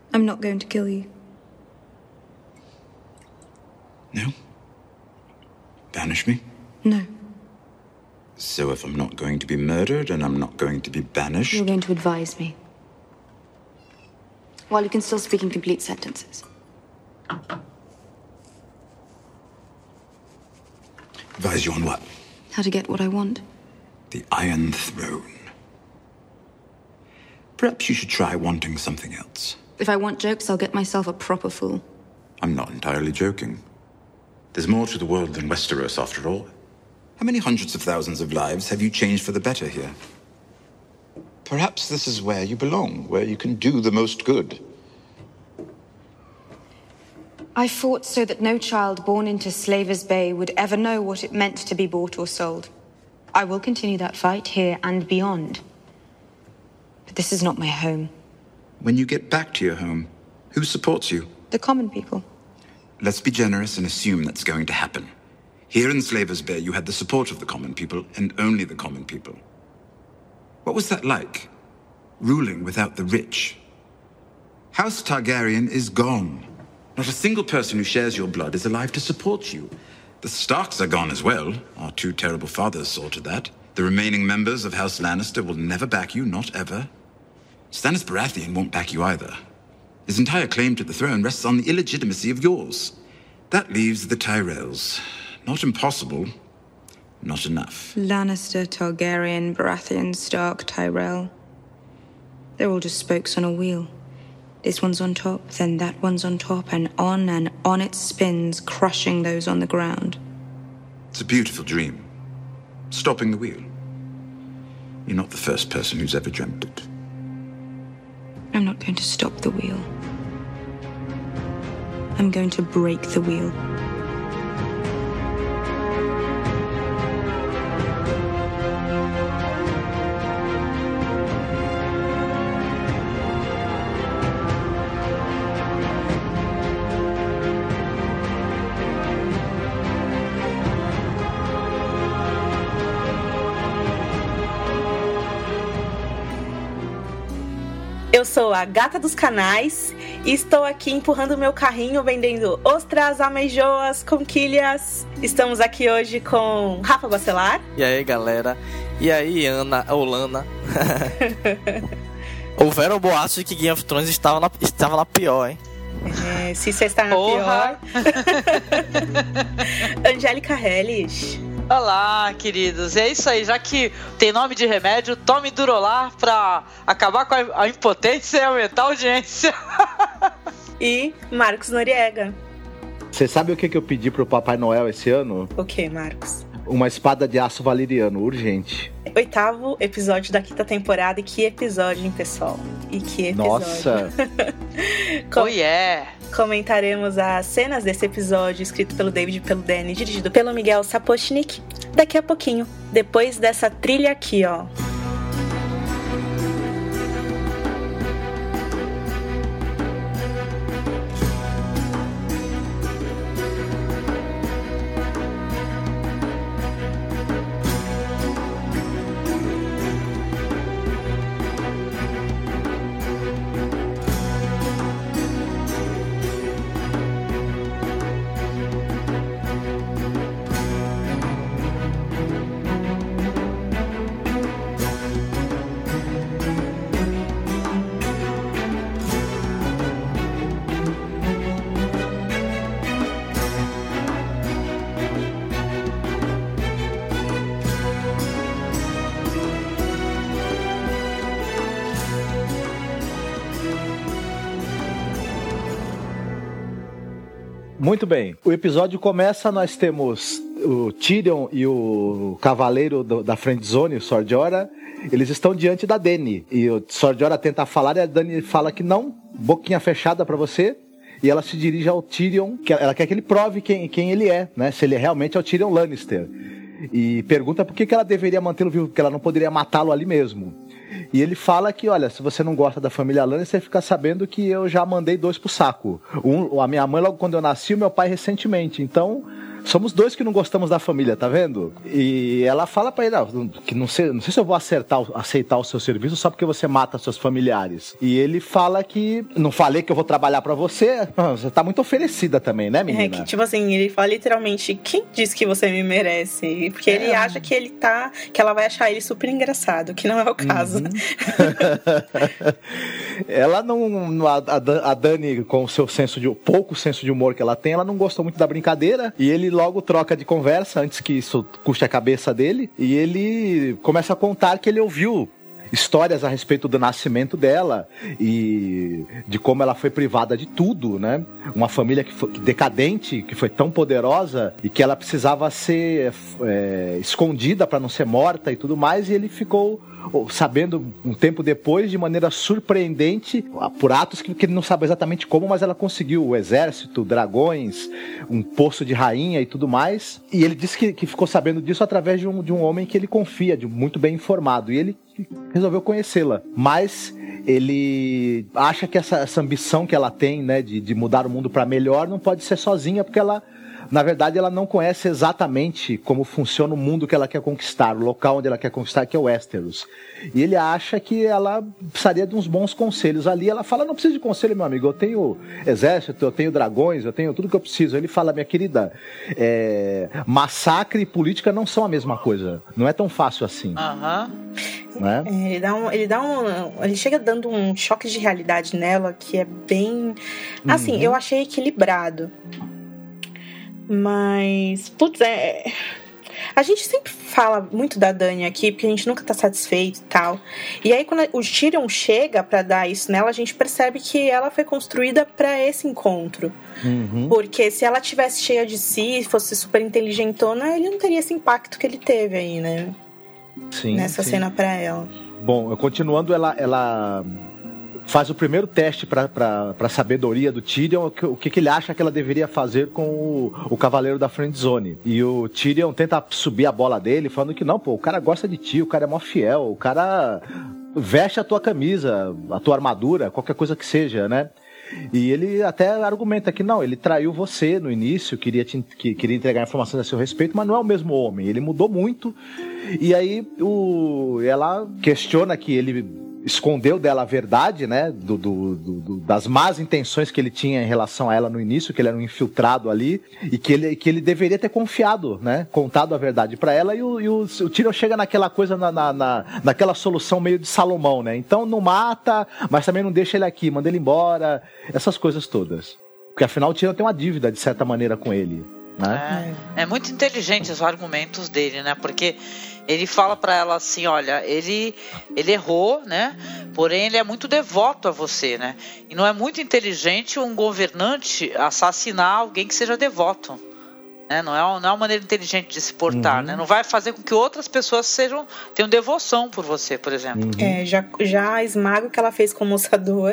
I'm not going to kill you. No? Banish me? No. So if I'm not going to be murdered and I'm not going to be banished... You're going to advise me. While you can still speak in complete sentences. Advise you on what? How to get what I want. The Iron Throne. Perhaps you should try wanting something else. If I want jokes, I'll get myself a proper fool. I'm not entirely joking. There's more to the world than Westeros, after all. How many hundreds of thousands of lives have you changed for the better here? Perhaps this is where you belong, where you can do the most good. I fought so that no child born into Slavers Bay would ever know what it meant to be bought or sold. I will continue that fight here and beyond. But this is not my home. When you get back to your home, who supports you? The common people. Let's be generous and assume that's going to happen. Here in Slavers Bay, you had the support of the common people, and only the common people. What was that like? Ruling without the rich? House Targaryen is gone. Not a single person who shares your blood is alive to support you. The Starks are gone as well. Our two terrible fathers saw to that. The remaining members of House Lannister will never back you, not ever. Stannis Baratheon won't back you either. His entire claim to the throne rests on the illegitimacy of yours. That leaves the Tyrells. Not impossible, not enough. Lannister, Targaryen, Baratheon, Stark, Tyrell. They're all just spokes on a wheel. This one's on top, then that one's on top, and on it spins, crushing those on the ground. It's a beautiful dream. Stopping the wheel. You're not the first person who's ever dreamt it. I'm not going to stop the wheel. I'm going to break the wheel. Eu sou a Gata dos Canais e estou aqui empurrando meu carrinho vendendo ostras, ameijoas, conquilhas. Estamos aqui hoje com Rafa Bacelar. E aí, galera? E aí, Ana, ou Lana? Houveram boatos de que Game of Thrones estava na pior, hein? É, se você está na pior. Angélica Helles. Olá, queridos. É isso aí, já que tem nome de remédio, tome Durolar pra acabar com a impotência e aumentar a audiência. E Marcos Noriega. Você sabe o que eu pedi pro Papai Noel esse ano? O que, Marcos? Uma espada de aço valeriano, urgente. 8º episódio da 5ª temporada. E que episódio, hein, pessoal? E que episódio. Nossa! Oh, yeah! Comentaremos as cenas desse episódio, escrito pelo David e pelo Danny, dirigido pelo Miguel Sapochnik, daqui a pouquinho, depois dessa trilha aqui, ó. Muito bem, o episódio começa, nós temos o Tyrion e o cavaleiro da Friendzone, o Sor Jorah, eles estão diante da Dany, e o Sor Jorah tenta falar e a Dany fala que não, boquinha fechada pra você, e ela se dirige ao Tyrion, que ela quer que ele prove quem ele é, né, se ele realmente é o Tyrion Lannister, e pergunta por que ela deveria mantê-lo vivo, porque ela não poderia matá-lo ali mesmo. E ele fala que, olha, se você não gosta da família Lannister, você fica sabendo que eu já mandei 2 pro saco. A minha mãe logo quando eu nasci, o meu pai recentemente. Então, somos dois que não gostamos da família, tá vendo? E ela fala pra ele, que não sei se eu vou aceitar o seu serviço só porque você mata seus familiares. E ele fala que, não falei que eu vou trabalhar pra você, você tá muito oferecida também, né, menina? Que tipo assim, ele fala literalmente, quem disse que você me merece? Porque ele acha que que ela vai achar ele super engraçado, que não é o caso. Ela não, a Dani, com o seu pouco senso de humor que ela tem, ela não gostou muito da brincadeira, e ele logo troca de conversa antes que isso custe a cabeça dele, e ele começa a contar que ele ouviu histórias a respeito do nascimento dela e de como ela foi privada de tudo, né? Uma família que foi decadente, que foi tão poderosa e que ela precisava ser escondida para não ser morta e tudo mais, e ele ficou sabendo um tempo depois, de maneira surpreendente, por atos que ele não sabe exatamente como, mas ela conseguiu o exército, dragões, um poço de rainha e tudo mais. E ele disse que ficou sabendo disso através de um homem que ele confia, muito bem informado, e ele resolveu conhecê-la. Mas ele acha que essa ambição que ela tem, né, de mudar o mundo para melhor, não pode ser sozinha, porque ela, na verdade, ela não conhece exatamente como funciona o mundo que ela quer conquistar, o local onde ela quer conquistar, que é o Westeros. E ele acha que ela precisaria de uns bons conselhos ali. Ela fala, não preciso de conselho, meu amigo, eu tenho exército, eu tenho dragões, eu tenho tudo que eu preciso. Ele fala, minha querida, massacre e política não são a mesma coisa. Não é tão fácil assim. Né? Ele chega dando um choque de realidade nela que é bem... Assim, eu achei equilibrado. Mas, putz, a gente sempre fala muito da Dany aqui, porque a gente nunca tá satisfeito e tal. E aí, quando o Tyrion chega pra dar isso nela, a gente percebe que ela foi construída pra esse encontro. Porque se ela tivesse cheia de si, fosse super inteligentona, ele não teria esse impacto que ele teve aí, né? Sim, nessa cena pra ela. Bom, continuando, ela faz o primeiro teste para sabedoria do Tyrion, o que ele acha que ela deveria fazer com o Cavaleiro da Friendzone. E o Tyrion tenta subir a bola dele, falando que não, pô, o cara gosta de ti, o cara é mó fiel, o cara veste a tua camisa, a tua armadura, qualquer coisa que seja, né? E ele até argumenta que não, ele traiu você no início, queria entregar informações a seu respeito, mas não é o mesmo homem, ele mudou muito. E aí ela questiona que ele escondeu dela a verdade, né, das más intenções que ele tinha em relação a ela no início, que ele era um infiltrado ali, e que ele deveria ter confiado, né, contado a verdade pra ela, e o Tyrion chega naquela coisa, naquela solução meio de Salomão, né, então não mata, mas também não deixa ele aqui, manda ele embora, essas coisas todas, porque afinal o Tyrion tem uma dívida de certa maneira com ele, né. É muito inteligente os argumentos dele, né, porque ele fala pra ela assim, olha, ele errou, né? Porém, ele é muito devoto a você, né? E não é muito inteligente um governante assassinar alguém que seja devoto, né? Não é uma maneira inteligente de se portar, né? Não vai fazer com que outras pessoas tenham devoção por você, por exemplo. Já esmaga o que ela fez com o moçador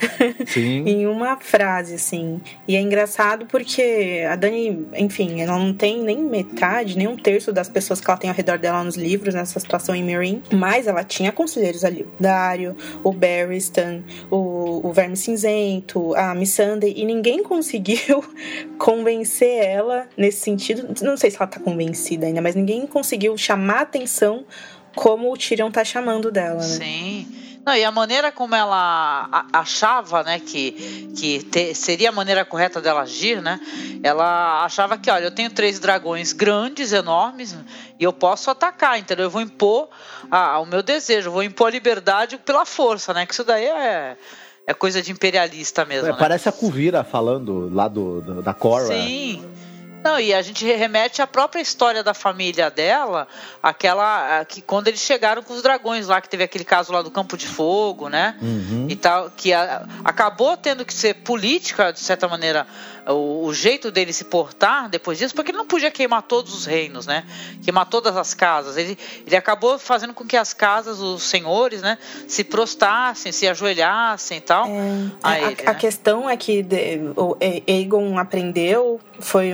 em uma frase, assim. E é engraçado porque a Dany, enfim, ela não tem nem metade, nem um terço das pessoas que ela tem ao redor dela nos livros, nessa situação em Meereen. Mas ela tinha conselheiros ali. O Daario, o Barristan, o Verme Cinzento, a Missandei. E ninguém conseguiu convencer ela nesse sentido. Não sei se ela tá convencida ainda, mas ninguém conseguiu chamar a atenção como o Tyrion tá chamando dela, né? Sim. Não, e a maneira como ela achava, né, que seria a maneira correta dela agir, né? Ela achava que, olha, eu tenho 3 dragões grandes, enormes, e eu posso atacar, entendeu? Eu vou impor o meu desejo, eu vou impor a liberdade pela força, né? Que isso daí é coisa de imperialista mesmo, né? Parece a Kuvira falando lá da Cora. Sim. Não, e a gente remete à própria história da família dela, aquela que quando eles chegaram com os dragões lá, que teve aquele caso lá do Campo de Fogo, né? E tal, que acabou tendo que ser política, de certa maneira, o jeito dele se portar depois disso, porque ele não podia queimar todos os reinos, né? Queimar todas as casas. Ele acabou fazendo com que as casas, os senhores, né, se prostrassem, se ajoelhassem e tal. A questão é que o Aegon aprendeu, foi um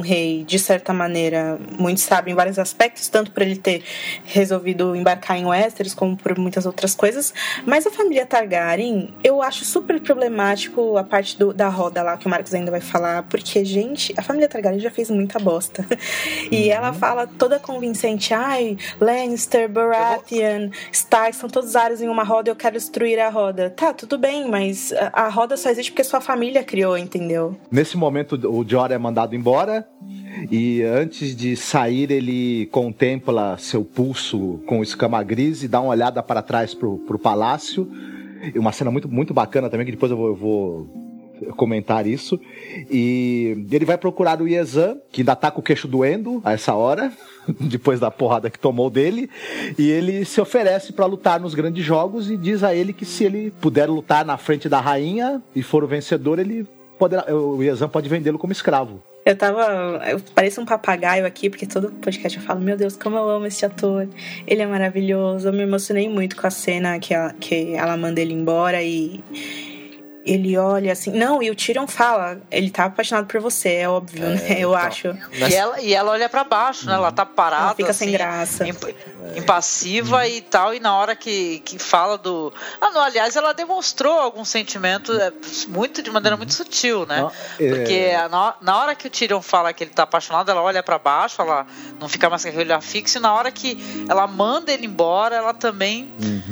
rei, de certa maneira, muito sábio em vários aspectos, tanto por ele ter resolvido embarcar em Westeros, como por muitas outras coisas. Mas a família Targaryen, eu acho super problemático a parte da roda lá, que o Marcos ainda vai falar, porque, gente, a família Targaryen já fez muita bosta. E ela fala toda convincente, Lannister, Baratheon, Stark, são todos áreas em uma roda, eu quero destruir a roda. Tá, tudo bem, mas a roda só existe porque sua família criou, entendeu? Nesse momento, o Jorah é mandado embora, e antes de sair, ele contempla seu pulso com escama gris e dá uma olhada para trás pro palácio. Uma cena muito, muito bacana também, que depois eu vou comentar isso. E ele vai procurar o Iezan, que ainda tá com o queixo doendo a essa hora, depois da porrada que tomou dele, e ele se oferece para lutar nos grandes jogos e diz a ele que se ele puder lutar na frente da rainha e for o vencedor, o Iezan pode vendê-lo como escravo. Eu pareço um papagaio aqui, porque todo podcast eu falo, meu Deus, como eu amo esse ator, ele é maravilhoso. Eu me emocionei muito com a cena que ela manda ele embora e ele olha assim, não, e o Tyrion fala, ele tá apaixonado por você, é óbvio, né? Eu acho. E ela olha pra baixo, né? Ela tá parada, ela fica assim, sem graça, impassiva e tal, e na hora que fala do... não, aliás, ela demonstrou algum sentimento de maneira muito sutil, né? Porque na hora que o Tyrion fala que ele tá apaixonado, ela olha pra baixo, ela não fica mais com aquele olhar fixo, e na hora que ela manda ele embora, ela também...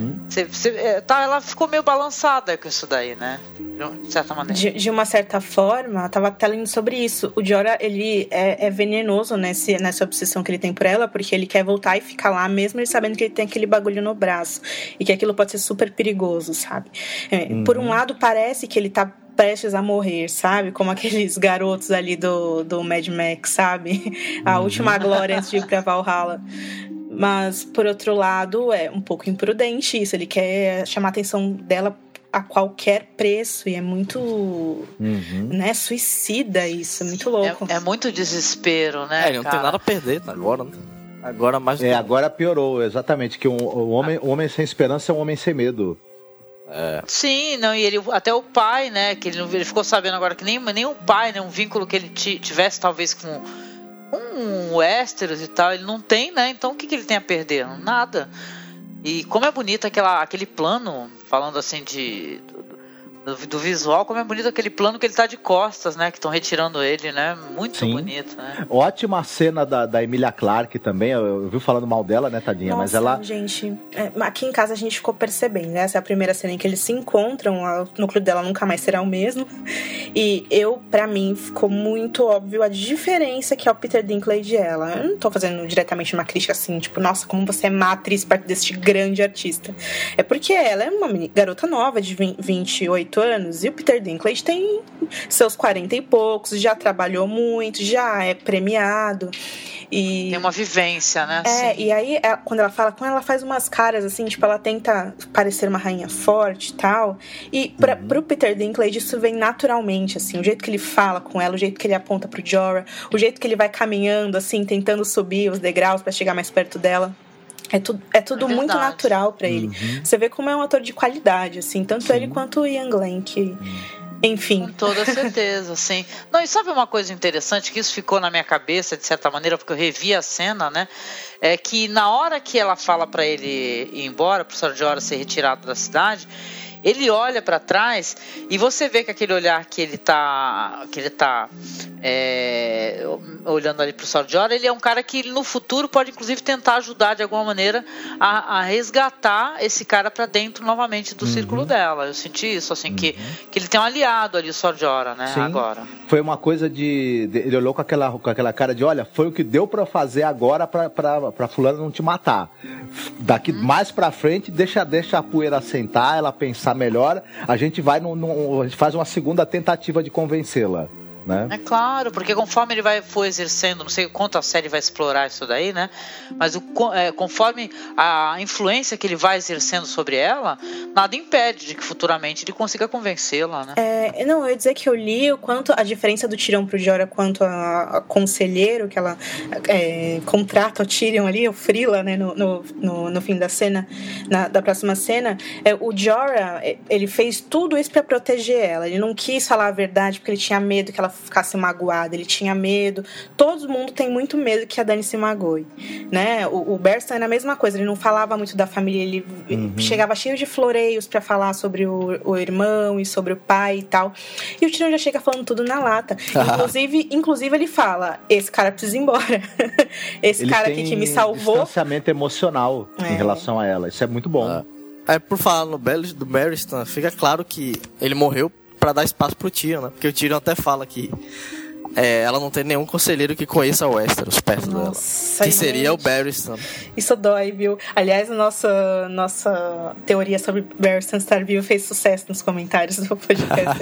ela ficou meio balançada com isso daí, né? De certa maneira. De uma certa forma, tava até lendo sobre isso. O Jorah, ele é venenoso nessa obsessão que ele tem por ela, porque ele quer voltar e ficar lá, mesmo ele sabendo que ele tem aquele bagulho no braço. E que aquilo pode ser super perigoso, sabe? Por um lado, parece que ele tá prestes a morrer, sabe? Como aqueles garotos ali do Mad Max, sabe? A última glória antes de ir pra Valhalla. Mas, por outro lado, é um pouco imprudente isso. Ele quer chamar a atenção dela a qualquer preço, e é muito né, suicida isso, é muito louco. É muito desespero, né? Ele não tem nada a perder agora, né? Agora mais. Agora piorou, exatamente, que o homem sem esperança é um homem sem medo. Sim, não, e ele, até o pai, né, que ele ficou sabendo agora que nem o pai, né, um vínculo que ele tivesse talvez com Westeros e tal, ele não tem, né, então o que ele tem a perder? Nada. E como é bonito aquele plano, falando assim do visual, como é bonito aquele plano que ele tá de costas, né? Que estão retirando ele, né? Muito bonito, né? Ótima cena da Emilia Clarke também. Eu vi falando mal dela, né, tadinha? Nossa, mas ela... gente, aqui em casa a gente ficou percebendo, né? Essa é a primeira cena em que eles se encontram. O núcleo dela nunca mais será o mesmo. E pra mim, ficou muito óbvio a diferença que é o Peter Dinklage e ela. Eu não tô fazendo diretamente uma crítica assim, tipo, nossa, como você é má atriz perto deste grande artista. É porque ela é uma garota nova de 28 anos, e o Peter Dinklage tem seus 40 e poucos, já trabalhou muito, já é premiado. E tem uma vivência, né? E aí, quando ela faz umas caras assim, tipo, ela tenta parecer uma rainha forte e tal. E pro Peter Dinklage isso vem naturalmente, assim, o jeito que ele fala com ela, o jeito que ele aponta pro Jorah, o jeito que ele vai caminhando, assim, tentando subir os degraus pra chegar mais perto dela. É tudo muito natural pra ele. Você vê como é um ator de qualidade, assim, tanto ele quanto o Ian Glenn, que... Enfim. Com toda certeza, sim. Não, e sabe uma coisa interessante, que isso ficou na minha cabeça, de certa maneira, porque eu revi a cena, né? É que na hora que ela fala pra ele ir embora, pro Sr. Jorah ser retirado da cidade, ele olha pra trás e você vê que aquele olhar que ele tá olhando ali pro Sr. Jorah, ele é um cara que no futuro pode inclusive tentar ajudar de alguma maneira a resgatar esse cara pra dentro novamente do círculo dela. Eu senti isso, assim, que ele tem um aliado ali, o Sr. Jorah, né? Sim. Agora. Foi uma coisa ele olhou com aquela cara de, olha, foi o que deu pra fazer agora pra fulano não te matar. Daqui mais pra frente, deixa a poeira assentar, ela pensar melhor, a gente vai a gente faz uma segunda tentativa de convencê-la, né? É claro, porque conforme ele for exercendo, não sei quanto a série vai explorar isso daí, né? Mas conforme a influência que ele vai exercendo sobre ela, nada impede de que futuramente ele consiga convencê-la, né? Não, eu ia dizer que eu li o quanto a diferença do Tyrion pro Jorah quanto a conselheiro que ela contrata o Tyrion ali, o Frila, né, no fim da cena, da próxima cena. O Jorah, ele fez tudo isso pra proteger ela. Ele não quis falar a verdade porque ele tinha medo que ela ficasse magoada, ele tinha medo. Todo mundo tem muito medo que a Dani se magoe, né? O Barristan era a mesma coisa, ele não falava muito da família, ele chegava cheio de floreios pra falar sobre o irmão e sobre o pai e tal. E o Tyrion já chega falando tudo na lata. Inclusive ele fala, esse cara precisa ir embora. Esse ele cara aqui que me salvou. Distanciamento emocional em relação a ela. Isso é muito bom. Por falar do Barristan, fica claro que ele morreu pra dar espaço pro Tyrion, né? Porque o Tyrion até fala que ela não tem nenhum conselheiro que conheça Westeros perto dela. Que seria o Barristan. Isso dói, viu? Aliás, a nossa teoria sobre Barristan estar vivo fez sucesso nos comentários do podcast.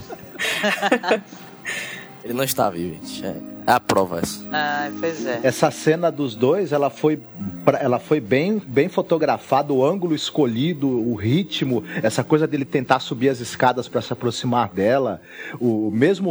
Ele não está vivo, gente. É a prova essa. Pois é. Essa cena dos dois, ela foi bem fotografada, o ângulo escolhido, o ritmo, essa coisa dele tentar subir as escadas para se aproximar dela, o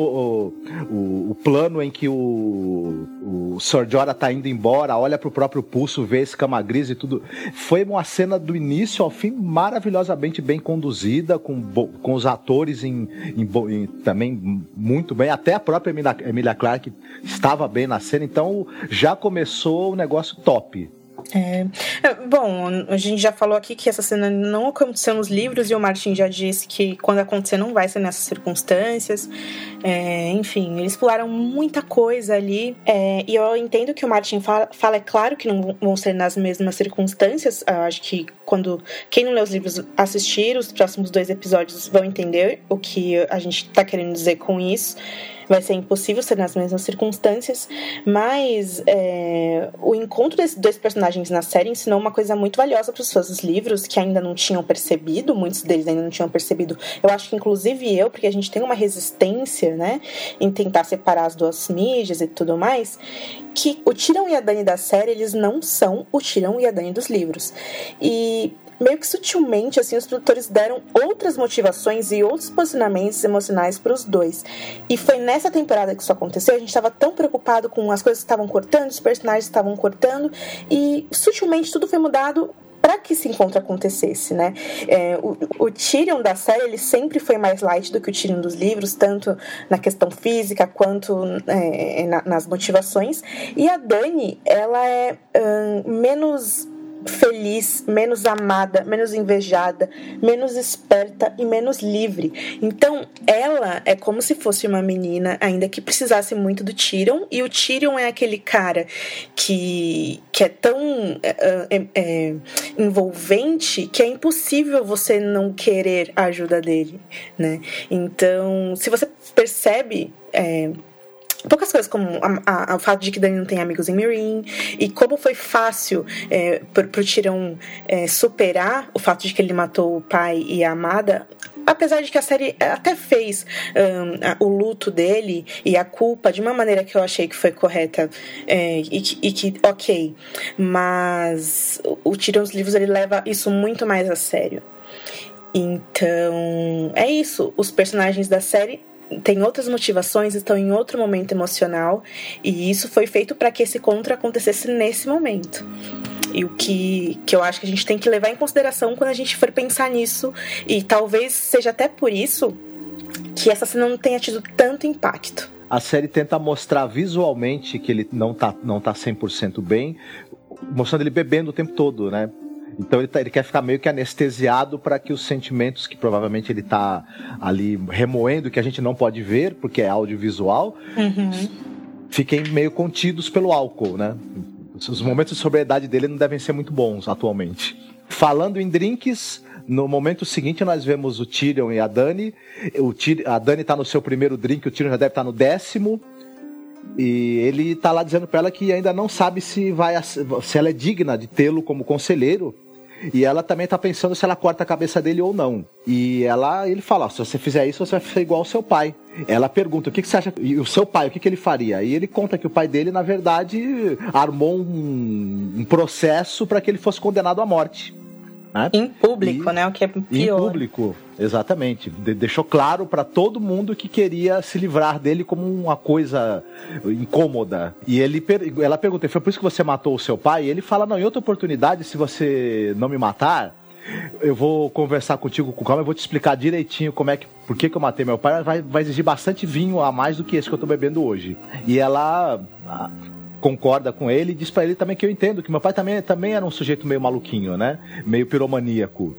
plano em que o Sir Jorah tá indo embora, olha pro próprio pulso, vê a escama gris e tudo. Foi uma cena do início ao fim maravilhosamente bem conduzida, com os atores também muito bem, até a própria Emilia Clarke estava bem na cena, então já começou o negócio top. Bom, a gente já falou aqui que essa cena não aconteceu nos livros e o Martin já disse que quando acontecer não vai ser nessas circunstâncias. Enfim, eles pularam muita coisa ali, e eu entendo que o Martin fala, é claro que não vão ser nas mesmas circunstâncias. Eu acho que quem não lê os livros assistir os próximos 2 episódios vão entender o que a gente tá querendo dizer com isso. Vai ser impossível ser nas mesmas circunstâncias, mas o encontro desses 2 personagens na série ensinou uma coisa muito valiosa para os fãs dos livros, que ainda não tinham percebido, muitos deles ainda não tinham percebido. Eu acho que inclusive porque a gente tem uma resistência, né, em tentar separar as 2 mídias e tudo mais, que o Tyrion e a Dany da série, eles não são o Tyrion e a Dany dos livros. E meio que sutilmente, assim, os produtores deram outras motivações e outros posicionamentos emocionais para os 2. E foi nessa temporada que isso aconteceu. A gente estava tão preocupado com as coisas que estavam cortando, os personagens estavam cortando, e sutilmente tudo foi mudado para que esse encontro acontecesse, né? O Tyrion da série, ele sempre foi mais light do que o Tyrion dos livros, tanto na questão física quanto nas motivações. E a Dany, ela é menos feliz, menos amada, menos invejada, menos esperta e menos livre. Então, ela é como se fosse uma menina ainda que precisasse muito do Tyrion, e o Tyrion é aquele cara que é tão envolvente que é impossível você não querer a ajuda dele, né? Então, se você percebe poucas coisas, como o fato de que Dany não tem amigos em Meereen, e como foi fácil pro Tyrion superar o fato de que ele matou o pai e a amada, apesar de que a série até fez o luto dele e a culpa de uma maneira que eu achei que foi correta, e que ok, mas o Tyrion dos livros, ele leva isso muito mais a sério. Então é isso, os personagens da série têm outras motivações, estão em outro momento emocional, e isso foi feito para que esse encontro acontecesse nesse momento. E o que eu acho que a gente tem que levar em consideração quando a gente for pensar nisso, e talvez seja até por isso que essa cena não tenha tido tanto impacto. A série tenta mostrar visualmente que ele não tá 100% bem, mostrando ele bebendo o tempo todo, né? Então ele quer ficar meio que anestesiado para que os sentimentos que provavelmente ele tá ali remoendo, que a gente não pode ver, porque é audiovisual, fiquem meio contidos pelo álcool, né? Os momentos de sobriedade dele não devem ser muito bons atualmente. Falando em drinks, no momento seguinte nós vemos o Tyrion e a Dany. A Dany tá no seu primeiro drink, o Tyrion já deve estar no 10º. E ele tá lá dizendo pra ela que ainda não sabe se ela é digna de tê-lo como conselheiro. E ela também tá pensando se ela corta a cabeça dele ou não. E ele fala, se você fizer isso, você vai ser igual ao seu pai. Ela pergunta, o que você acha? E o seu pai, o que ele faria? E ele conta que o pai dele, na verdade, armou um processo para que ele fosse condenado à morte. Né? Em público, né? O que é pior. Em público, exatamente. Deixou claro para todo mundo que queria se livrar dele como uma coisa incômoda. E ela pergunta, foi por isso que você matou o seu pai? E ele fala, não, em outra oportunidade, se você não me matar, eu vou conversar contigo com calma, eu vou te explicar direitinho por que eu matei meu pai. Vai exigir bastante vinho a mais do que esse que eu tô bebendo hoje. E ela concorda com ele e diz pra ele também que eu entendo que meu pai também era um sujeito meio maluquinho, né? Meio piromaníaco.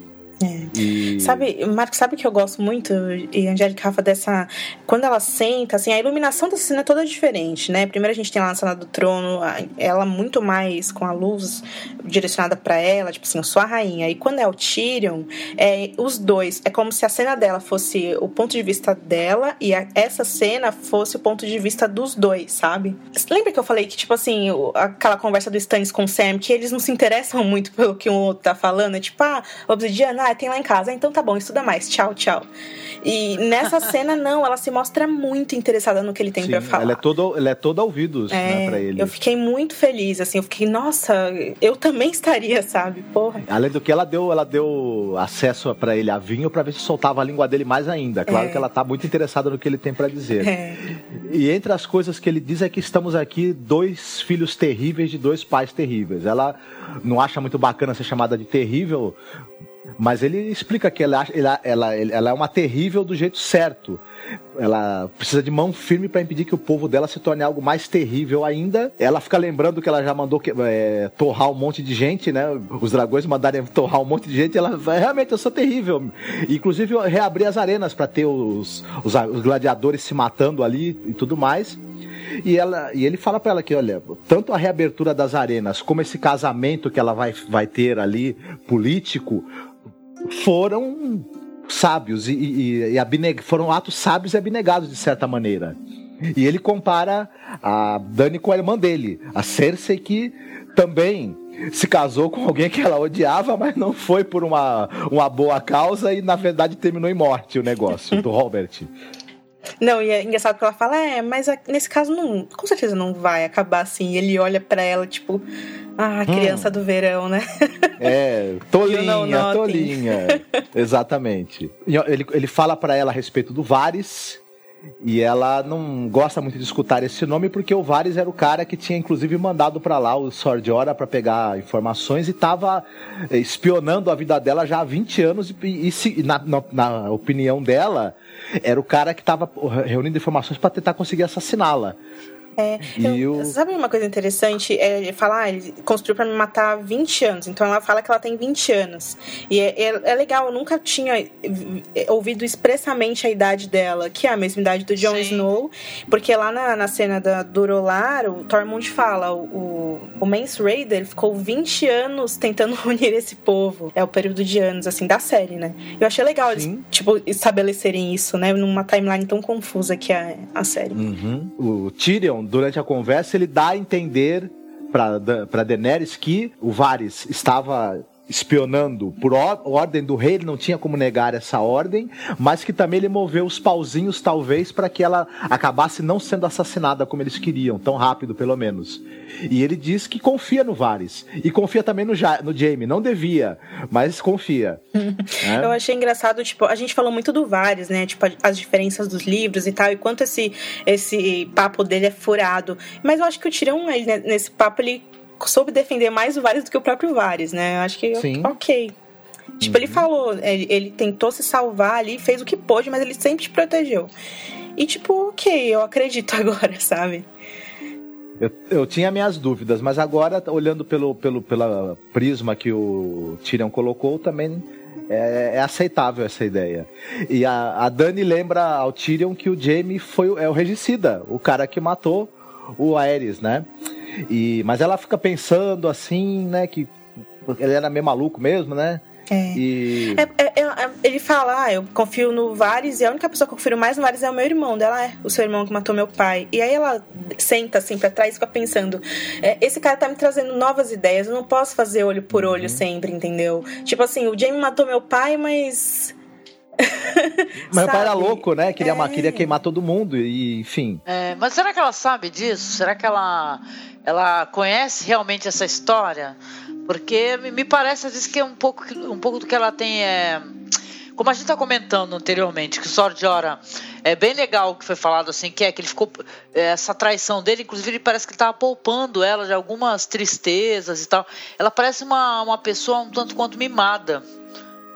Sabe, Marcos, sabe que eu gosto muito, e a Angélica Rafa, dessa... Quando ela senta, assim, a iluminação dessa cena é toda diferente, né? Primeiro a gente tem lá na Sala do Trono, ela muito mais com a luz direcionada pra ela, tipo assim, eu sou a rainha. E quando é o Tyrion, os dois, é como se a cena dela fosse o ponto de vista dela e essa cena fosse o ponto de vista dos dois, sabe? Lembra que eu falei que, tipo assim, aquela conversa do Stannis com o Sam, que eles não se interessam muito pelo que um outro tá falando, é tipo, Obsidiana, tem lá em casa, então tá bom, estuda mais, tchau. E nessa cena, não, ela se mostra muito interessada no que ele tem pra falar. Ela é toda ouvidos, né, pra ele. Eu fiquei muito feliz, assim, eu fiquei, nossa, eu também estaria, sabe, porra. Além do que ela deu acesso pra ele a vinho pra ver se soltava a língua dele mais ainda. Claro que ela tá muito interessada no que ele tem pra dizer. E entre as coisas que ele diz é que estamos aqui 2 filhos terríveis de 2 pais terríveis. Ela não acha muito bacana ser chamada de terrível, mas ele explica que ela é uma terrível do jeito certo. Ela precisa de mão firme para impedir que o povo dela se torne algo mais terrível ainda. Ela fica lembrando que ela já mandou torrar um monte de gente, né? Os dragões mandarem torrar um monte de gente. Ela realmente, eu sou terrível. Inclusive reabrir as arenas para ter os gladiadores se matando ali e tudo mais. E ele fala pra ela que, olha, tanto a reabertura das arenas como esse casamento que ela vai ter ali, político, foram sábios foram atos sábios e abnegados, de certa maneira. E ele compara a Dany com a irmã dele, a Cersei, que também se casou com alguém que ela odiava, mas não foi por uma boa causa e, na verdade, terminou em morte o negócio do Robert. Não, e é engraçado que ela fala, mas nesse caso não, com certeza não vai acabar assim. E ele olha pra ela, tipo, criança do verão, né? Tolinha. Exatamente. E ele fala pra ela a respeito do Varys, e ela não gosta muito de escutar esse nome, porque o Varys era o cara que tinha inclusive mandado pra lá o Sword Jorah pra pegar informações e tava espionando a vida dela já há 20 anos e na opinião dela, era o cara que tava reunindo informações pra tentar conseguir assassiná-la. Sabe uma coisa interessante? Ele fala, ele construiu pra me matar há 20 anos. Então ela fala que ela tem 20 anos. E é legal, eu nunca tinha ouvido expressamente a idade dela, que é a mesma idade do Jon Snow. Porque lá na cena do Orolar, o Tormund fala, o Mance Rayder, ele ficou 20 anos tentando unir esse povo. É o período de anos, assim, da série, né? Eu achei legal eles, estabelecerem isso, né? Numa timeline tão confusa que é a série. O Tyrion, durante a conversa, ele dá a entender pra Daenerys que o Varys estava espionando por ordem do rei, ele não tinha como negar essa ordem, mas que também ele moveu os pauzinhos, talvez, para que ela acabasse não sendo assassinada como eles queriam, tão rápido pelo menos. E ele diz que confia no Varys, e confia também no Jaime, não devia, mas confia. Eu achei engraçado, tipo, a gente falou muito do Varys, né, tipo, as diferenças dos livros e tal, e quanto esse papo dele é furado, mas eu acho que o Tyrion, nesse papo, ele soube defender mais o Varys do que o próprio Varys, né? Eu acho que ok. Tipo, ele falou, ele tentou se salvar ali, fez o que pôde, mas ele sempre te protegeu. E tipo, ok, eu acredito agora, sabe? Eu tinha minhas dúvidas, mas agora, olhando pela prisma que o Tyrion colocou, também é aceitável essa ideia. E a Dany lembra ao Tyrion que o Jaime é o regicida, o cara que matou o Aerys, né? Mas ela fica pensando assim, né, que ele era meio maluco mesmo, né? Ele fala, eu confio no Varys e a única pessoa que eu confio mais no Varys é o meu irmão. Dela o seu irmão que matou meu pai. E aí ela senta assim pra trás e fica pensando, esse cara tá me trazendo novas ideias, eu não posso fazer olho por olho sempre, entendeu? Tipo assim, o Jaime matou meu pai, mas... Mas o pai era louco, né? Queria queimar todo mundo e enfim. Mas será que ela sabe disso? Será que ela conhece realmente essa história? Porque me parece às vezes que é um pouco do que ela tem como a gente está comentando anteriormente, que o Sword Jorah é bem legal o que foi falado assim, que ele ficou essa traição dele, inclusive ele parece que ele estava poupando ela de algumas tristezas e tal. Ela parece uma pessoa um tanto quanto mimada.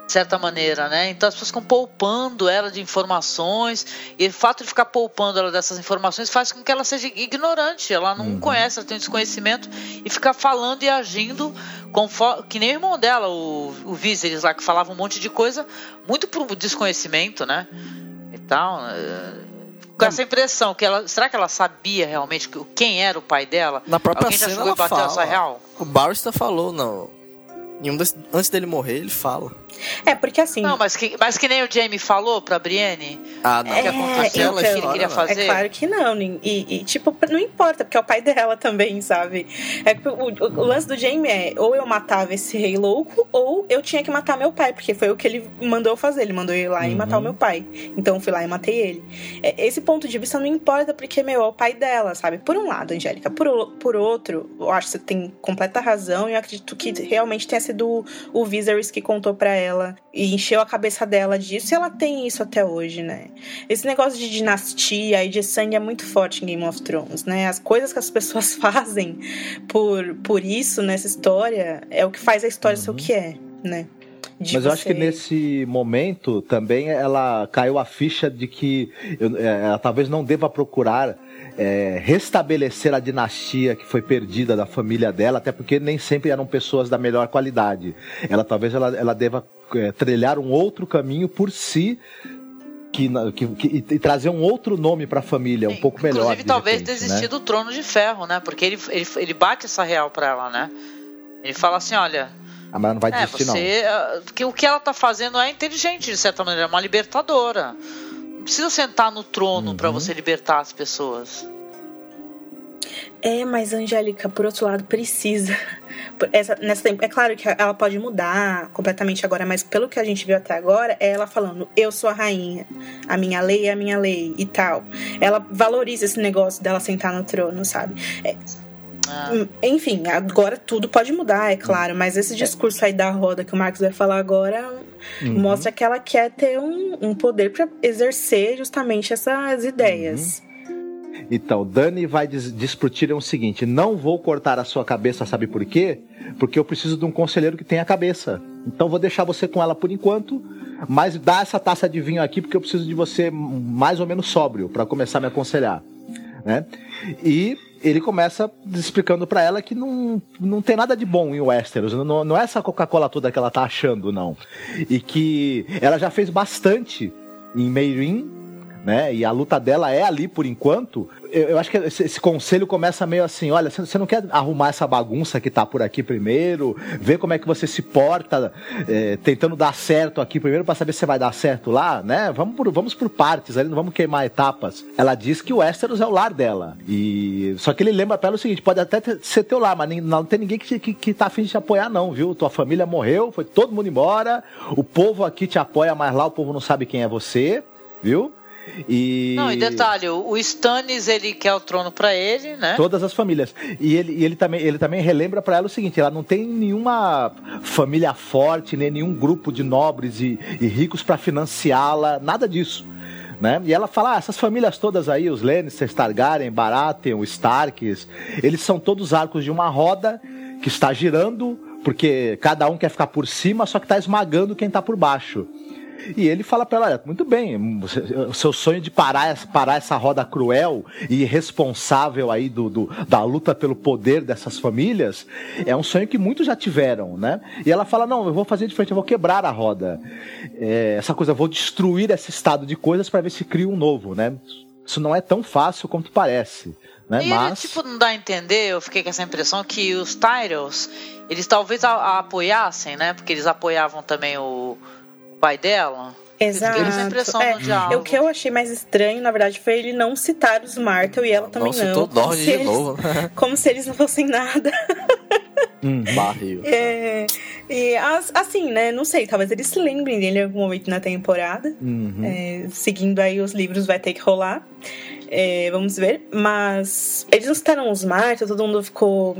de certa maneira, né? Então as pessoas ficam poupando ela de informações, e o fato de ficar poupando ela dessas informações faz com que ela seja ignorante, ela não conhece, ela tem um desconhecimento e fica falando e agindo conforme, que nem o irmão dela, o Viserys lá, que falava um monte de coisa muito por desconhecimento, né? E tal, com essa impressão que ela, será que ela sabia realmente quem era o pai dela? Na própria Alguém já cena chegou e bateu essa real? O Barristan falou, não. Antes dele morrer, ele fala. Porque assim... Não, mas que nem o Jaime falou pra Brienne? Ah, não. O que aconteceu, então, que ele queria fazer? É claro que não. E tipo, não importa, porque é o pai dela também, sabe? O lance do Jaime ou eu matava esse rei louco, ou eu tinha que matar meu pai, porque foi o que ele mandou fazer. Ele mandou eu ir lá e matar o meu pai. Então eu fui lá e matei ele. Esse ponto de vista não importa, porque, é o pai dela, sabe? Por um lado, Angélica. Por outro, eu acho que você tem completa razão, e eu acredito que realmente tenha sido o Viserys que contou pra ela e encheu a cabeça dela disso, e ela tem isso até hoje, né? Esse negócio de dinastia e de sangue é muito forte em Game of Thrones, né? As coisas que as pessoas fazem por isso nessa história é o que faz a história ser o que é, né? Mas eu acho que nesse momento também ela caiu a ficha de que ela talvez não deva procurar restabelecer a dinastia que foi perdida da família dela, até porque nem sempre eram pessoas da melhor qualidade. Talvez ela deva trilhar um outro caminho por si, e trazer um outro nome para a família, um pouco melhor. Inclusive, talvez desistir do Trono de Ferro, né? Porque ele bate essa real para ela, né? Ele fala assim, olha... mas ela não vai desistir, não. Que o que ela tá fazendo é inteligente, de certa maneira, é uma libertadora. Não precisa sentar no trono para você libertar as pessoas. Mas Angélica, por outro lado, precisa. Nessa tempo, é claro que ela pode mudar completamente agora, mas pelo que a gente viu até agora, é ela falando, eu sou a rainha, a minha lei é a minha lei e tal. Ela valoriza esse negócio dela sentar no trono, sabe? Enfim, agora tudo pode mudar, é claro, mas esse discurso aí da roda que o Marcos vai falar agora mostra que ela quer ter um poder para exercer justamente essas ideias. Então, Dany vai diz pro Tyrion o seguinte: não vou cortar a sua cabeça, sabe por quê? Porque eu preciso de um conselheiro que tenha cabeça. Então vou deixar você com ela por enquanto, mas dá essa taça de vinho aqui porque eu preciso de você mais ou menos sóbrio para começar a me aconselhar, né? E ele começa explicando pra ela que não tem nada de bom em Westeros, não é essa Coca-Cola toda que ela tá achando, não. E que ela já fez bastante em Meereen, né? E a luta dela é ali por enquanto. Eu acho que esse conselho começa meio assim: olha, você não quer arrumar essa bagunça que tá por aqui primeiro, ver como é que você se porta, tentando dar certo aqui primeiro pra saber se vai dar certo lá, né? Vamos por partes, aí não vamos queimar etapas. Ela diz que o Westeros é o lar dela. Só que ele lembra pra ela o seguinte: pode até ser teu lar, mas não tem ninguém que tá afim de te apoiar, não, viu? Tua família morreu, foi todo mundo embora, o povo aqui te apoia, mas lá o povo não sabe quem é você, viu? Não, e detalhe, o Stannis, ele quer o trono pra ele, né? Todas as famílias. E ele também relembra pra ela o seguinte: ela não tem nenhuma família forte, nem nenhum grupo de nobres e ricos pra financiá-la, nada disso, né? E ela fala: essas famílias todas aí, os Lannisters, Targaryen, Baratheon, Starks, eles são todos arcos de uma roda que está girando, porque cada um quer ficar por cima, só que está esmagando quem está por baixo. E ele fala pra ela: olha, muito bem, o seu sonho de parar essa roda cruel e irresponsável aí da luta pelo poder dessas famílias é um sonho que muitos já tiveram, né? E ela fala: não, eu vou fazer diferente, eu vou quebrar a roda. Essa coisa, eu vou destruir esse estado de coisas para ver se cria um novo, né? Isso não é tão fácil quanto parece, né? E ele, não dá a entender, eu fiquei com essa impressão que os Tyrells, eles talvez a apoiassem, né? Porque eles apoiavam também o pai dela. Exato. O que eu achei mais estranho, na verdade, foi ele não citar os Martell e ela também não. Citou Dorne de novo. Como se eles não fossem nada. Barril. Assim, né? Não sei, talvez eles se lembrem dele em algum momento na temporada. Seguindo aí os livros, vai ter que rolar. Vamos ver. Mas eles não citaram os Martell, todo mundo ficou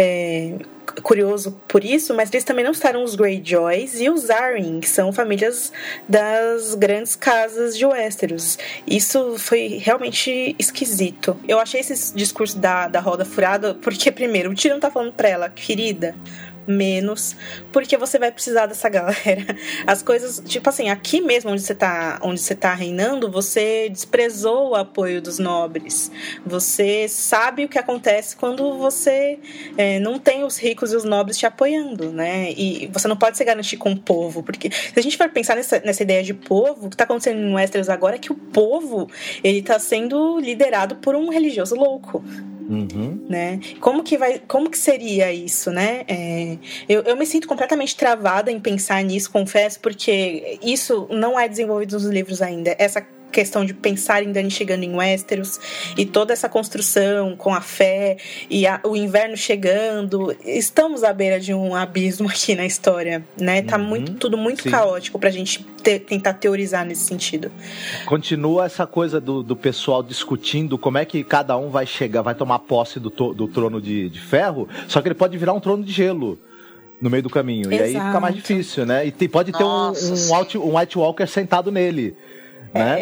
curioso por isso, mas eles também não citaram os Greyjoys e os Arryn, que são famílias das grandes casas de Westeros. Isso foi realmente esquisito. Eu achei esse discurso da roda furada porque, primeiro, o Tyrion tá falando pra ela: querida, menos, porque você vai precisar dessa galera. As coisas, tipo assim, aqui mesmo onde você tá reinando, você desprezou o apoio dos nobres. Você sabe o que acontece quando você não tem os ricos e os nobres te apoiando, né? E você não pode se garantir com o povo, porque se a gente for pensar nessa ideia de povo, o que tá acontecendo em Westeros agora é que o povo, ele tá sendo liderado por um religioso louco. Uhum. Né? Como que seria isso, né? Eu me sinto completamente travada em pensar nisso, confesso, porque isso não é desenvolvido nos livros ainda. Essa questão de pensar em Dany chegando em Westeros e toda essa construção com a fé e o inverno chegando, estamos à beira de um abismo aqui na história, né? Tá tudo muito Sim. caótico pra gente tentar teorizar nesse sentido. Continua essa coisa do pessoal discutindo como é que cada um vai chegar, vai tomar posse do trono de ferro, só que ele pode virar um trono de gelo no meio do caminho. Exato. E aí fica mais difícil, né? E pode ter um White Walker sentado nele. Né?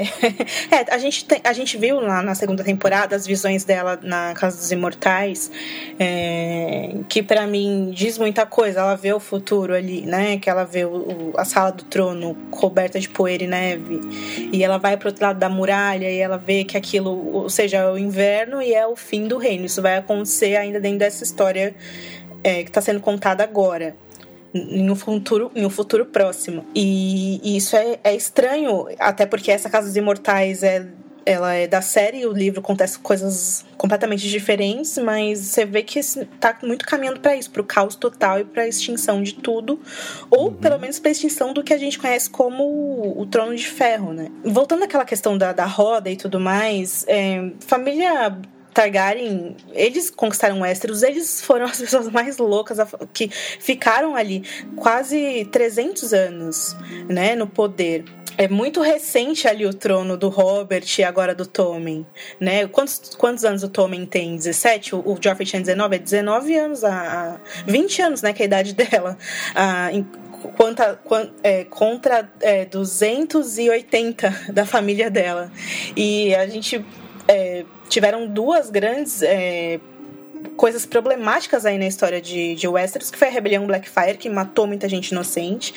A gente viu lá na segunda temporada as visões dela na Casa dos Imortais, que pra mim diz muita coisa. Ela vê o futuro ali, né? Que ela vê a sala do trono coberta de poeira e neve, e ela vai pro outro lado da muralha e ela vê que aquilo, ou seja, é o inverno e é o fim do reino. Isso vai acontecer ainda dentro dessa história que está sendo contada agora, em um futuro próximo. E isso é estranho, até porque essa Casa dos Imortais ela é da série, o livro acontece coisas completamente diferentes, mas você vê que tá muito caminhando para isso, pro caos total e pra extinção de tudo, ou pelo menos pra extinção do que a gente conhece como o Trono de Ferro, né? Voltando àquela questão da roda e tudo mais, família Targaryen, eles conquistaram Westeros, eles foram as pessoas mais loucas que ficaram ali quase 300 anos, né, no poder. É muito recente ali o trono do Robert e agora do Tommen, né? Quantos anos o Tommen tem? 17? O Joffrey tinha 19? É 19 anos, 20 anos, né, que é a idade dela. Contra 280 da família dela. E a gente tiveram duas grandes coisas problemáticas aí na história de Westeros, que foi a rebelião Blackfyre, que matou muita gente inocente,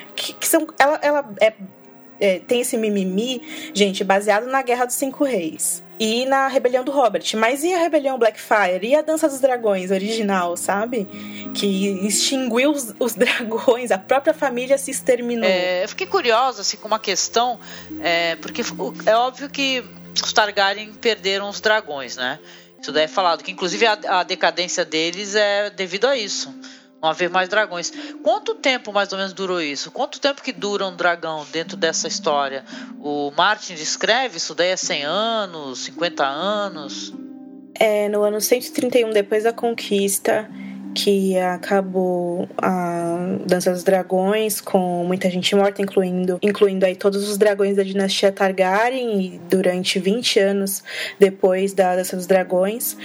ela tem esse mimimi, gente, baseado na Guerra dos 5 Reis e na rebelião do Robert. Mas e a rebelião Blackfyre? E a Dança dos Dragões original, sabe? Que extinguiu os dragões, a própria família se exterminou. Eu fiquei curiosa assim, com uma questão, porque é óbvio que os Targaryen perderam os dragões, né? Isso daí é falado, que inclusive a decadência deles é devido a isso. Não haver mais dragões. Quanto tempo mais ou menos durou isso? Quanto tempo que dura um dragão dentro dessa história? O Martin descreve isso daí 100 anos, 50 anos? No ano 131 depois da conquista, que acabou a Dança dos Dragões, com muita gente morta, incluindo aí todos os dragões da dinastia Targaryen, e durante 20 anos depois da Dança dos Dragões,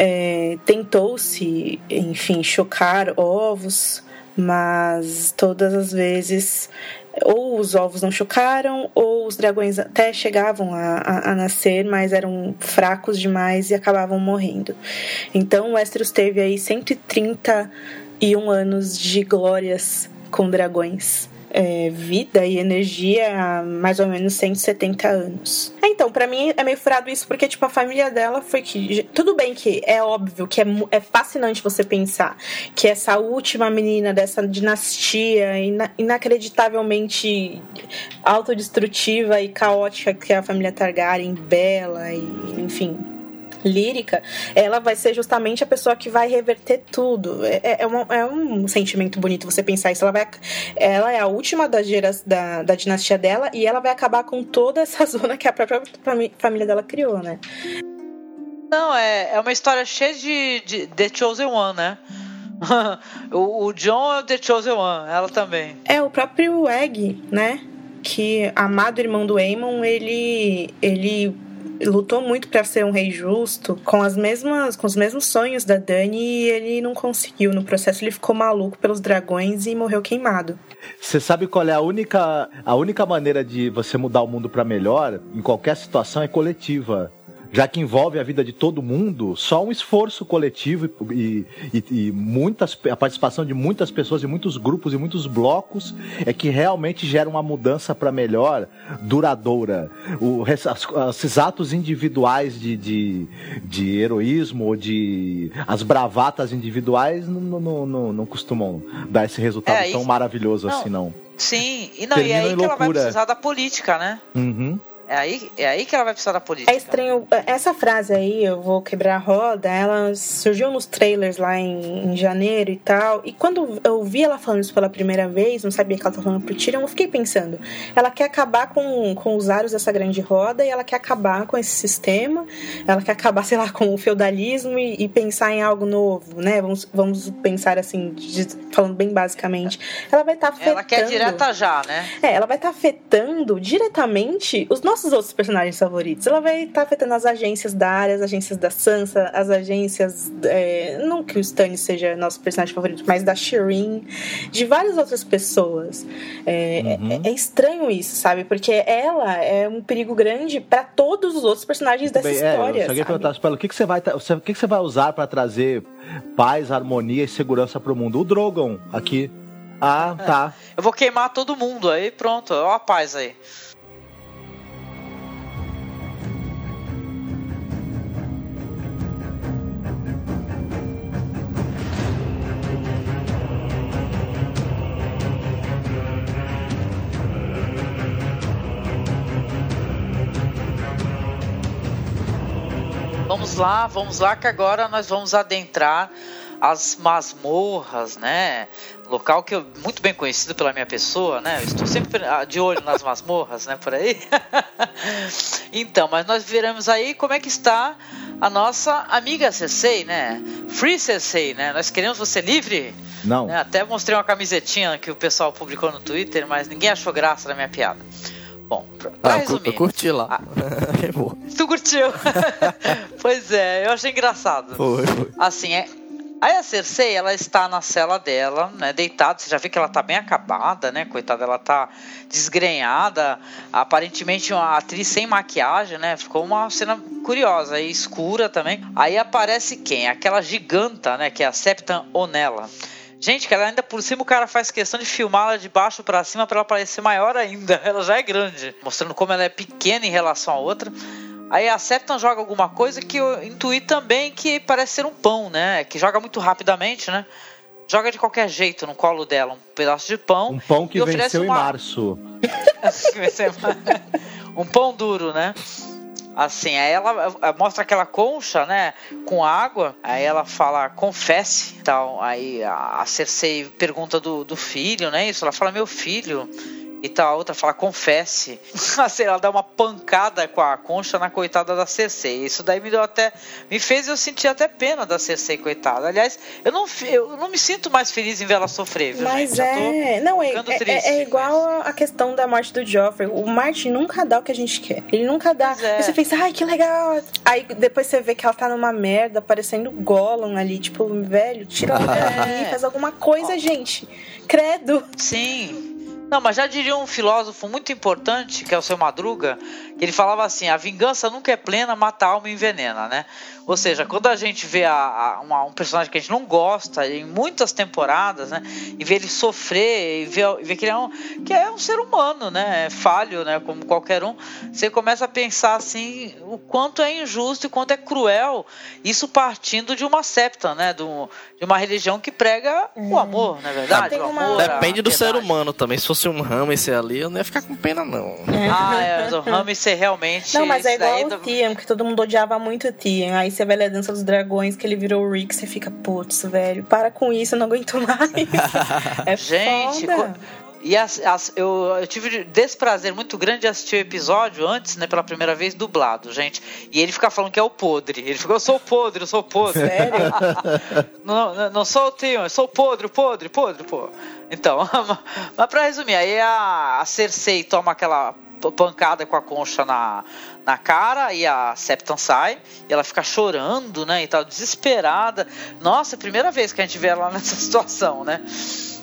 tentou-se, enfim, chocar ovos, mas todas as vezes ou os ovos não chocaram, ou os dragões até chegavam a nascer, mas eram fracos demais e acabavam morrendo. Então Westeros teve aí 131 anos de glórias com dragões. Vida e energia há mais ou menos 170 anos. Então, pra mim é meio furado isso, porque tipo, a família dela foi que... Tudo bem que é óbvio que é fascinante você pensar que essa última menina dessa dinastia inacreditavelmente autodestrutiva e caótica, que é a família Targaryen, bela e, enfim, lírica, ela vai ser justamente a pessoa que vai reverter tudo. É um sentimento bonito você pensar isso. Ela é a última da dinastia dela, e ela vai acabar com toda essa zona que a própria família dela criou, né? Não, é uma história cheia de The Chosen One, né? o Jon é o The Chosen One, ela também. O próprio Egg, né? Que, amado irmão do Aemon, ele lutou muito para ser um rei justo, com os mesmos sonhos da Dany, e ele não conseguiu. No processo ele ficou maluco pelos dragões e morreu queimado. Você sabe qual é a única maneira de você mudar o mundo para melhor, em qualquer situação, é coletiva. já que envolve a vida de todo mundo, só um esforço coletivo e a participação de muitas pessoas, de muitos grupos e muitos blocos é que realmente gera uma mudança para melhor, duradoura. Esses atos individuais de heroísmo ou as bravatas individuais não costumam dar esse resultado tão maravilhoso assim, não. Sim, e aí que ela vai precisar da política, né? Uhum. É aí que ela vai precisar da política. É estranho. Essa frase aí, eu vou quebrar a roda, ela surgiu nos trailers lá em janeiro e tal. E quando eu vi ela falando isso pela primeira vez, não sabia que ela estava falando pro Tyrion, eu fiquei pensando, ela quer acabar com os aros dessa grande roda e ela quer acabar com esse sistema, ela quer acabar, sei lá, com o feudalismo e pensar em algo novo, né? Vamos pensar assim, falando bem basicamente. Ela vai estar afetando... Ela quer direta já, né? Ela vai estar afetando diretamente os nossos outros personagens favoritos. Ela vai estar afetando as agências da Arya, as agências da Sansa, as agências... não que o Stannis seja nosso personagem favorito, mas da Shireen, de várias outras pessoas. É estranho isso, sabe? Porque ela é um perigo grande para todos os outros personagens dessa história. Se alguém perguntasse para ela, o que você vai usar para trazer paz, harmonia e segurança para o mundo? O Drogon, aqui. Ah, tá. Eu vou queimar todo mundo, aí pronto, ó a paz aí. Vamos lá que agora nós vamos adentrar as masmorras, né? Local que é muito bem conhecido pela minha pessoa, né? Eu estou sempre de olho nas masmorras, né? Por aí. Então, mas nós veremos aí como é que está a nossa amiga Cersei, né? Free Cersei, né? Nós queremos você livre. Não. Né? Até mostrei uma camisetinha que o pessoal publicou no Twitter, mas ninguém achou graça na minha piada. Bom, pra resumir... Eu curti lá. Tu curtiu? Pois é, eu achei engraçado. Foi. Assim, aí a Cersei, ela está na cela dela, né, deitada. Você já vê que ela tá bem acabada, né? Coitada, ela tá desgrenhada. Aparentemente uma atriz sem maquiagem, né? Ficou uma cena curiosa e escura também. Aí aparece quem? Aquela giganta, né? Que é a Septa Unella. Gente, que ela ainda por cima o cara faz questão de filmá-la de baixo pra cima pra ela parecer maior ainda. Ela já é grande, mostrando como ela é pequena em relação à outra. Aí a Septon joga alguma coisa que eu intuí também que parece ser um pão, né? Que joga muito rapidamente, né? Joga de qualquer jeito no colo dela um pedaço de pão. Um pão que venceu em março. Um pão duro, né? Assim, aí ela mostra aquela concha, né, com água, aí ela fala, confesse, tal, aí a Cersei pergunta do filho, né, isso, ela fala, meu filho, e tal, a outra fala, confesse. Assim, ela dá uma pancada com a concha na coitada da Cersei. Isso daí me fez eu sentir até pena da Cersei, coitada. Aliás, eu não me sinto mais feliz em ver ela sofrer, viu, mas gente? É igual a questão da morte do Joffrey. O Martin nunca dá o que a gente quer. Ele nunca dá. Aí você pensa, ai, que legal. Aí depois você vê que ela tá numa merda, parecendo Gollum ali, tipo, velho, tira ela dali, faz alguma coisa, gente. Credo. Sim. Não, mas já diria um filósofo muito importante, que é o Seu Madruga, que ele falava assim, a vingança nunca é plena, mata a alma e envenena, né? Ou seja, quando a gente vê um personagem que a gente não gosta em muitas temporadas, né? E vê ele sofrer, e vê que ele é um ser humano, né? É falho, né? Como qualquer um. Você começa a pensar assim, o quanto é injusto e quanto é cruel. Isso partindo de uma septa, né? De uma religião que prega o amor, não é verdade? Depende do ser humano também. Se fosse um Ramsay ali, eu não ia ficar com pena, não. O Ramsay realmente... Não, mas é igual o Tyrion, que todo mundo odiava muito o Tyrion. Aí você vai ler a Dança dos Dragões, que ele virou o Rick, você fica, putz, velho, para com isso, eu não aguento mais. É gente, foda. E eu tive desprazer muito grande de assistir o episódio antes, né, pela primeira vez, dublado, gente. E ele fica falando que é o podre. Ele fica, eu sou podre. Sério? não sou o Tyrion, eu sou podre. Então, mas pra resumir, aí a Cersei toma aquela pancada com a concha na cara, e a Septon sai e ela fica chorando, né, e tal, desesperada. Nossa, é a primeira vez que a gente vê ela nessa situação, né?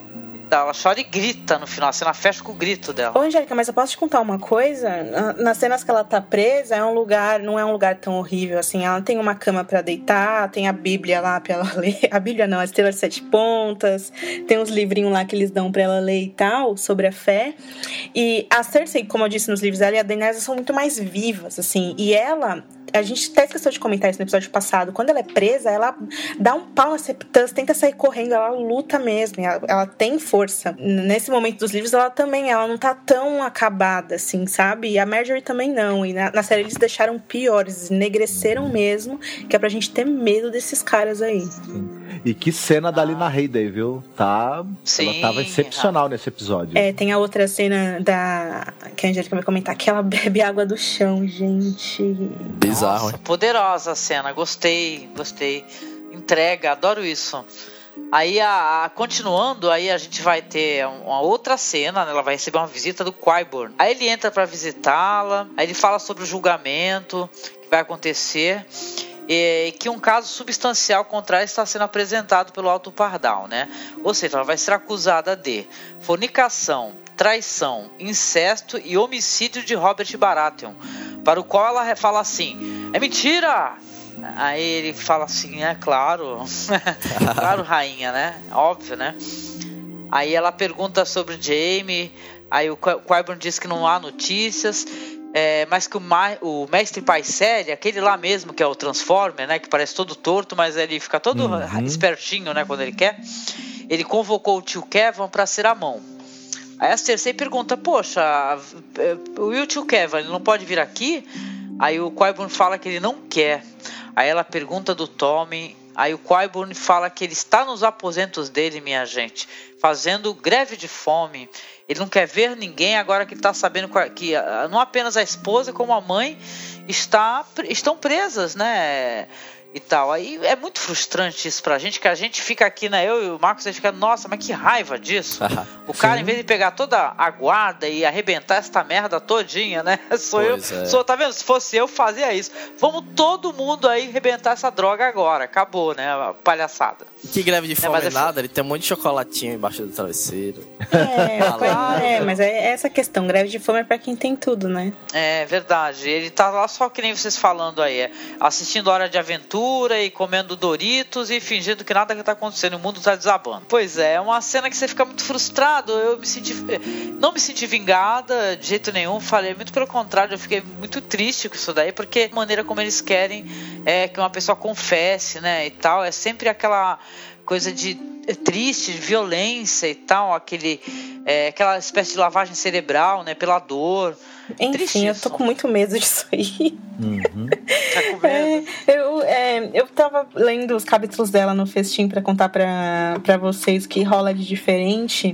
Ela chora e grita no final, a cena fecha com o grito dela. Ô, Angélica, mas eu posso te contar uma coisa? Nas cenas que ela tá presa, não é um lugar tão horrível assim. Ela tem uma cama pra deitar, tem a Bíblia lá pra ela ler. A Bíblia não, a Estrela de 7 Pontas. Tem uns livrinhos lá que eles dão pra ela ler e tal, sobre a fé. E a Cersei, como eu disse nos livros dela, e a Daenerys são muito mais vivas, assim. E ela... A gente até esqueceu de comentar isso no episódio passado. Quando ela é presa, ela dá um pau na Septância, tenta sair correndo, ela luta mesmo, ela tem força. Nesse momento dos livros, ela não tá tão acabada, assim, sabe? E a Marjorie também não. E na série eles deixaram piores, enegreceram mesmo, que é pra gente ter medo desses caras aí. Sim. E que cena da Lina Headey, viu? Sim, ela tava excepcional nesse episódio. Tem a outra cena que a Angélica vai comentar, que ela bebe água do chão, gente. Bizarro, Nossa, poderosa a cena, gostei. Entrega, adoro isso. Aí, continuando, aí a gente vai ter uma outra cena, né? Ela vai receber uma visita do Qyburn. Aí ele entra pra visitá-la, aí ele fala sobre o julgamento que vai acontecer. E que um caso substancial contra ela está sendo apresentado pelo Alto Pardal, né? Ou seja, ela vai ser acusada de fornicação, traição, incesto e homicídio de Robert Baratheon, para o qual ela fala assim: é mentira! Aí ele fala assim: é claro, claro, rainha, né? Óbvio, né? Aí ela pergunta sobre Jaime, aí o Qyburn diz que não há notícias. Mas que o mestre Pycelle, aquele lá mesmo que é o Transformer, né, que parece todo torto, mas ele fica todo espertinho, né, quando ele quer, ele convocou o tio Kevin para ser a mão. Aí a Cersei pergunta: poxa, o tio Kevin, ele não pode vir aqui? Aí o Qyburn fala que ele não quer. Aí ela pergunta do Tommen. Aí o Qyburn fala que ele está nos aposentos dele, minha gente, fazendo greve de fome. Ele não quer ver ninguém agora que ele está sabendo que não apenas a esposa como a mãe estão presas, né? E tal. Aí é muito frustrante isso pra gente, que a gente fica aqui, né? Eu e o Marcos, a gente fica, nossa, mas que raiva disso. O cara, em vez de pegar toda a guarda e arrebentar esta merda todinha, né? Tá vendo? Se fosse eu, fazia isso. Vamos todo mundo aí arrebentar essa droga agora. Acabou, né? A palhaçada. Que greve de fome nada, ele tem um monte de chocolatinho embaixo do travesseiro. Mas é essa questão, greve de fome é pra quem tem tudo, né? É verdade, ele tá lá só que nem vocês falando aí, assistindo Hora de Aventura e comendo Doritos e fingindo que nada que tá acontecendo, o mundo tá desabando. Pois é uma cena que você fica muito frustrado. Não me senti vingada de jeito nenhum, falei, muito pelo contrário, eu fiquei muito triste com isso daí, porque a maneira como eles querem é que uma pessoa confesse, né, e tal, é sempre aquela coisa de triste, de violência e tal, aquela espécie de lavagem cerebral, né, pela dor. Enfim, eu tô com muito medo disso aí. Tá com medo? Eu tava lendo os capítulos dela no Festim pra contar pra vocês o que rola de diferente.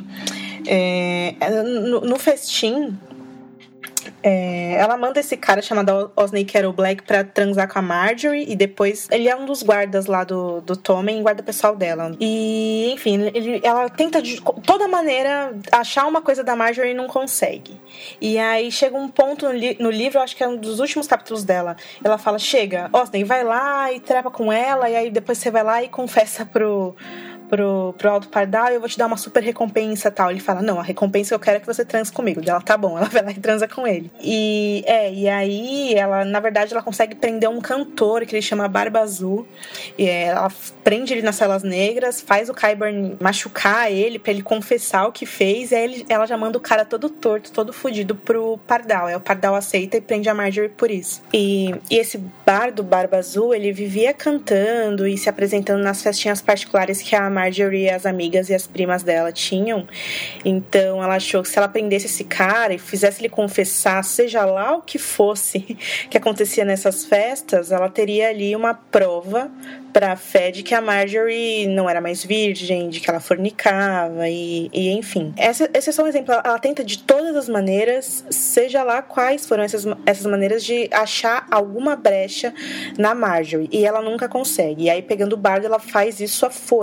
No Festim, ela manda esse cara chamado Osney Carol Black pra transar com a Marjorie, e depois ele é um dos guardas lá do Tommen, guarda pessoal dela. E, enfim, ela tenta de toda maneira achar uma coisa da Marjorie e não consegue. E aí chega um ponto no livro, acho que é um dos últimos capítulos dela, ela fala: chega, Osney, vai lá e trepa com ela, e aí depois você vai lá e confessa pro Alto Pardal, eu vou te dar uma super recompensa, tal. Ele fala: não, a recompensa eu quero é que você transe comigo. Ela: tá bom. Ela vai lá e transa com ele. E aí ela, na verdade, ela consegue prender um cantor que ele chama Barba Azul, e ela prende ele nas celas negras, faz o Qyburn machucar ele pra ele confessar o que fez, e aí ela já manda o cara todo torto, todo fudido pro Pardal. Aí o Pardal aceita e prende a Marjorie por isso. E esse bardo Barba Azul, ele vivia cantando e se apresentando nas festinhas particulares que a Marjorie e as amigas e as primas dela tinham. Então ela achou que se ela prendesse esse cara e fizesse ele confessar, seja lá o que fosse que acontecia nessas festas, ela teria ali uma prova pra fé de que a Marjorie não era mais virgem, de que ela fornicava e enfim. Esse é só um exemplo. Ela tenta de todas as maneiras, seja lá quais foram essas maneiras, de achar alguma brecha na Marjorie, e ela nunca consegue. E aí, pegando o bardo, ela faz isso à força, né?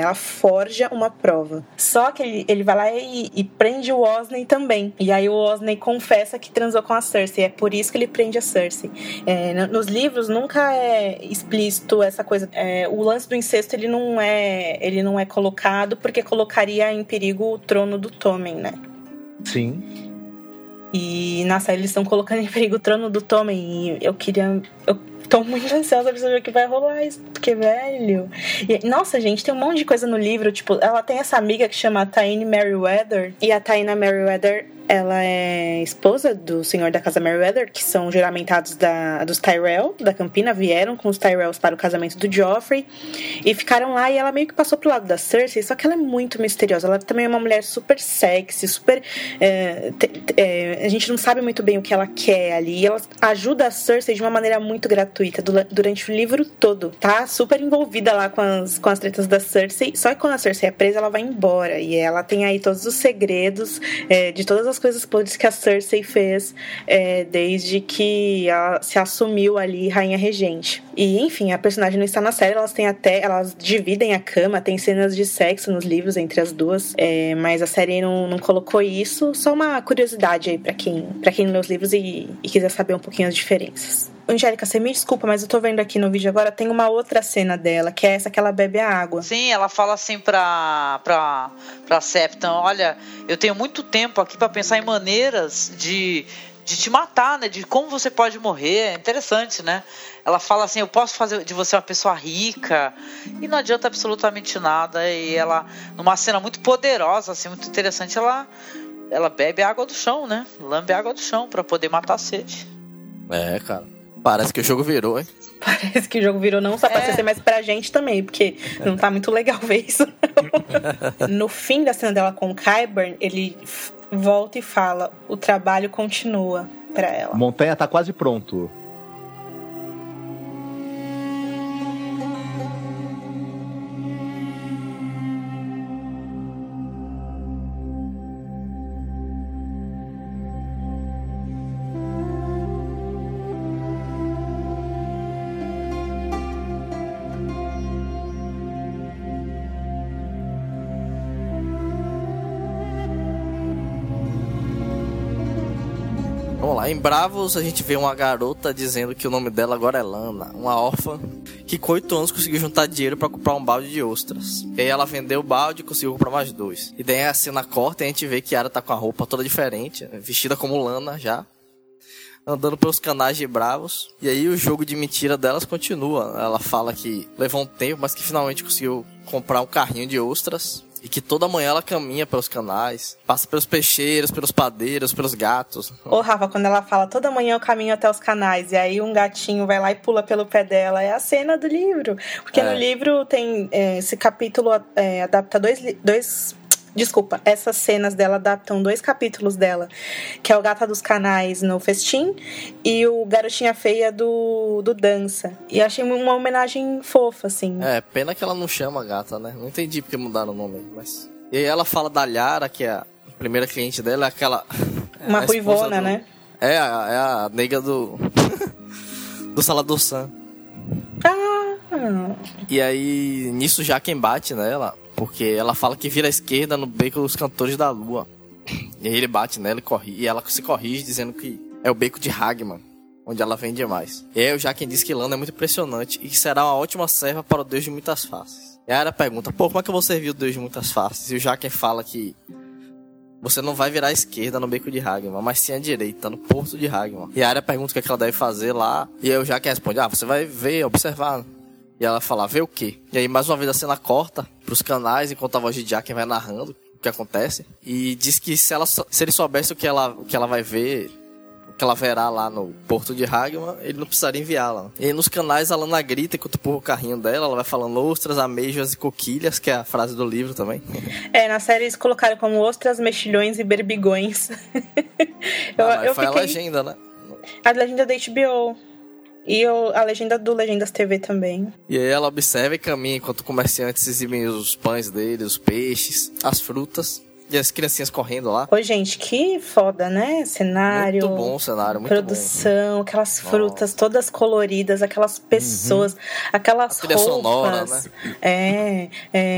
ela forja uma prova. Só que ele vai lá e prende o Osney também. E aí o Osney confessa que transou com a Cersei. É por isso que ele prende a Cersei. Nos livros nunca é explícito essa coisa. O lance do incesto ele não é colocado porque colocaria em perigo o trono do Tommen, né? Sim. E na série eles estão colocando em perigo o trono do Tommen. E eu tô muito ansiosa pra saber o que vai rolar isso, porque, velho... Nossa, gente, tem um monte de coisa no livro, tipo, ela tem essa amiga que chama Taine Merryweather, e a Taina Merryweather, ela é esposa do senhor da casa Merryweather, que são juramentados dos Tyrell, da Campina, vieram com os Tyrells para o casamento do Joffrey, e ficaram lá, e ela meio que passou pro lado da Cersei, só que ela é muito misteriosa, ela também é uma mulher super sexy, super... a gente não sabe muito bem o que ela quer ali, e ela ajuda a Cersei de uma maneira muito gratuita, durante o livro todo, tá super envolvida lá com as tretas da Cersei, só que quando a Cersei é presa, ela vai embora, e ela tem aí todos os segredos de todas as coisas podres que a Cersei fez desde que ela se assumiu ali rainha regente. E, enfim, a personagem não está na série, elas dividem a cama, tem cenas de sexo nos livros entre as duas, mas a série não colocou isso, só uma curiosidade aí pra quem lê os livros e quiser saber um pouquinho as diferenças. Angélica, você me desculpa, mas eu tô vendo aqui no vídeo agora, tem uma outra cena dela, que é essa que ela bebe a água. Sim, ela fala assim pra Septon, olha, eu tenho muito tempo aqui pra pensar em maneiras de te matar, né? De como você pode morrer. É interessante, né? Ela fala assim, eu posso fazer de você uma pessoa rica. E não adianta absolutamente nada. E ela, numa cena muito poderosa, assim, muito interessante, ela bebe a água do chão, né? Lambe a água do chão pra poder matar a sede. Cara. Parece que o jogo virou, hein? Parece que o jogo virou não só pra você, mas pra gente também, porque não tá muito legal ver isso. No fim da cena dela com o Qyburn, ele volta e fala, o trabalho continua pra ela. Montanha tá quase pronto. Vamos lá, em Bravos a gente vê uma garota dizendo que o nome dela agora é Lana, uma órfã que com 8 anos conseguiu juntar dinheiro pra comprar um balde de ostras. E aí ela vendeu o balde e conseguiu comprar mais 2. E daí a cena corta e a gente vê que Yara tá com a roupa toda diferente, vestida como Lana já, andando pelos canais de Bravos. E aí o jogo de mentira delas continua. Ela fala que levou um tempo, mas que finalmente conseguiu comprar um carrinho de ostras. E que toda manhã ela caminha pelos canais, passa pelos peixeiros, pelos padeiros, pelos gatos. Ô, Rafa, quando ela fala toda manhã eu caminho até os canais, e aí um gatinho vai lá e pula pelo pé dela, é a cena do livro. Porque no livro tem esse capítulo adapta Desculpa, essas cenas dela adaptam 2 capítulos dela, que é o Gata dos Canais no Festim e o Garotinha Feia do Dança. E achei uma homenagem fofa, assim. Pena que ela não chama gata, né? Não entendi porque mudaram o nome, mas... E aí ela fala da Yara, que é a primeira cliente dela, é aquela... Uma ruivona, né? É a nega do... do Salador Sam. E aí, nisso já quem bate nela... Porque ela fala que vira à esquerda no beco dos Cantores da Lua. E aí ele bate nela e ela se corrige dizendo que é o beco de Hagman, onde ela vem demais. E aí o Jaqen diz que Lana é muito impressionante e que será uma ótima serva para o Deus de Muitas Faces. E a Arya pergunta, como é que eu vou servir o Deus de Muitas Faces? E o Jaqen fala que você não vai virar à esquerda no beco de Hagman, mas sim à direita, no porto de Hagman. E a Arya pergunta o que ela deve fazer lá. E aí o Jaqen responde, você vai ver, observar. E ela fala, vê o quê? E aí mais uma vez a cena corta pros canais, enquanto a voz de Jaqen vai narrando o que acontece. E diz que se ele soubesse o que ela vai ver, o que ela verá lá no porto de Hagman, ele não precisaria enviá-la. E aí nos canais a Lana grita enquanto empurra o carrinho dela, ela vai falando ostras, amêijoas e coquilhas, que é a frase do livro também. Na série eles colocaram como ostras, mexilhões e berbigões. Foi a legenda, né? A legenda da HBO. E a legenda do Legendas TV também. E aí ela observa e caminha enquanto comerciantes exibem os pães deles, os peixes, as frutas. E as criancinhas correndo lá. Ô, gente, que foda, né? Cenário. Muito bom o cenário, muito produção, bom. Aquelas frutas todas coloridas, aquelas pessoas, aquelas roupas. Sonora, né?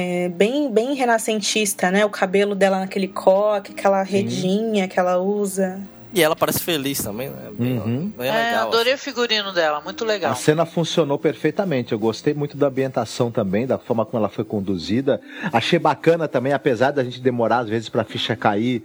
Bem renascentista, né? O cabelo dela naquele coque, aquela redinha que ela usa. E ela parece feliz também, né? Bem legal. Adorei o figurino dela, muito legal. A cena funcionou perfeitamente. Eu gostei muito da ambientação também, da forma como ela foi conduzida. Achei bacana também, apesar da gente demorar às vezes pra ficha cair,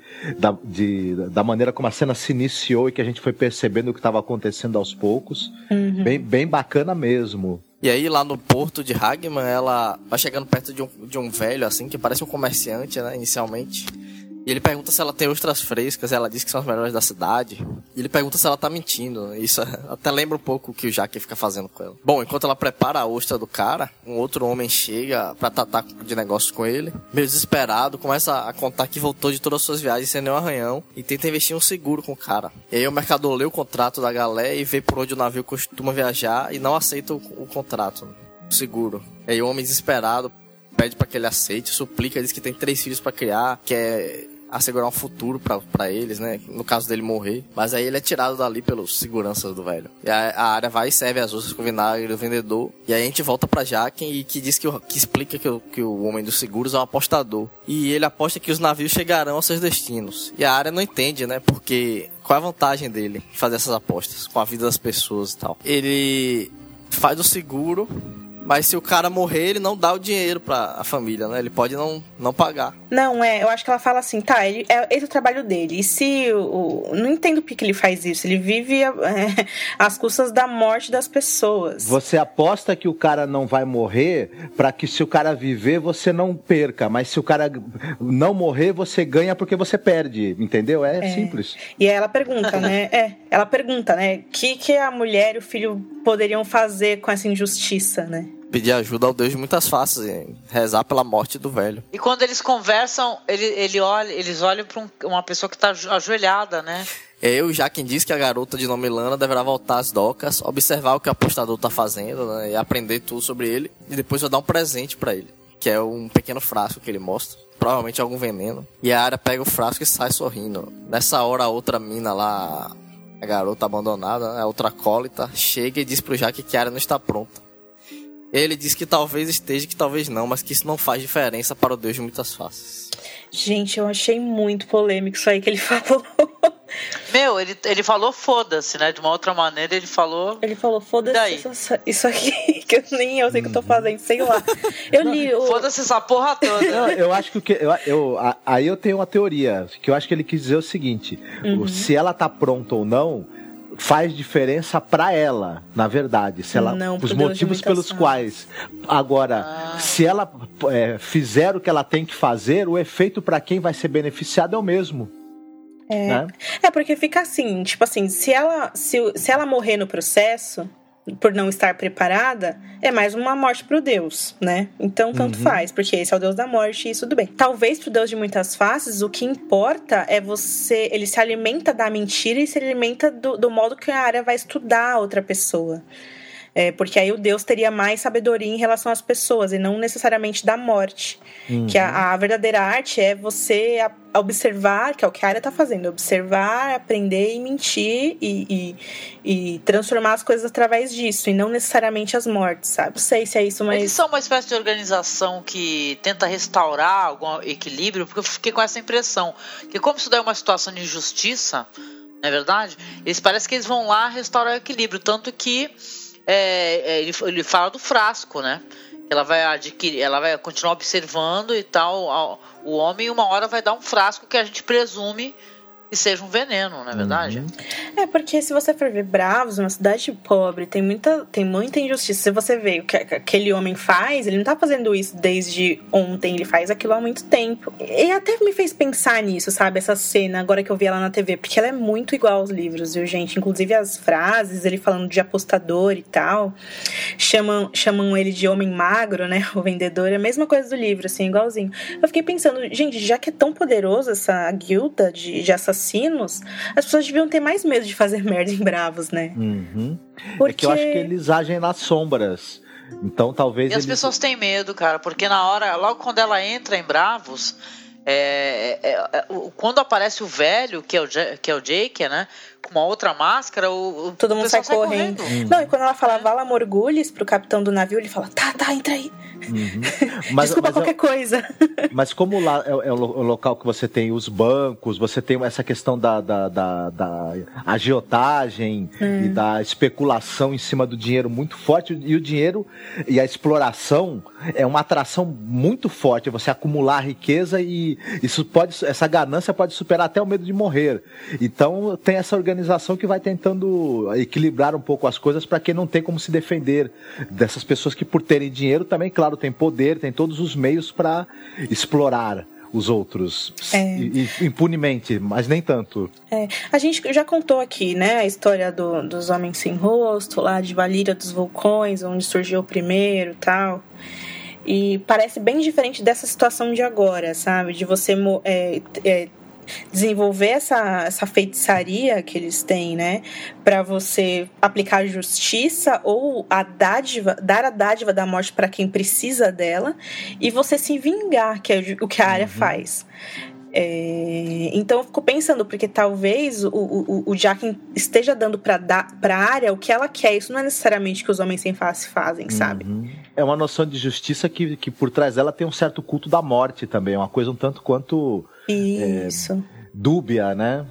da maneira como a cena se iniciou e que a gente foi percebendo o que estava acontecendo aos poucos. Bem bacana mesmo. E aí, lá no porto de Hagman, ela vai chegando perto de um velho, assim, que parece um comerciante, né, inicialmente. E ele pergunta se ela tem ostras frescas, ela diz que são as melhores da cidade. E ele pergunta se ela tá mentindo. Isso até lembra um pouco o que o Jaqen fica fazendo com ela. Bom, enquanto ela prepara a ostra do cara, um outro homem chega pra tratar de negócios com ele. Meio desesperado, começa a contar que voltou de todas as suas viagens sem nenhum arranhão e tenta investir um seguro com o cara. E aí o mercador lê o contrato da galera e vê por onde o navio costuma viajar e não aceita o contrato, o seguro. E aí o homem desesperado pede pra que ele aceite, suplica, diz que tem 3 filhos pra criar, que é assegurar um futuro pra eles, né? No caso dele morrer. Mas aí ele é tirado dali pelos seguranças do velho. E a área vai e serve as ostras com vinagre do vendedor. E aí a gente volta pra Jaqen e que diz que explica que o homem dos seguros é um apostador. E ele aposta que os navios chegarão aos seus destinos. E a área não entende, né? Porque qual é a vantagem dele fazer essas apostas com a vida das pessoas e tal? Ele faz o seguro, mas se o cara morrer, ele não dá o dinheiro pra a família, né? Ele pode não pagar. Não, eu acho que ela fala assim, tá, esse é o trabalho dele. E se não entendo por que ele faz isso. Ele vive às custas da morte das pessoas. Você aposta que o cara não vai morrer pra que se o cara viver, você não perca. Mas se o cara não morrer, você ganha porque você perde. Entendeu? É simples. E aí ela pergunta, né? Ela pergunta, né? O que a mulher e o filho poderiam fazer com essa injustiça, né? Pedir ajuda ao Deus de muitas faces, rezar pela morte do velho. E quando eles conversam, eles olham pra uma pessoa que tá ajoelhada, né? O Jaqen diz que a garota de nome Lana deverá voltar às docas, observar o que o apostador tá fazendo, né, e aprender tudo sobre ele, e depois vai dar um presente pra ele, que é um pequeno frasco que ele mostra, provavelmente algum veneno. E a Arya pega o frasco e sai sorrindo. Nessa hora a outra mina lá, a garota abandonada, né, a outra acólita, chega e diz pro Jaqen que a Arya não está pronta. Ele diz que talvez esteja, que talvez não, mas que isso não faz diferença para o Deus de muitas faces. Gente, eu achei muito polêmico isso aí que ele falou. Meu, ele falou foda-se, né? De uma outra maneira ele falou... Ele falou, foda-se isso aqui, que nem eu sei que eu tô fazendo, sei lá. Foda-se essa porra toda. Não, eu acho que aí eu tenho uma teoria, que eu acho que ele quis dizer o seguinte, se ela tá pronta ou não, faz diferença pra ela, na verdade, se ela, os motivos pelos quais. Agora, se ela fizer o que ela tem que fazer, o efeito pra quem vai ser beneficiado é o mesmo. Né? Porque fica assim, tipo assim, se ela morrer no processo, por não estar preparada, é mais uma morte pro Deus, né? Então, tanto faz, porque esse é o Deus da morte e tudo bem. Talvez pro Deus de muitas faces, o que importa é ele se alimenta da mentira e se alimenta do modo que a Arya vai estudar a outra pessoa. Porque aí o Deus teria mais sabedoria em relação às pessoas e não necessariamente da morte. Que a verdadeira arte é você observar, que é o que a Arya tá fazendo, observar, aprender e mentir e transformar as coisas através disso, e não necessariamente as mortes, sabe? Não sei se é isso, mas... Eles são uma espécie de organização que tenta restaurar algum equilíbrio, porque eu fiquei com essa impressão, que como isso daí é uma situação de injustiça, não é verdade? Parece que eles vão lá restaurar o equilíbrio, tanto que ele fala do frasco, né? Ela vai adquirir, ela vai continuar observando e tal. O homem, uma hora, vai dar um frasco que a gente presume que seja um veneno, não é verdade? Porque se você for ver Bravos, uma cidade pobre, tem muita injustiça. Se você vê o que aquele homem faz, ele não tá fazendo isso desde ontem, ele faz aquilo há muito tempo. E até me fez pensar nisso, sabe? Essa cena, agora que eu vi ela na TV, porque ela é muito igual aos livros, viu, gente? Inclusive as frases, ele falando de apostador e tal, chamam ele de homem magro, né? O vendedor, é a mesma coisa do livro, assim, igualzinho. Eu fiquei pensando, gente, já que é tão poderoso essa guilda de assassinos, as pessoas deviam ter mais medo de fazer merda em Bravos, né? Porque... É que eu acho que eles agem nas sombras. Então talvez. E as pessoas têm medo, cara, porque na hora, logo quando ela entra em Bravos, Quando aparece o velho, que é o Jake, né? Com uma outra máscara, todo mundo sai correndo. Não, e quando ela fala Vala Morgulhos pro capitão do navio, ele fala, tá, entra aí. Desculpa qualquer coisa. Mas como lá é o local que você tem os bancos, você tem essa questão da agiotagem e da especulação em cima do dinheiro muito forte, e o dinheiro e a exploração é uma atração muito forte, você acumular riqueza, e essa ganância pode superar até o medo de morrer. Então tem essa organização que vai tentando equilibrar um pouco as coisas para quem não tem como se defender dessas pessoas que, por terem dinheiro, também, claro, tem poder, tem todos os meios para explorar os outros impunemente, mas nem tanto. A gente já contou aqui, né, a história dos Homens Sem Rosto, lá de Valíria dos Vulcões, onde surgiu o primeiro e tal. E parece bem diferente dessa situação de agora, sabe? De você desenvolver essa feitiçaria que eles têm, né? Para você aplicar justiça ou dar a dádiva da morte para quem precisa dela, e você se vingar, que é o que a Arya faz. Então eu fico pensando, porque talvez o Jaqen esteja dando pra Arya o que ela quer. Isso não é necessariamente que os Homens Sem Face fazem, sabe? É uma noção de justiça que por trás dela tem um certo culto da morte também. É uma coisa um tanto quanto dúbia, né?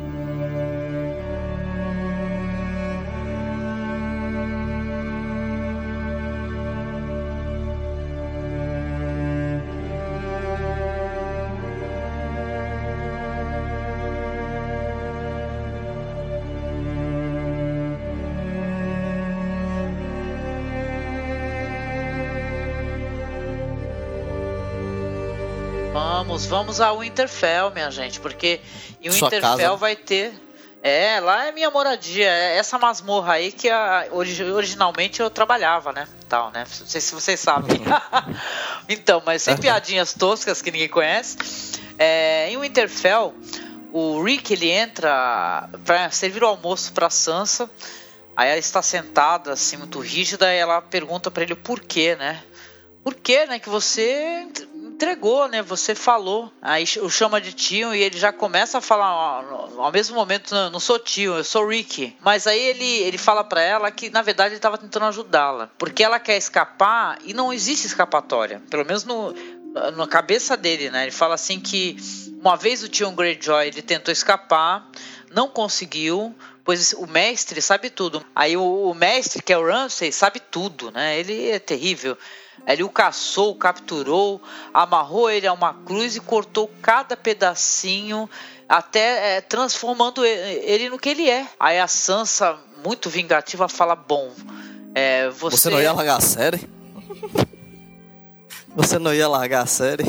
Vamos ao Winterfell, minha gente, porque em Winterfell vai ter... lá é minha moradia, essa masmorra aí que originalmente eu trabalhava, né? Tal, né? Não sei se vocês sabem. Então, mas sem piadinhas toscas que ninguém conhece. Em Winterfell, o Rick, ele entra para servir o almoço para Sansa. Aí ela está sentada, assim, muito rígida, e ela pergunta para ele o porquê, né? Por que, né, que você entregou, né? Você falou. Aí o chama de tio e ele já começa a falar ao mesmo momento, não sou tio, eu sou Rick. Mas aí ele fala pra ela que na verdade ele estava tentando ajudá-la, porque ela quer escapar e não existe escapatória, pelo menos na cabeça dele, né? Ele fala assim que uma vez o Tion Greyjoy ele tentou escapar, não conseguiu, pois o mestre sabe tudo. Aí o mestre, que é o Ramsay, sabe tudo, né? Ele é terrível. Ele o caçou, capturou, amarrou ele a uma cruz e cortou cada pedacinho, até transformando ele no que ele é. Aí a Sansa, muito vingativa, fala, bom, você não ia largar a série? Você não ia largar a série?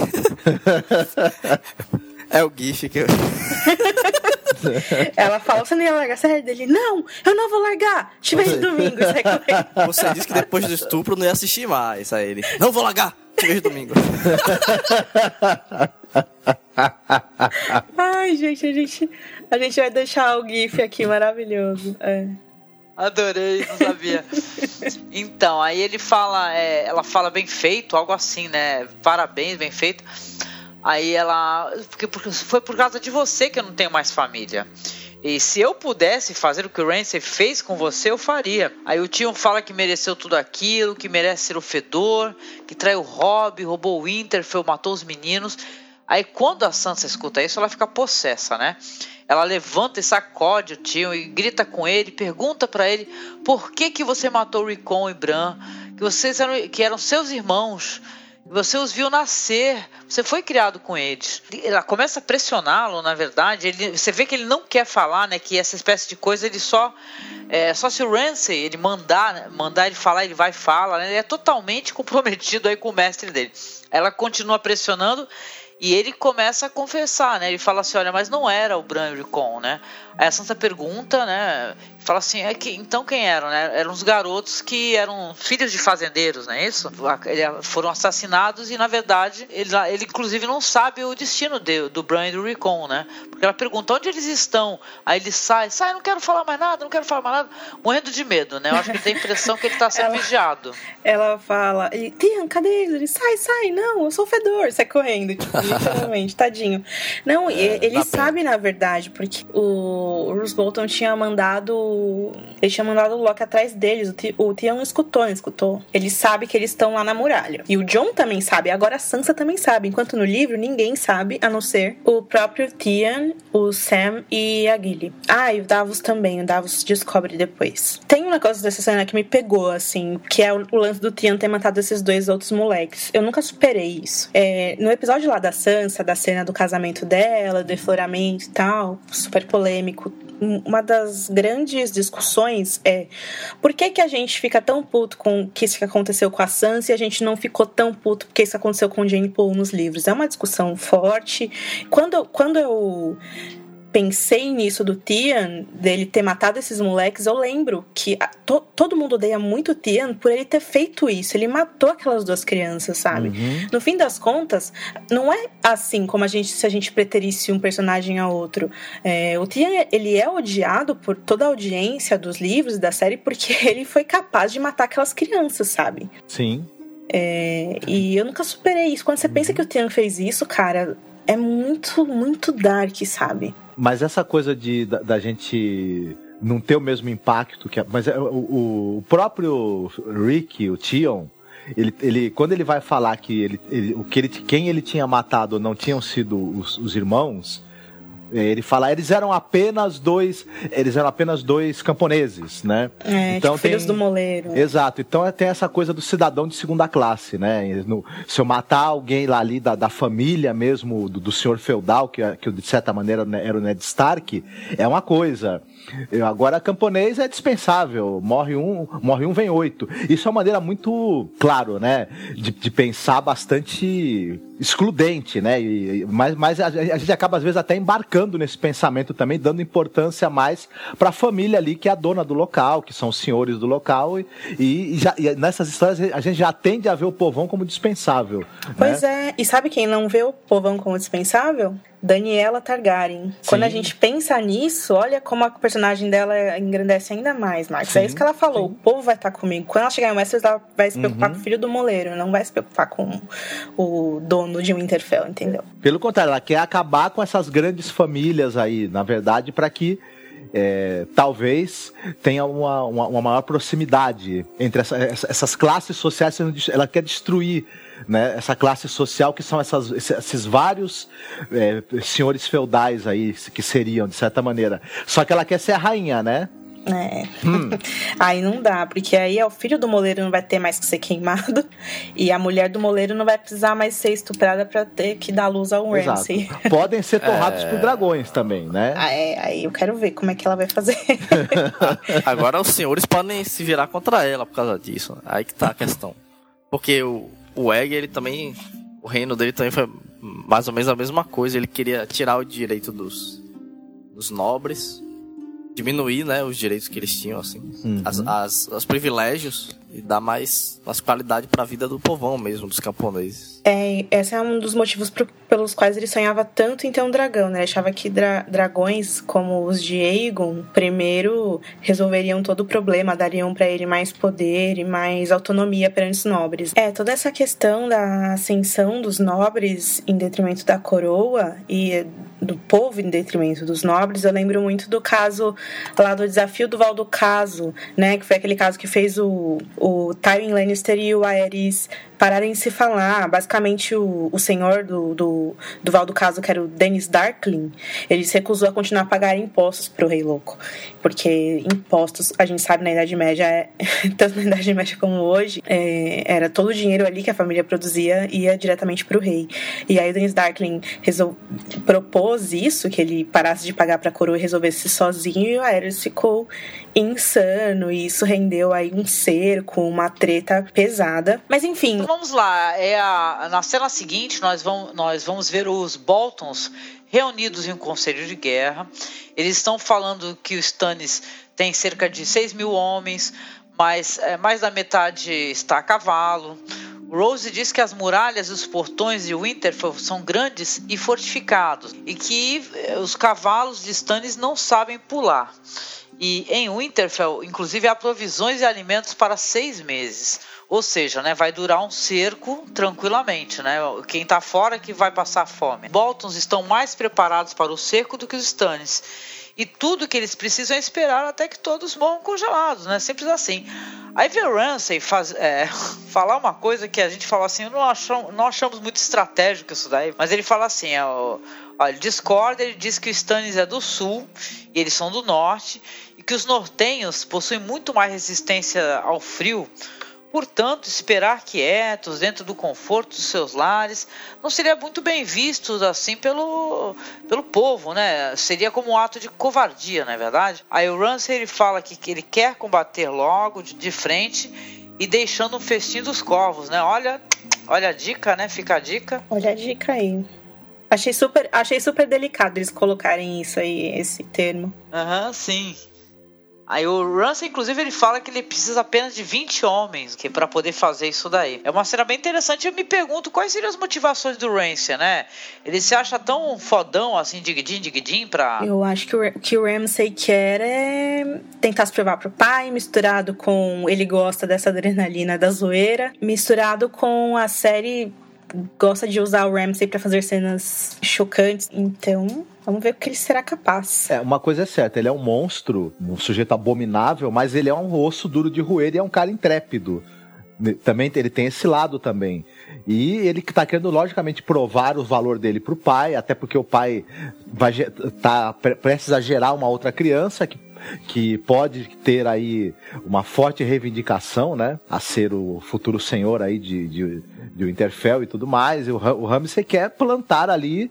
É o gif que eu... Ela fala, você não ia largar a série dele? Não, eu não vou largar. Te vejo domingo. Você disse que depois do estupro não ia assistir mais a ele. Não vou largar. Te vejo domingo. Ai, gente, a gente vai deixar o gif aqui maravilhoso. Adorei, não sabia. Então, aí ele fala, ela fala bem feito, algo assim, né? Parabéns, bem feito. Aí ela... Porque foi por causa de você que eu não tenho mais família. E se eu pudesse fazer o que o Ramsay fez com você, eu faria. Aí o Tion fala que mereceu tudo aquilo, que merece ser o fedor, que traiu o Robb, roubou o Winterfell, matou os meninos. Aí quando a Sansa escuta isso, ela fica possessa, né? Ela levanta e sacode o Tion e grita com ele, pergunta pra ele por que você matou Rickon e Bran, que eram seus irmãos. Você os viu nascer, você foi criado com eles. Ela começa a pressioná-lo, na verdade. Você vê que ele não quer falar, né? Que essa espécie de coisa ele só se o Ramsay ele mandar ele falar, ele vai e fala, né? Ele é totalmente comprometido aí com o mestre dele. Ela continua pressionando e ele começa a confessar, né? Ele fala assim, olha, mas não era o Bran e o Rickon, né? Aí a Sansa pergunta, né? Fala assim, então quem eram, né? Eram os garotos que eram filhos de fazendeiros, não é isso? Foram assassinados e, na verdade, ele inclusive não sabe o destino do Bran e do Rickon, né? Porque ela pergunta, onde eles estão? Aí ele sai, não quero falar mais nada, morrendo de medo, né? Eu acho que ele tem a impressão que ele tá sendo vigiado. Ela fala, Tyrion, cadê eles? Ele sai, não, eu sou o fedor, sai correndo, tipo, literalmente, tadinho. Não, ele sabe, na verdade, porque o Roose Bolton tinha mandado... Ele tinha mandado o Loki atrás deles. O Theon não escutou. Ele sabe que eles estão lá na muralha. E o Jon também sabe. Agora a Sansa também sabe. Enquanto no livro, ninguém sabe, a não ser o próprio Theon, o Sam e a Gilly. E o Davos também. O Davos descobre depois. Tem um negócio dessa cena que me pegou, assim, que é o lance do Theon ter matado esses 2 outros moleques. Eu nunca superei isso. No episódio lá da Sansa, da cena do casamento dela, do efloramento e tal, super polêmico, uma das grandes discussões é por que a gente fica tão puto com o que isso que aconteceu com a Sansa e a gente não ficou tão puto porque isso aconteceu com o Jane Paul nos livros. É uma discussão forte. Quando eu pensei nisso do Theon, dele ter matado esses moleques, eu lembro que todo mundo odeia muito o Theon por ele ter feito isso. Ele matou aquelas 2 crianças, sabe? Uhum. No fim das contas, não é assim como se a gente preterisse um personagem a outro. O Theon, ele é odiado por toda a audiência dos livros e da série porque ele foi capaz de matar aquelas crianças, sabe? Sim. E eu nunca superei isso. Quando você pensa que o Theon fez isso, cara, é muito, muito dark, sabe? Mas essa coisa da gente não ter o mesmo impacto que... Mas o próprio Rick, o Theon, ele quando ele vai falar que quem ele tinha matado não tinham sido os irmãos... Ele fala, eles eram apenas dois camponeses, né? Então tipo filhos do moleiro. Exato, então tem essa coisa do cidadão de segunda classe, né? Se eu matar alguém lá ali da família mesmo, do senhor feudal, que de certa maneira era o Ned Stark, é uma coisa. Agora, camponês é dispensável, morre um, vem 8. Isso é uma maneira muito, claro, né? De pensar bastante excludente, né? Mas a gente acaba às vezes até embarcando nesse pensamento também, dando importância mais para a família ali, que é a dona do local, que são os senhores do local, e nessas histórias a gente já tende a ver o povão como dispensável. Pois né? E sabe quem não vê o povão como dispensável? Daniela Targaryen. Sim. Quando a gente pensa nisso, olha como a personagem dela engrandece ainda mais, Marcos. É isso que ela falou, sim. O povo vai estar comigo. Quando ela chegar em Westeros, ela vai se preocupar com o filho do moleiro, não vai se preocupar com o dono de Winterfell, entendeu? Pelo contrário, ela quer acabar com essas grandes famílias aí, na verdade, para que talvez tenha uma maior proximidade entre essas classes sociais. Ela quer destruir, né, essa classe social que são esses vários senhores feudais aí, que seriam, de certa maneira. Só que ela quer ser a rainha, né? Aí não dá, porque aí o filho do moleiro não vai ter mais que ser queimado e a mulher do moleiro não vai precisar mais ser estuprada pra ter que dar luz ao Ramsay. Podem ser torrados por dragões também, né? Aí eu quero ver como é que ela vai fazer. Agora os senhores podem se virar contra ela por causa disso. Aí que tá a questão. Porque o Egg, ele também, o reino dele também foi mais ou menos a mesma coisa. Ele queria tirar o direito dos nobres, diminuir, né, os direitos que eles tinham, assim, os privilégios, e dar mais qualidade para a vida do povão mesmo, dos camponeses. Esse é um dos motivos pelos quais ele sonhava tanto em ter um dragão, né? Ele achava que dragões como os de Aegon, primeiro, resolveriam todo o problema, dariam para ele mais poder e mais autonomia perante os nobres. Toda essa questão da ascensão dos nobres em detrimento da coroa e do povo em detrimento dos nobres, eu lembro muito do caso lá do desafio do Val do Caso, né? Que foi aquele caso que fez o Tywin Lannister e o Aerys pararem de se falar. Basicamente, o senhor do Val do Caso, que era o Dennis Darkling, ele se recusou a continuar a pagar impostos pro Rei Louco. Porque impostos, a gente sabe, na Idade Média, tanto na Idade Média como hoje, era todo o dinheiro ali que a família produzia ia diretamente pro rei. E aí o Dennis Darkling propôs isso, que ele parasse de pagar pra coroa e resolvesse sozinho, e o Aerys ficou insano, e isso rendeu aí um cerco, uma treta pesada. Mas enfim... Então, vamos lá, na cena seguinte nós vamos ver os Boltons reunidos em um conselho de guerra. Eles estão falando que o Stannis tem cerca de 6.000 homens, mas mais da metade está a cavalo. O Rose diz que as muralhas e os portões de Winterfell são grandes e fortificados, e que os cavalos de Stannis não sabem pular. E em Winterfell, inclusive, há provisões e alimentos para 6 meses. Ou seja, né, vai durar um cerco tranquilamente, né? Quem está fora que vai passar fome. Boltons estão mais preparados para o cerco do que os Stannis. E tudo que eles precisam é esperar até que todos morram congelados, né? Simples assim. Aí vê o Ramsay falar uma coisa que a gente fala assim, não achamos muito estratégico isso daí, mas ele fala assim, ele discorda, ele diz que o Stannis é do sul e eles são do norte, e que os nortenhos possuem muito mais resistência ao frio. Portanto, esperar quietos, dentro do conforto dos seus lares, não seria muito bem visto assim pelo povo, né? Seria como um ato de covardia, não é verdade? Aí o Ramsay ele fala que ele quer combater logo, de frente, e deixando um festim dos corvos, né? Olha a dica, né? Fica a dica. Olha a dica aí. Achei super delicado eles colocarem isso aí, esse termo. Sim. Aí o Ramsay, inclusive, ele fala que ele precisa apenas de 20 homens para poder fazer isso daí. É uma cena bem interessante. Eu me pergunto quais seriam as motivações do Ramsay, né? Ele se acha tão fodão, assim, digdim, pra... Eu acho que o que o Ramsay quer é tentar se provar pro pai, misturado com... Ele gosta dessa adrenalina da zoeira, misturado com a série... Gosta de usar o Ramsay pra fazer cenas chocantes. Então... Vamos ver o que ele será capaz. Uma coisa é certa, ele é um monstro, um sujeito abominável, mas ele é um osso duro de roer e é um cara intrépido. Também, ele tem esse lado também. E ele tá querendo, logicamente, provar o valor dele pro pai, até porque o pai tá prestes a gerar uma outra criança que pode ter aí uma forte reivindicação, né, a ser o futuro senhor aí de Winterfell e tudo mais. E o Ramsay quer plantar ali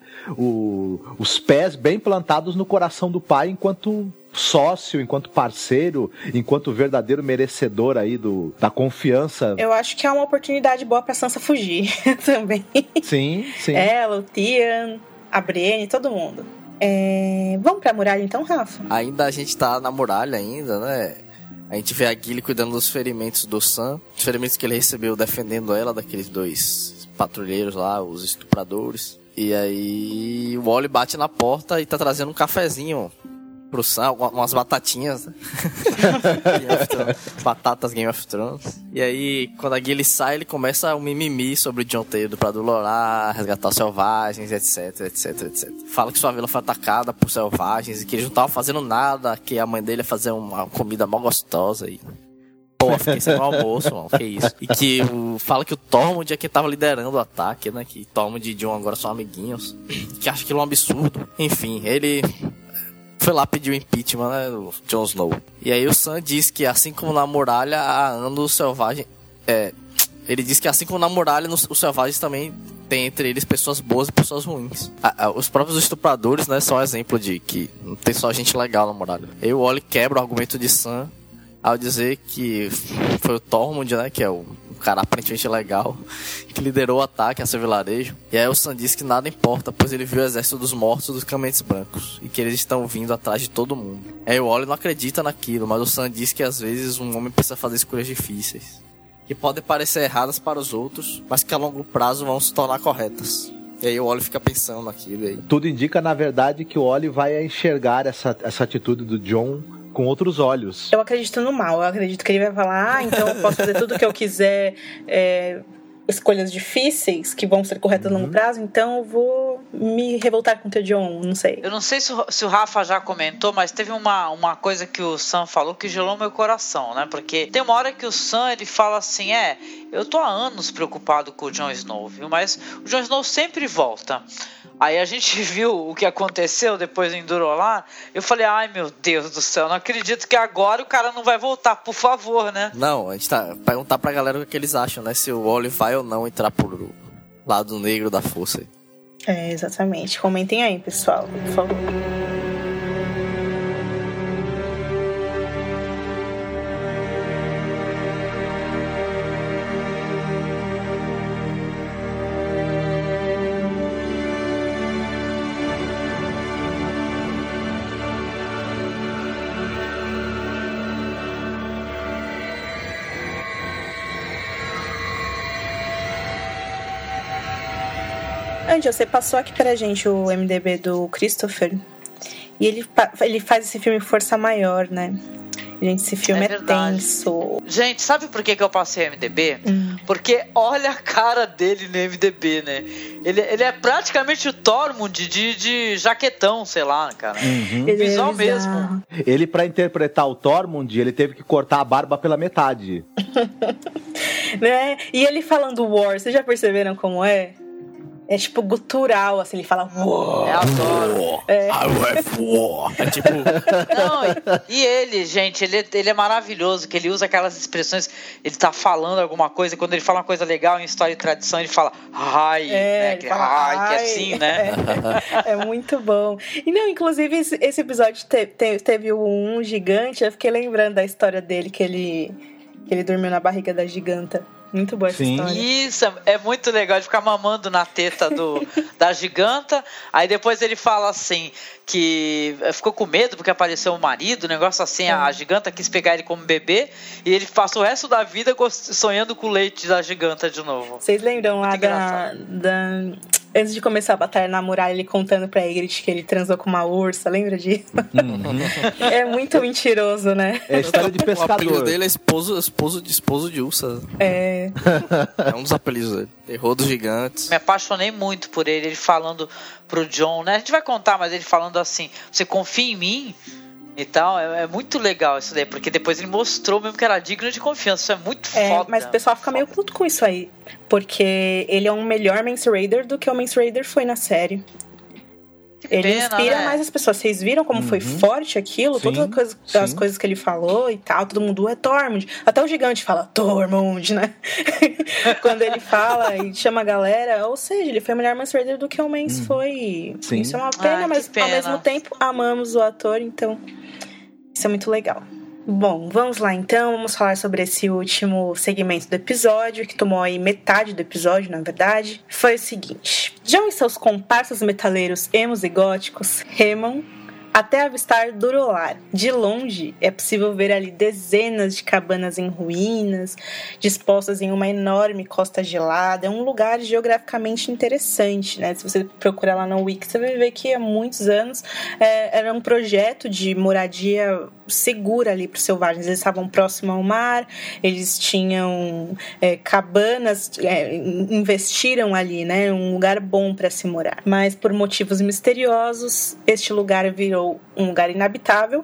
os pés bem plantados no coração do pai enquanto sócio, enquanto parceiro, enquanto verdadeiro merecedor aí da confiança. Eu acho que é uma oportunidade boa pra Sansa fugir também. Sim. Ela, o Tyrion, a Brienne, todo mundo. Vamos pra muralha então, Rafa? Ainda a gente tá na muralha ainda, né? A gente vê a Gilly cuidando dos ferimentos do Sam, os ferimentos que ele recebeu defendendo ela daqueles 2 patrulheiros lá, os estupradores. E aí o Ollie bate na porta e tá trazendo um cafezinho pro Sam, umas batatinhas, né? Batatas Game of Thrones. E aí, quando a Gilly sai, ele começa um mimimi sobre o Jon Teio pra Lorar, resgatar os selvagens, etc. Fala que sua vila foi atacada por selvagens e que eles não estavam fazendo nada, que a mãe dele ia fazer uma comida mó gostosa e... Pô, fiquei sem almoço, mano, que isso. E que fala que o Tormund é quem tava liderando o ataque, né? Que Tormund e Jon agora são amiguinhos. Que acha aquilo um absurdo. Enfim, ele... foi lá pedir o impeachment, né, do Jon Snow. E aí o Sam diz que assim como na muralha há anos selvagem... ele diz que assim como na muralha, os selvagens também tem entre eles pessoas boas e pessoas ruins. Os próprios estupradores, né, são um exemplo de que não tem só gente legal na muralha. E aí o Ollie quebra o argumento de Sam ao dizer que foi o Tormund, né, que é o cara aparentemente legal, que liderou o ataque a seu vilarejo. E aí o Sam diz que nada importa, pois ele viu o exército dos mortos dos Caminhantes Brancos e que eles estão vindo atrás de todo mundo. Aí o Ollie não acredita naquilo, mas o Sam diz que às vezes um homem precisa fazer escolhas difíceis, que podem parecer erradas para os outros, mas que a longo prazo vão se tornar corretas. E aí o Ollie fica pensando naquilo aí. Tudo indica, na verdade, que o Ollie vai enxergar essa atitude do Jon com outros olhos. Eu acredito no mal, eu acredito que ele vai falar, então eu posso fazer tudo o que eu quiser, escolhas difíceis que vão ser corretas a longo prazo, então eu vou me revoltar contra o Jon, não sei. Eu não sei se o Rafa já comentou, mas teve uma coisa que o Sam falou que gelou meu coração, né? Porque tem uma hora que o Sam, ele fala assim, eu tô há anos preocupado com o Jon Snow, viu? Mas o Jon Snow sempre volta. Aí a gente viu o que aconteceu depois do Endurolar. Eu falei, ai meu Deus do céu, não acredito que agora o cara não vai voltar, por favor, né? Não, a gente tá perguntar pra galera o que eles acham, né? Se o Ollie vai ou não entrar pro lado negro da força. Exatamente. Comentem aí, pessoal, por favor. Andy, você passou aqui pra gente o MDB do Christopher. E ele faz esse filme Força Maior, né? Gente, esse filme é tenso. Gente, sabe por que eu passei o MDB? Porque olha a cara dele no MDB, né? Ele é praticamente o Tormund de jaquetão, sei lá, cara. Visual mesmo. Ele, pra interpretar o Tormund, ele teve que cortar a barba pela metade. Né? E ele falando war, vocês já perceberam como é? É tipo gutural, assim, ele fala war. Eu adoro. I have war. É tipo... Não, e ele, gente, ele é maravilhoso, que ele usa aquelas expressões, ele tá falando alguma coisa, quando ele fala uma coisa legal em história e tradição, ele fala ai, né? Que é assim, né? É muito bom. E não, inclusive, esse episódio teve um gigante, eu fiquei lembrando da história dele, que ele dormiu na barriga da giganta. Muito boa essa história. Isso, é muito legal de ficar mamando na teta da giganta. Aí depois ele fala assim, que ficou com medo porque apareceu o marido, um negócio assim, a giganta quis pegar ele como bebê, e ele passou o resto da vida sonhando com o leite da giganta de novo. Vocês lembram lá antes de começar a batalha na muralha, ele contando pra Ygritte que ele transou com uma ursa, lembra disso? É muito mentiroso, né? É a história de pescador. O apelido dele é esposo de ursa. É um dos apelidos dele. Terror dos gigantes. Me apaixonei muito por ele falando pro Jon, né? A gente vai contar, mas ele falando assim, você confia em mim? E tal, é muito legal isso daí, porque depois ele mostrou mesmo que era digno de confiança. Isso é muito foda. Mas o pessoal fica meio puto com isso aí, porque ele é um melhor Mance Raider do que o Mance Raider foi na série. Ele inspira mais as pessoas. Vocês viram como foi forte aquilo? Sim, todas as coisas que ele falou e tal. Todo mundo é Tormund. Até o gigante fala Tormund, né? Quando ele fala e chama a galera. Ou seja, ele foi melhor Mance Raider do que o Mance foi. Sim. Isso é uma pena, mas ao mesmo tempo amamos o ator, então isso é muito legal. Bom, vamos lá então, vamos falar sobre esse último segmento do episódio, que tomou aí metade do episódio, na verdade. Foi o seguinte: Jon e seus comparsas metaleiros emos e góticos remam até avistar Durolar. De longe, é possível ver ali dezenas de cabanas em ruínas, dispostas em uma enorme costa gelada. É um lugar geograficamente interessante, né? Se você procurar lá no Wiki, você vai ver que há muitos anos era um projeto de moradia segura ali para os selvagens. Eles estavam próximos ao mar, eles tinham cabanas, investiram ali, né? Um lugar bom para se morar. Mas por motivos misteriosos, este lugar virou um lugar inabitável,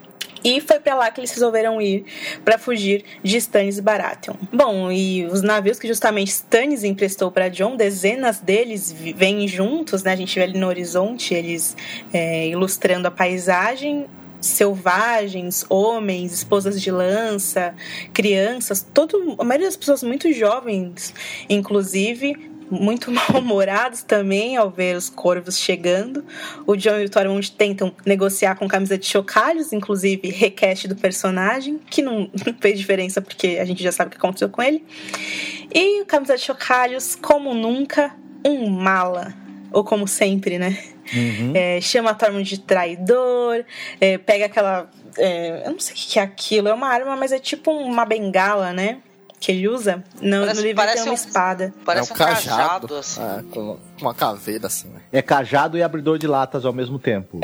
e foi pra lá que eles resolveram ir para fugir de Stannis Baratheon. Bom, e os navios que justamente Stannis emprestou para Jon, dezenas deles vêm juntos, né? A gente vê ali no horizonte eles ilustrando a paisagem. Selvagens, homens, esposas de lança, crianças, a maioria das pessoas muito jovens, inclusive muito mal-humorados também ao ver os corvos chegando. O Jon e o Tormund tentam negociar com camisa de chocalhos, inclusive request do personagem, que não fez diferença porque a gente já sabe o que aconteceu com ele. E o camisa de chocalhos, como nunca, um mala. Ou como sempre, né? Chama a Tormund de traidor, pega aquela... eu não sei o que é aquilo, é uma arma, mas é tipo uma bengala, né? Que ele usa. No livro tem uma espada. Parece um cajado assim. Com uma caveira, assim. Né? É cajado e abridor de latas ao mesmo tempo.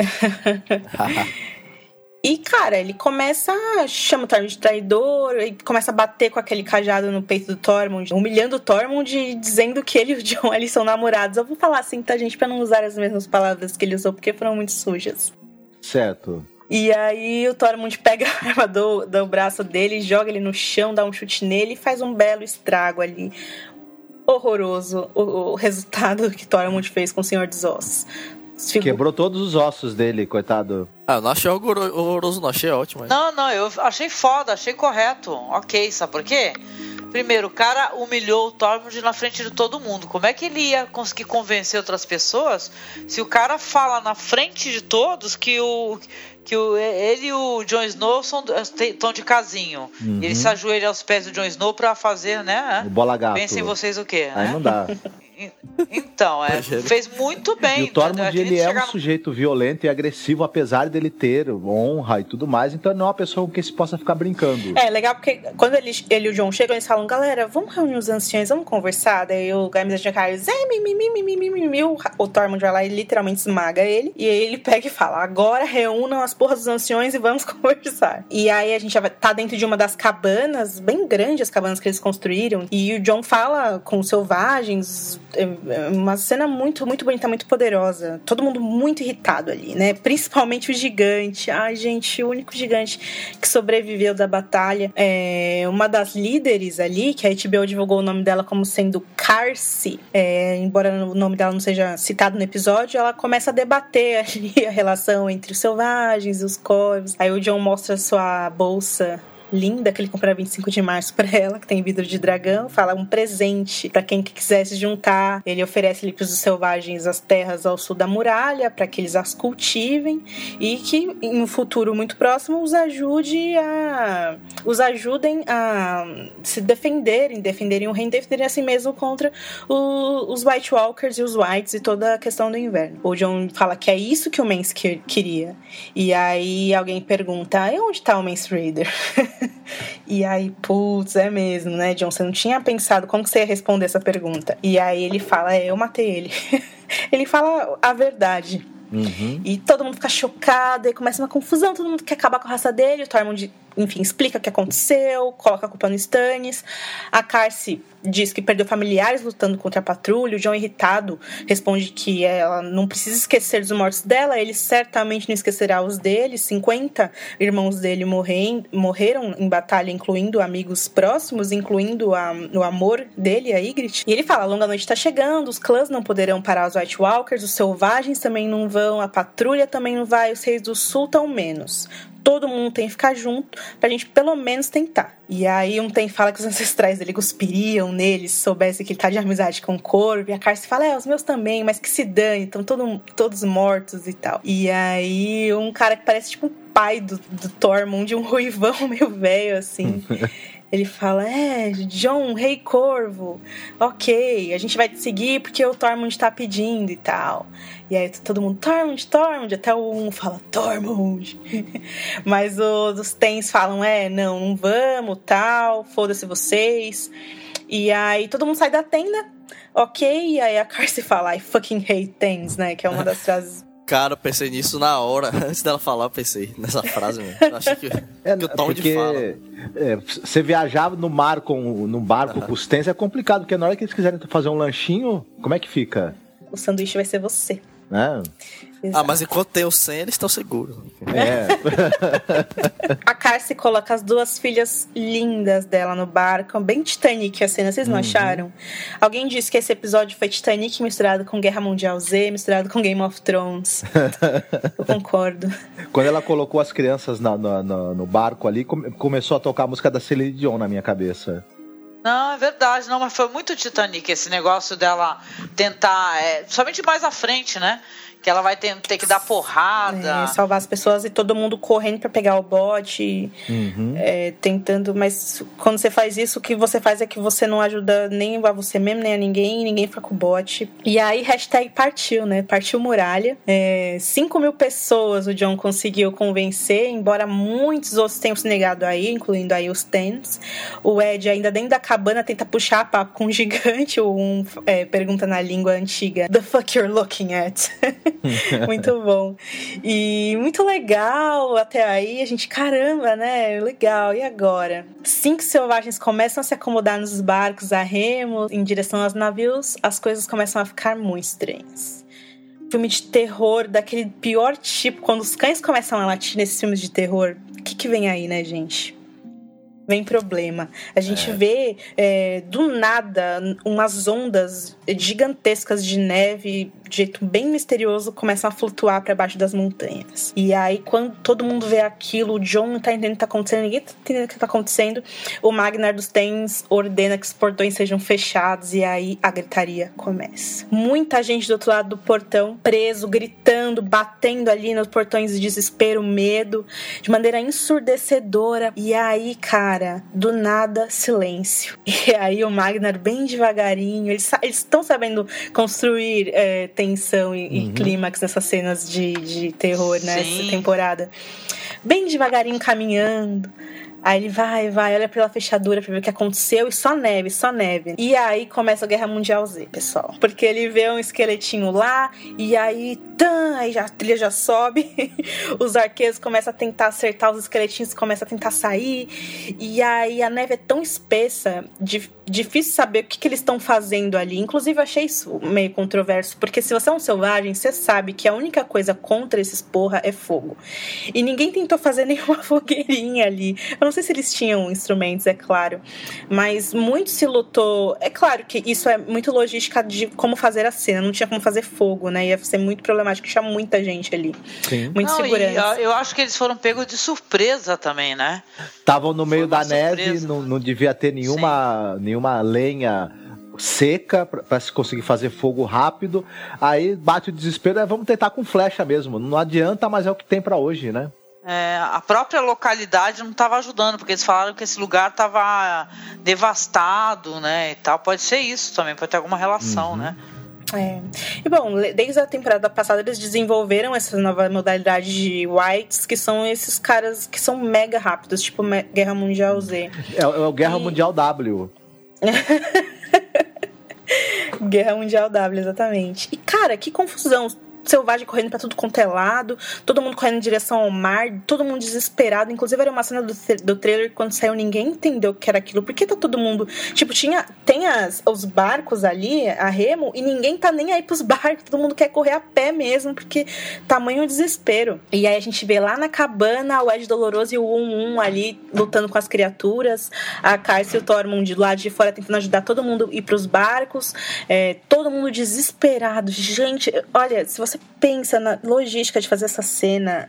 E, cara, ele chama o Tormund de traidor, e começa a bater com aquele cajado no peito do Tormund, humilhando o Tormund e dizendo que ele e o Jon ali são namorados. Eu vou falar assim, tá, gente, pra não usar as mesmas palavras que ele usou, porque foram muito sujas. Certo. E aí o Tormund pega a arma do braço dele, joga ele no chão, dá um chute nele e faz um belo estrago ali. Horroroso o resultado que Tormund fez com o Senhor dos Ossos. Quebrou todos os ossos dele, coitado. Eu não achei horroroso, não, achei ótimo. Não, eu achei foda, achei correto. Ok, sabe por quê? Primeiro, o cara humilhou o Tormund na frente de todo mundo. Como é que ele ia conseguir convencer outras pessoas se o cara fala na frente de todos que ele e o Jon Snow estão de casinho. E ele se ajoelha aos pés do Jon Snow pra fazer, né? O bola gato. Pensem vocês o quê? Aí né? não dá. Então, fez muito bem. E o Tormund, ele é um sujeito violento e agressivo, apesar dele ter honra e tudo mais, então não é uma pessoa com quem se possa ficar brincando. É legal porque quando ele e o Jon chegam, eles falam, galera, vamos reunir os anciões, vamos conversar. Daí o Games de Carlos, o Tormund vai lá e literalmente esmaga ele. E aí ele pega e fala, agora reúnam as porras dos anciões e vamos conversar. E aí a gente já tá dentro de uma das cabanas, bem grande as cabanas que eles construíram. E o Jon fala com os selvagens, uma cena muito, muito bonita, muito poderosa. Todo mundo muito irritado ali, né? Principalmente o gigante. Ai, gente, o único gigante que sobreviveu da batalha. Uma das líderes ali, que a HBO divulgou o nome dela como sendo Carcy, embora o nome dela não seja citado no episódio, ela começa a debater ali a relação entre os selvagens e os corvos. Aí o Jon mostra sua bolsa linda que ele comprou na 25 de março pra ela, que tem vidro de dragão, fala um presente pra quem quiser se juntar. Ele oferece ali pros selvagens as terras ao sul da muralha pra que eles as cultivem e que em um futuro muito próximo os ajudem a se defenderem o reino, defenderem assim mesmo contra os White Walkers e os Whites e toda a questão do inverno. O Jon fala que é isso que o Mance queria. E aí alguém pergunta, e onde tá o Mance Rayder? E aí, putz, é mesmo, né, Jon? Você não tinha pensado como que você ia responder essa pergunta. E aí ele fala, eu matei ele. Ele fala a verdade. Uhum. E todo mundo fica chocado, e começa uma confusão, todo mundo quer acabar com a raça dele. O Tormund, enfim, explica o que aconteceu, coloca a culpa no Stannis. A Carcy diz que perdeu familiares lutando contra a patrulha. O Jon, irritado, responde que ela não precisa esquecer dos mortos dela, ele certamente não esquecerá os dele. 50 irmãos dele morreram em batalha, incluindo amigos próximos, incluindo o amor dele, a Ygritte. E ele fala, a longa noite tá chegando, os clãs não poderão parar os White Walkers, os selvagens também não vão, a patrulha também não vai, os reis do sul tão menos. Todo mundo tem que ficar junto pra gente pelo menos tentar. E aí fala que os ancestrais dele cuspiriam nele se soubesse que ele tá de amizade com o Corvo. E a Carcy fala, os meus também, mas que se dane, estão todos mortos e tal. E aí um cara que parece tipo o pai do Tormund, um ruivão meio velho assim... Ele fala, Jon, Rei Corvo, ok, a gente vai te seguir porque o Tormund tá pedindo e tal. E aí todo mundo, Tormund, até o um fala, Tormund. Mas os Tens falam, não vamos, tal, foda-se vocês. E aí todo mundo sai da tenda, ok, e aí a Carcy fala, I fucking hate Tens, né, que é uma das frases... Cara, eu pensei nisso na hora. Antes dela falar, eu pensei nessa frase mesmo. Eu achei que o tom de fala. Você viajava no barco com os Tens é complicado, porque na hora que eles quiserem fazer um lanchinho, como é que fica? O sanduíche vai ser você. Mas enquanto tem o 100, eles estão seguros. A Carcy coloca as duas filhas lindas dela no barco. Bem Titanic a cena, vocês não acharam? Alguém disse que esse episódio foi Titanic misturado com Guerra Mundial Z, misturado com Game of Thrones. Eu concordo. Quando ela colocou as crianças no barco ali, começou a tocar a música da Celine Dion na minha cabeça. Não, é verdade, mas foi muito Titanic esse negócio dela tentar, somente mais à frente, né? Que ela vai ter que dar porrada. Salvar as pessoas e todo mundo correndo pra pegar o bote. Tentando, mas quando você faz isso, o que você faz é que você não ajuda nem a você mesmo, nem a ninguém fica com o bote. E aí, #partiu, né? Partiu muralha. 5.000 pessoas o Jon conseguiu convencer, embora muitos outros tenham se negado aí, incluindo aí os Tens. O Ed, ainda dentro da cabana, tenta puxar papo com um gigante, pergunta na língua antiga, the fuck you're looking at? Muito bom. E muito legal até aí. A gente, caramba, né? Legal. E agora? 5 selvagens começam a se acomodar nos barcos a remo em direção aos navios. As coisas começam a ficar muito estranhas. Filme de terror daquele pior tipo. Quando os cães começam a latir nesses filmes de terror, o que vem aí, né, gente? Vem problema. A gente vê do nada umas ondas gigantescas de neve, de jeito bem misterioso, começam a flutuar para baixo das montanhas. E aí, quando todo mundo vê aquilo, o Jon não tá entendendo o que tá acontecendo, ninguém tá entendendo o que tá acontecendo, o Magnar dos Tens ordena que os portões sejam fechados e aí a gritaria começa. Muita gente do outro lado do portão, preso, gritando, batendo ali nos portões de desespero, medo, de maneira ensurdecedora. E aí, cara, Cara, do nada, silêncio. E aí o Magnar, bem devagarinho, eles estão sabendo construir tensão e clímax nessas cenas de terror, né? Essa temporada. Bem devagarinho caminhando. Aí ele vai, olha pela fechadura pra ver o que aconteceu e só neve. E aí começa a Guerra Mundial Z, pessoal. Porque ele vê um esqueletinho lá e aí, aí a trilha já sobe. Os arqueiros começam a tentar acertar os esqueletinhos, começam a tentar sair. E aí a neve é tão espessa, difícil saber o que eles estão fazendo ali. Inclusive eu achei isso meio controverso, porque se você é um selvagem, você sabe que a única coisa contra esses porra é fogo. E ninguém tentou fazer nenhuma fogueirinha ali. Eu não sei se eles tinham instrumentos, é claro, mas muito se lutou. É claro que isso é muito logística de como fazer a cena, não tinha como fazer fogo, né? Ia ser muito problemático, tinha muita gente ali. Sim. Muito segurança. Eu acho que eles foram pegos de surpresa também, né? Estavam no meio da neve, não devia ter nenhuma lenha seca para se conseguir fazer fogo rápido. Aí bate o desespero, vamos tentar com flecha mesmo. Não adianta, mas é o que tem para hoje, né? A própria localidade não estava ajudando, porque eles falaram que esse lugar estava devastado, né, e tal. Pode ser isso também, pode ter alguma relação, né? E bom, desde a temporada passada eles desenvolveram essa nova modalidade de Whites, que são esses caras que são mega rápidos, tipo Guerra Mundial Z. É o Guerra Mundial W. Guerra Mundial W, exatamente. E cara, que confusão. Selvagem correndo pra tudo quanto é lado, todo mundo correndo em direção ao mar, todo mundo desesperado. Inclusive era uma cena do trailer que quando saiu ninguém entendeu o que era aquilo. Por que tá todo mundo... Tipo, tem os barcos ali, a remo, e ninguém tá nem aí pros barcos. Todo mundo quer correr a pé mesmo, porque tamanho desespero. E aí a gente vê lá na cabana o Ed Doloroso e o 1-1 ali lutando com as criaturas, a Carce e o Tormund do lado de fora tentando ajudar todo mundo a ir pros barcos, todo mundo desesperado. Gente, olha, se você pensa na logística de fazer essa cena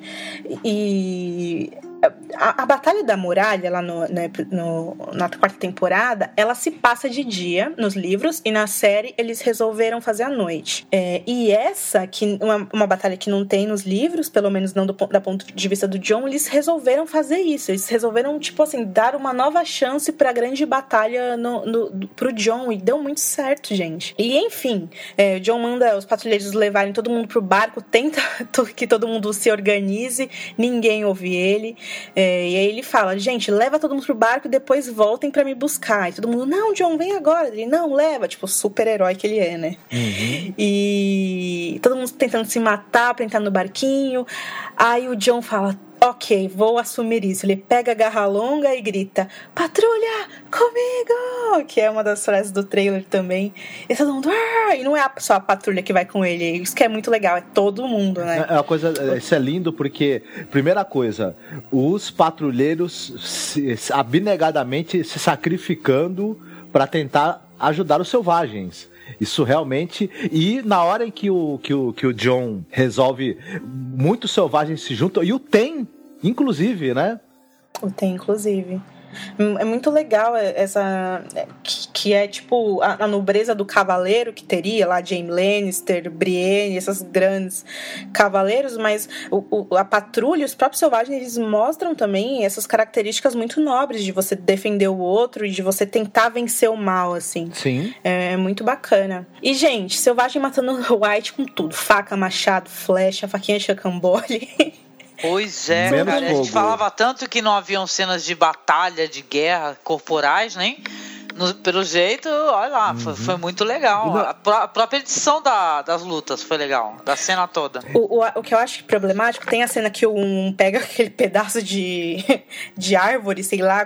e a Batalha da Muralha lá na quarta temporada, ela se passa de dia nos livros e na série eles resolveram fazer à noite. E essa, que uma batalha que não tem nos livros, pelo menos não do ponto de vista do Jon, eles resolveram fazer isso. Eles resolveram, tipo assim, dar uma nova chance pra grande batalha pro Jon, e deu muito certo, gente. E enfim, o Jon manda os patrulheiros levarem todo mundo pro barco, tenta que todo mundo se organize, ninguém ouve ele. E aí ele fala, gente, leva todo mundo pro barco e depois voltem pra me buscar. E todo mundo, não, Jon, vem agora. Ele, não, leva. Tipo, super-herói que ele é, né? E todo mundo tentando se matar pra entrar no barquinho. Aí o Jon fala, ok, vou assumir isso. Ele pega a garra longa e grita, patrulha, comigo! Que é uma das frases do trailer também. E todo mundo, e não é só a patrulha que vai com ele. Isso que é muito legal, é todo mundo, né? É uma coisa, isso é lindo porque, primeira coisa, os patrulheiros abnegadamente se sacrificando para tentar ajudar os selvagens. Isso realmente... E na hora em que o Jon resolve, muitos selvagens se juntam, e o Tem, inclusive, né? O Tem, inclusive. É muito legal essa... Que é tipo a nobreza do cavaleiro que teria lá, Jaime Lannister, Brienne, esses grandes cavaleiros, mas a patrulha, os próprios selvagens, eles mostram também essas características muito nobres de você defender o outro e de você tentar vencer o mal, assim. Sim. É muito bacana. E, gente, selvagem matando o White com tudo. Faca, machado, flecha, faquinha de chacambole... Pois é, cara, a gente falava tanto que não haviam cenas de batalha, de guerra corporais, né? Pelo jeito, olha lá, foi muito legal. A própria edição das lutas foi legal, da cena toda. O que eu acho problemático, tem a cena que pega aquele pedaço de árvore, sei lá,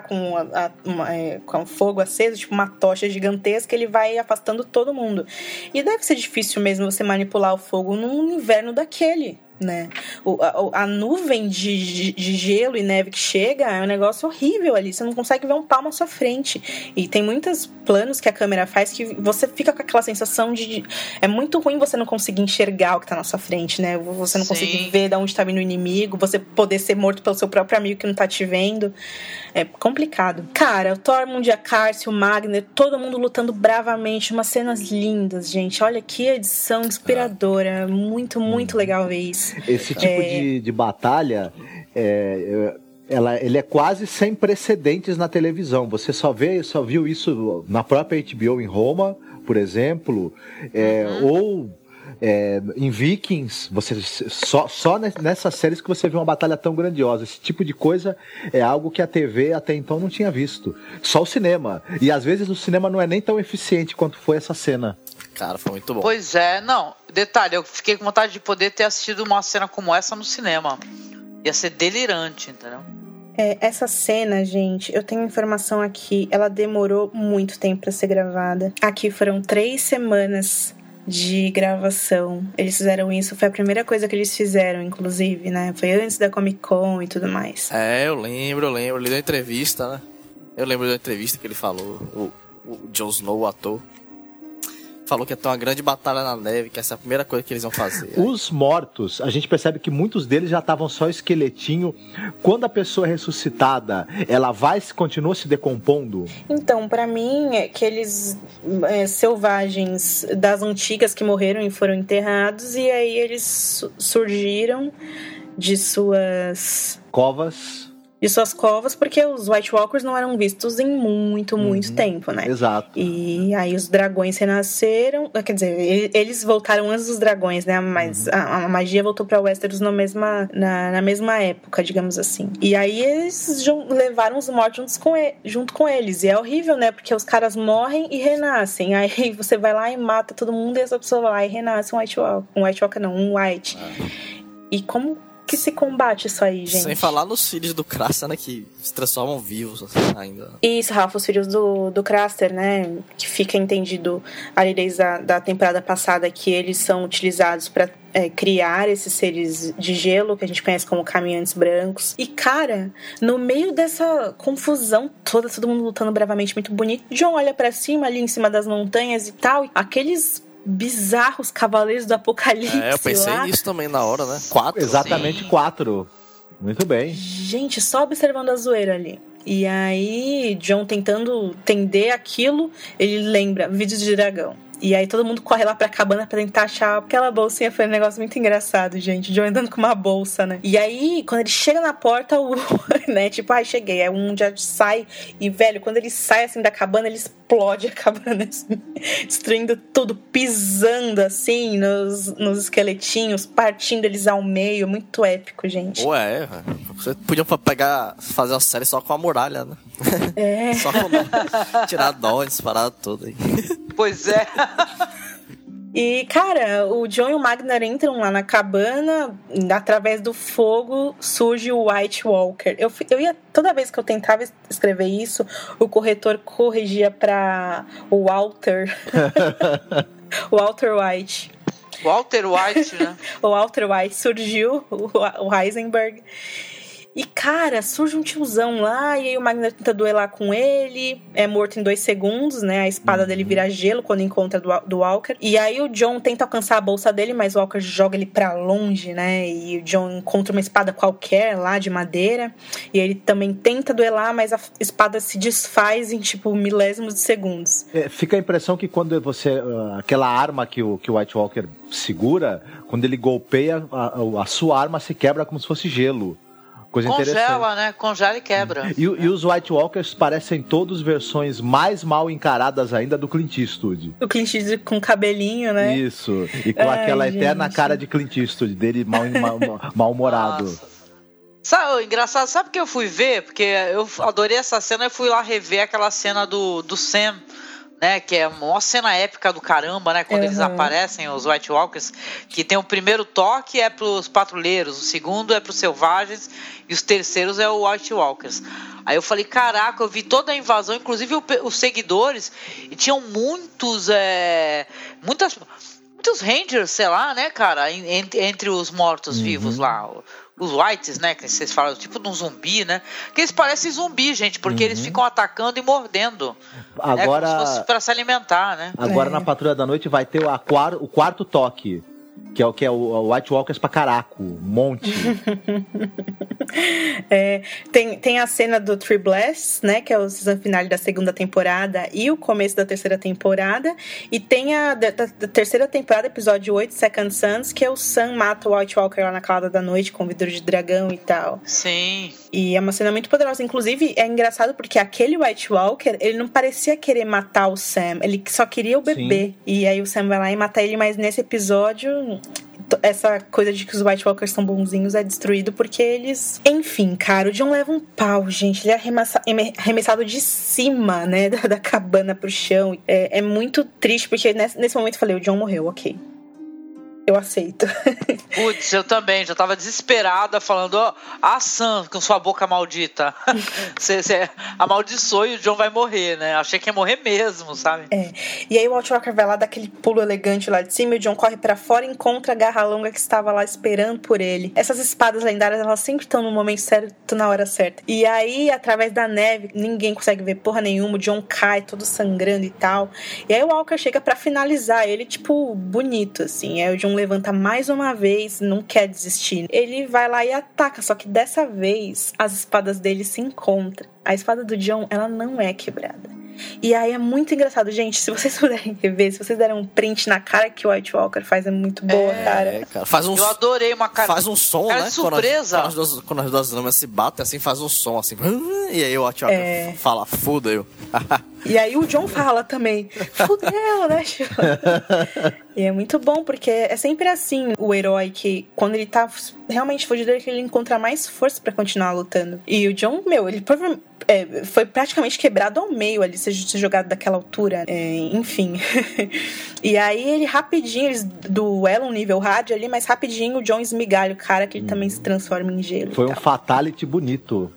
com fogo aceso, tipo uma tocha gigantesca, ele vai afastando todo mundo. E deve ser difícil mesmo você manipular o fogo num inverno daquele, né? A nuvem de gelo e neve que chega é um negócio horrível ali, você não consegue ver um palmo à sua frente, e tem muitos planos que a câmera faz que você fica com aquela sensação de... É muito ruim você não conseguir enxergar o que tá na sua frente, né? Você não conseguir ver de onde tá vindo o inimigo, você poder ser morto pelo seu próprio amigo que não tá te vendo. É complicado. Cara, o Tormund, a Carce, o Magner, todo mundo lutando bravamente, umas cenas lindas, gente. Olha que edição inspiradora. Muito, muito legal ver isso. Esse tipo de batalha ele é quase sem precedentes na televisão. Você só viu isso na própria HBO em Roma, por exemplo, ou em Vikings. Só nessas séries que você vê uma batalha tão grandiosa. Esse tipo de coisa é algo que a TV até então não tinha visto. Só o cinema. E às vezes o cinema não é nem tão eficiente quanto foi essa cena. Cara, foi muito bom. Pois é, não. Detalhe, eu fiquei com vontade de poder ter assistido uma cena como essa no cinema. Ia ser delirante, entendeu? Essa cena, gente, eu tenho informação aqui, ela demorou muito tempo pra ser gravada. Aqui foram 3 semanas de gravação. Eles fizeram isso, foi a primeira coisa que eles fizeram, inclusive, né? Foi antes da Comic Con e tudo mais. Eu lembro. Ele deu entrevista, né? Eu lembro da entrevista que ele falou, o Jon Snow, o ator. Falou que ia ter uma grande batalha na neve, que essa é a primeira coisa que eles vão fazer. Os mortos, a gente percebe que muitos deles já estavam só esqueletinho. Quando a pessoa é ressuscitada, ela continua se decompondo? Então, pra mim, aqueles selvagens das antigas que morreram e foram enterrados, e aí eles surgiram de suas covas, porque os White Walkers não eram vistos em muito tempo, né? Exato. E aí os dragões renasceram, quer dizer, eles voltaram antes dos dragões, né? Mas a magia voltou pra Westeros na mesma época, digamos assim. E aí eles levaram os mortos junto com eles. E é horrível, né? Porque os caras morrem e renascem. Aí você vai lá e mata todo mundo e essa pessoa vai lá e renasce um White Walker. Um White. E como que se combate isso aí, gente? Sem falar nos filhos do Craster, né? Que se transformam vivos ainda. Isso, Rafa, os filhos do Craster, né? Que fica entendido ali desde da temporada passada que eles são utilizados pra criar esses seres de gelo que a gente conhece como caminhantes brancos. E, cara, no meio dessa confusão toda, todo mundo lutando bravamente, muito bonito, Jon olha pra cima, ali em cima das montanhas e tal, e aqueles bizarros cavaleiros do apocalipse. Eu pensei nisso também na hora, né? 4. Exatamente, 4. Muito bem. Gente, só observando a zoeira ali. E aí, Jon tentando entender aquilo, ele lembra vídeos de dragão. E aí todo mundo corre lá pra cabana pra tentar achar aquela bolsinha. Foi um negócio muito engraçado, gente. Jon andando com uma bolsa, né? E aí, quando ele chega na porta, né? Tipo, cheguei. Aí um já sai. E, velho, quando ele sai, assim, da cabana, ele explode a cabana, assim. Destruindo tudo, pisando, assim, nos esqueletinhos. Partindo eles ao meio. Muito épico, gente. Você podia fazer uma série só com a muralha, né? Só tirar dó, disparar tudo aí. Pois é. E, cara, o Jon e o Magnar entram lá na cabana, através do fogo surge o White Walker. Eu ia, toda vez que eu tentava escrever isso, o corretor corrigia pra o Walter. Walter White. Walter White, né? O Walter White surgiu, o Heisenberg. E, cara, surge um tiozão lá, e aí o Magnar tenta duelar com ele, é morto em 2 segundos, né? A espada dele vira gelo quando encontra do Walker. E aí o Jon tenta alcançar a bolsa dele, mas o Walker joga ele pra longe, né? E o Jon encontra uma espada qualquer lá, de madeira, e ele também tenta duelar, mas a espada se desfaz em, tipo, milésimos de segundos. Fica a impressão que quando você... aquela arma que o White Walker segura, quando ele golpeia, a sua arma se quebra como se fosse gelo. Coisa congela, né? Congela e quebra. E os White Walkers parecem todos versões mais mal encaradas ainda do Clint Eastwood. O Clint Eastwood com cabelinho, né? Isso. E com aquela eterna cara de Clint Eastwood, dele mal-humorado. Sabe, engraçado, sabe o que eu fui ver? Porque eu adorei essa cena, eu fui lá rever aquela cena do Sam, né, que é uma cena épica do caramba, né, quando eles aparecem, os White Walkers, que tem o primeiro toque é pros patrulheiros, o segundo é pros selvagens e os terceiros é o White Walkers. Aí eu falei, caraca, eu vi toda a invasão, inclusive os seguidores, e tinham muitos Rangers, sei lá, né, cara, entre os mortos-vivos lá, os Whites, né, que vocês falam, tipo de um zumbi, né, que eles parecem zumbi, gente, porque eles ficam atacando e mordendo. Agora, como se fosse pra se alimentar, né. Agora na Patrulha da Noite vai ter o quarto toque. Que é o White Walkers pra caraco, um monte. Tem a cena do Tree Blast, né, que é o season finale da segunda temporada e o começo da terceira temporada, e tem a da terceira temporada, episódio 8, Second Sons, que é o Sam mata o White Walker lá na calada da noite com o vidro de dragão e tal. Sim. E é uma cena muito poderosa. Inclusive, é engraçado porque aquele White Walker, ele não parecia querer matar o Sam, ele só queria o bebê. Sim. E aí o Sam vai lá e mata ele, mas nesse episódio essa coisa de que os White Walkers são bonzinhos é destruído porque eles... Enfim, cara, o Jon leva um pau, gente. Ele é arremessado de cima, né, da cabana pro chão. É muito triste, porque nesse momento eu falei, o Jon morreu, ok. Eu aceito. Putz, eu também, já tava desesperada falando, Sam, com sua boca maldita. Você amaldiçoou e o Jon vai morrer, né? Achei que ia morrer mesmo, sabe? E aí o White Walker vai lá, dá aquele pulo elegante lá de cima, e o Jon corre pra fora e encontra a Garra Longa que estava lá esperando por ele. Essas espadas lendárias, elas sempre estão no momento certo, na hora certa. E aí, através da neve, ninguém consegue ver porra nenhuma, o Jon cai todo sangrando e tal. E aí o Walker chega pra finalizar ele, tipo, bonito, assim. Aí o Jon levanta mais uma vez, não quer desistir. Ele vai lá e ataca, só que dessa vez as espadas dele se encontram. A espada do Jon, ela não é quebrada. E aí é muito engraçado, gente, se vocês puderem rever, se vocês derem um print na cara que o White Walker faz, é muito boa, cara. Eu adorei uma cara. Faz um som, cara, né? De surpresa. Quando as duas lâminas se batem, assim, faz um som, assim. E aí o White Walker fala, fudeu. E aí o Jon fala também, fudeu, né? E é muito bom, porque é sempre assim, o herói que, quando ele tá realmente fugido, ele encontra mais força pra continuar lutando. E o Jon, ele provavelmente foi praticamente quebrado ao meio ali, ser jogado daquela altura. Enfim. E aí ele rapidinho, eles duelam um nível hard ali, mas rapidinho o Jon esmigalha o cara, que ele também se transforma em gelo. Foi um fatality bonito.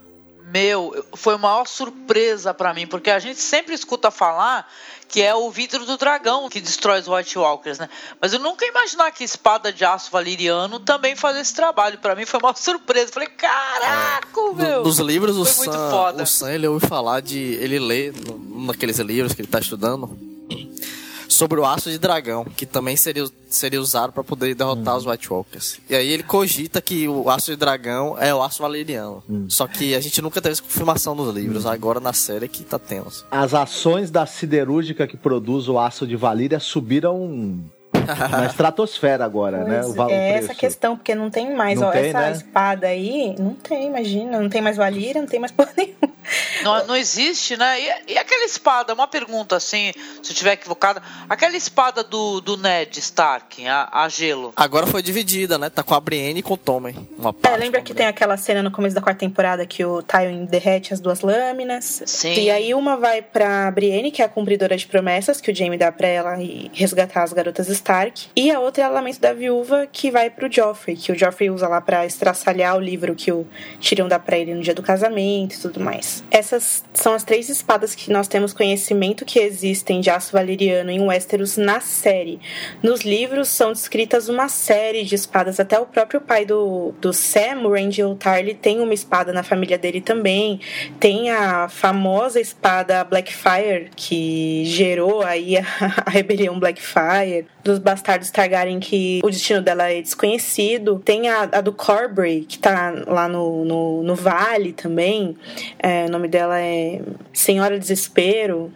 Foi uma maior surpresa pra mim, porque a gente sempre escuta falar que é o vidro do dragão que destrói os White Walkers, né? Mas eu nunca ia imaginar que espada de aço valeriano também fazia esse trabalho. Pra mim foi uma surpresa. Falei, caraca, meu! Nos livros, o Sam, ele ouve falar ele lê naqueles livros que ele tá estudando sobre o aço de dragão, que também seria usado para poder derrotar os White Walkers. E aí ele cogita que o aço de dragão é o aço valeriano. Só que a gente nunca teve essa confirmação nos livros. Agora na série que tá tendo. As ações da siderúrgica que produz o aço de Valíria subiram na estratosfera agora, né? O essa questão, porque não tem mais. Não tem, essa né? espada aí, não tem, imagina. Não tem mais Valíria, não tem mais porra nenhuma. Não existe, né? E aquela espada, uma pergunta assim, se eu estiver equivocada, aquela espada do Ned Stark, a gelo. Agora foi dividida, né? Tá com a Brienne e com o Tommen. Lembra que tem aquela cena no começo da quarta temporada que o Tywin derrete as duas lâminas? Sim. E aí uma vai pra Brienne, que é a cumpridora de promessas, que o Jaime dá pra ela e resgatar as garotas Stark. E a outra é o Lamento da Viúva, que vai pro Joffrey, que o Joffrey usa lá pra estraçalhar o livro que o Tyrion dá pra ele no dia do casamento e tudo mais. Essas são as 3 espadas que nós temos conhecimento que existem de aço valeriano em Westeros na série. Nos livros são descritas uma série de espadas, até o próprio pai do Sam, o Randall Tarly, tem uma espada na família dele também. Tem a famosa espada Blackfyre, que gerou aí a rebelião Blackfyre, dos bastardos Targaryen, que o destino dela é desconhecido. Tem a do Corbray, que tá lá no vale também. O nome dela é Senhora Desespero.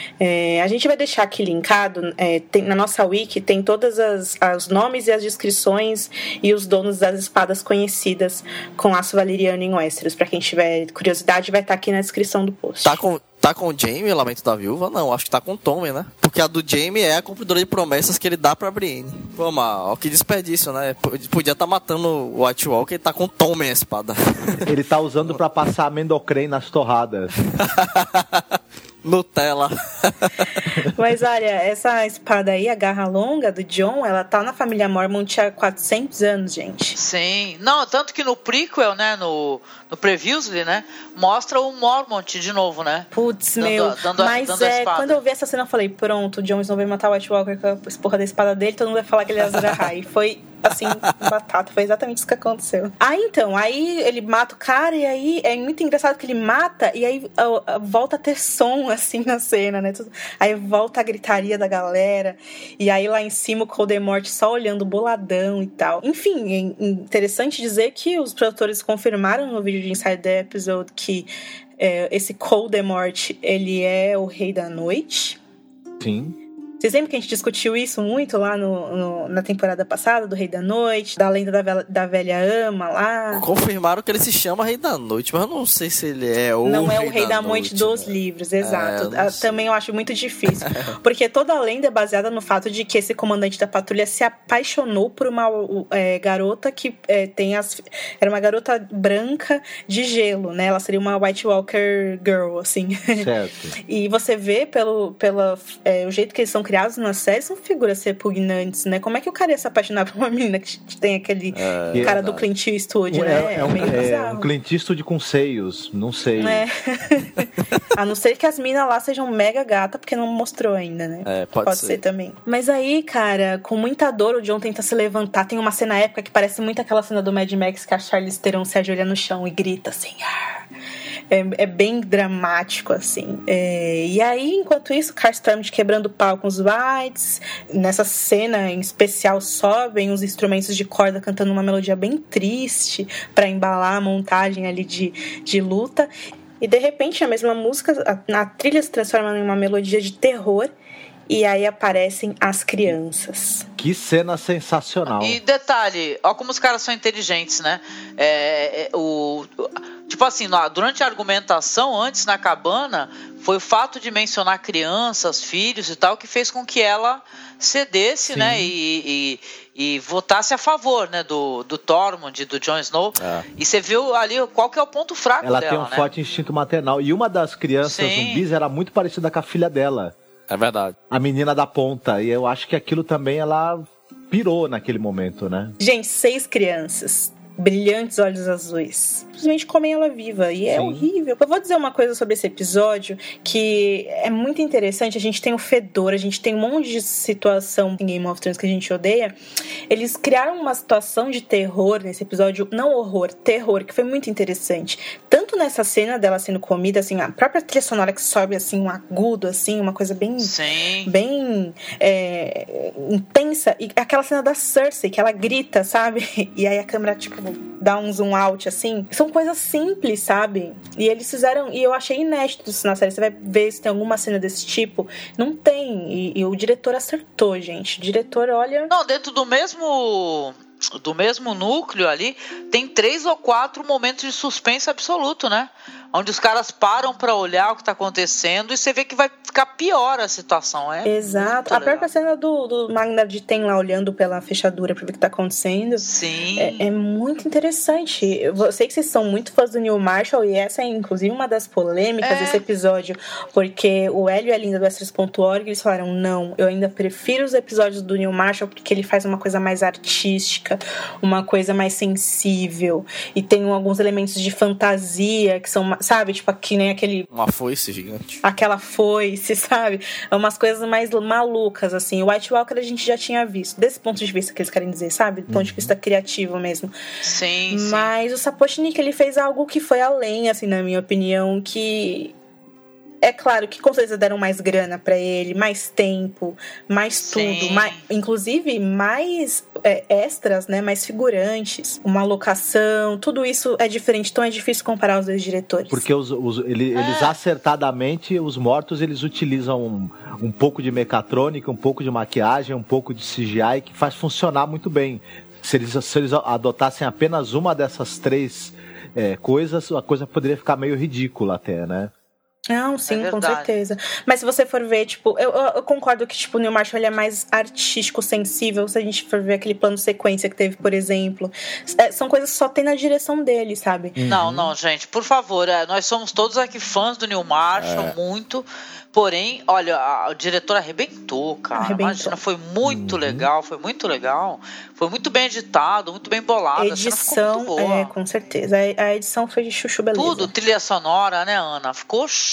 A gente vai deixar aqui linkado, na nossa wiki tem todos os nomes e as descrições e os donos das espadas conhecidas com aço valeriano em Westeros. Pra quem tiver curiosidade, vai estar aqui na descrição do post. Tá com o Jaime, o Lamento da Viúva? Não, acho que tá com o Tommen, né? Porque a do Jaime é a cumpridora de promessas que ele dá pra Brienne. Pô, mas que desperdício, né? Podia estar matando o White Walker e tá com o Tommen a espada. Ele tá usando pra passar amendocrem nas torradas. Nutella. Mas olha, essa espada aí, a Garra Longa do Jon, ela tá na família Mormont há 400 anos, gente. Sim. Não, tanto que no prequel, né, no Previously, né, mostra o Mormont de novo, né? Putz, dando a espada. Quando eu vi essa cena, eu falei, pronto, o Jon Snow vai matar o White Walker com a porra da espada dele, todo mundo vai falar que ele é Azor Ahai. Foi assim, batata. Foi exatamente isso que aconteceu. Aí ele mata o cara, e aí é muito engraçado que ele mata, e aí volta a ter som, assim, na cena, né? Aí volta a gritaria da galera, e aí lá em cima o Coldemort só olhando boladão e tal. Enfim, é interessante dizer que os produtores confirmaram no vídeo de Inside the Episode que esse Coldemort, ele é o Rei da Noite. Sim. Vocês lembram que a gente discutiu isso muito lá na temporada passada, do Rei da Noite, da lenda da velha ama lá? Confirmaram que ele se chama Rei da Noite, mas eu não sei se ele é o Não Rei é o Rei da Noite dos livros, exato. Também eu acho muito difícil. Porque toda a lenda é baseada no fato de que esse comandante da patrulha se apaixonou por uma garota que era uma garota branca de gelo, né? Ela seria uma White Walker Girl, assim. Certo. E você vê pelo o jeito que eles são criados na série, são figuras repugnantes, né? Como é que o cara ia se apaixonar por uma menina que tem aquele cara do Clint Eastwood, né? É um Clint Eastwood com seios, não sei. A não ser que as minas lá sejam mega gata, porque não mostrou ainda, né? Pode ser também. Mas aí, cara, com muita dor, o John tenta se levantar. Tem uma cena épica que parece muito aquela cena do Mad Max, que a Charlize Theron se ajoelha no chão e grita assim... É bem dramático, assim. E aí, enquanto isso, Karl Stormont quebrando pau com os Whites. Nessa cena, em especial, sobem os instrumentos de corda cantando uma melodia bem triste para embalar a montagem ali de luta. E, de repente, a mesma música, a trilha se transforma em uma melodia de terror. E aí aparecem as crianças. Que cena sensacional. E detalhe, ó como os caras são inteligentes, né? Tipo assim, durante a argumentação, antes na cabana, foi o fato de mencionar crianças, filhos e tal, que fez com que ela cedesse, sim, né? E votasse a favor, né? Do Tormund, do Jon Snow. E você viu ali qual que é o ponto fraco dela, né? Ela tem um forte instinto maternal. E uma das crianças zumbis era muito parecida com a filha dela. É verdade. A menina da ponta. E eu acho que aquilo também, ela pirou naquele momento, né? Gente, 6 crianças. Brilhantes olhos azuis. Simplesmente comem ela viva. E é horrível. Eu vou dizer uma coisa sobre esse episódio que é muito interessante. A gente tem o fedor, a gente tem um monte de situação em Game of Thrones que a gente odeia. Eles criaram uma situação de terror nesse episódio. Não horror, terror, que foi muito interessante. Tanto nessa cena dela sendo comida, assim, a própria trilha sonora que sobe, assim, um agudo, assim, uma coisa bem... Sim. Bem intensa. E aquela cena da Cersei, que ela grita, sabe? E aí a câmera, tipo, dá um zoom out, assim. São coisas simples, sabe? E eles fizeram... E eu achei inédito isso na série. Você vai ver se tem alguma cena desse tipo. Não tem. E o diretor acertou, gente. O diretor, olha... Não, dentro do mesmo núcleo ali, tem 3 ou 4 momentos de suspense absoluto, né? Onde os caras param pra olhar o que tá acontecendo e você vê que vai ficar pior a situação. Exato. A própria cena do Magnar de Ten lá olhando pela fechadura pra ver o que tá acontecendo. Sim. É muito interessante. Eu sei que vocês são muito fãs do Neil Marshall, e essa é inclusive uma das polêmicas desse episódio, porque o Hélio e a Linda do Extras.org, eles falaram, não, eu ainda prefiro os episódios do Neil Marshall porque ele faz uma coisa mais artística, uma coisa mais sensível, e tem alguns elementos de fantasia que são, sabe, tipo, que nem aquele... Uma foice gigante. Aquela foice, sabe? É umas coisas mais malucas, assim. O White Walker a gente já tinha visto, desse ponto de vista que eles querem dizer, sabe? Do ponto de vista criativo mesmo. Sim, Mas o Sapochnik, ele fez algo que foi além, assim, na minha opinião, que... É claro que com certeza deram mais grana pra ele, mais tempo, mais tudo, inclusive mais extras, né, mais figurantes, uma locação, tudo isso é diferente, então é difícil comparar os dois diretores. Porque eles acertadamente, os mortos, eles utilizam um pouco de mecatrônica, um pouco de maquiagem, um pouco de CGI, que faz funcionar muito bem. Se eles adotassem apenas uma dessas 3 coisas, a coisa poderia ficar meio ridícula até, né? Não, sim, com certeza. Mas se você for ver, tipo, eu concordo que, tipo, o Neil Marshall, ele é mais artístico, sensível. Se a gente for ver aquele plano sequência que teve, por exemplo, são coisas que só tem na direção dele, sabe? Não, gente, por favor, nós somos todos aqui fãs do Neil Marshall, muito. Porém, olha, o diretor arrebentou, cara. Imagina, foi muito legal, foi muito legal. Foi muito bem editado, muito bem bolado. A edição, muito boa. Com certeza. A edição foi de chuchu beleza. Tudo, trilha sonora, né, Ana? Ficou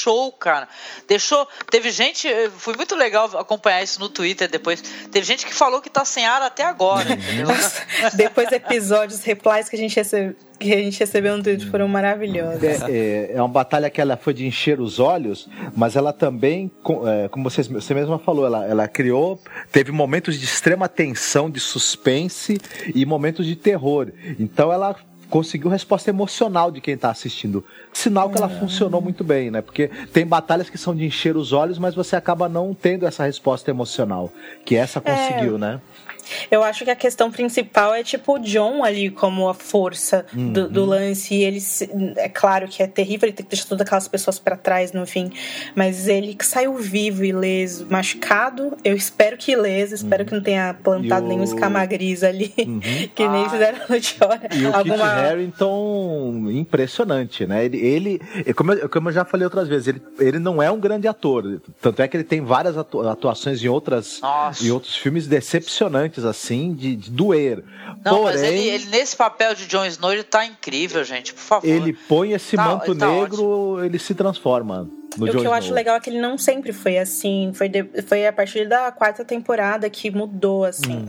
show, cara. Teve gente, foi muito legal acompanhar isso no Twitter depois. Teve gente que falou que tá sem ar até agora. Depois episódios, replies que a gente recebeu no Twitter foram maravilhosos. É uma batalha que ela foi de encher os olhos, mas ela também, como você mesma falou, ela criou, teve momentos de extrema tensão, de suspense e momentos de terror. Então ela conseguiu resposta emocional de quem está assistindo. Sinal que ela funcionou muito bem, né? Porque tem batalhas que são de encher os olhos, mas você acaba não tendo essa resposta emocional, que essa conseguiu, né? Eu acho que a questão principal é tipo o Jon ali como a força do lance. E ele, é claro que é terrível, ele tem que deixar todas aquelas pessoas pra trás no fim, mas ele saiu vivo, ileso, machucado. Eu espero que ileso, espero que não tenha plantado nenhum escama gris ali, que nem fizeram no Chora. E o Kit Harington, impressionante, né? Ele como eu já falei outras vezes, ele não é um grande ator, tanto é que ele tem várias atuações em outros filmes decepcionantes, assim, de doer. Não, porém, mas ele nesse papel de Jon Snow, ele tá incrível, gente, por favor. Ele põe esse manto negro, ótimo. Ele se transforma. O que eu acho legal é que ele não sempre foi assim. Foi a partir da 4ª temporada que mudou, assim.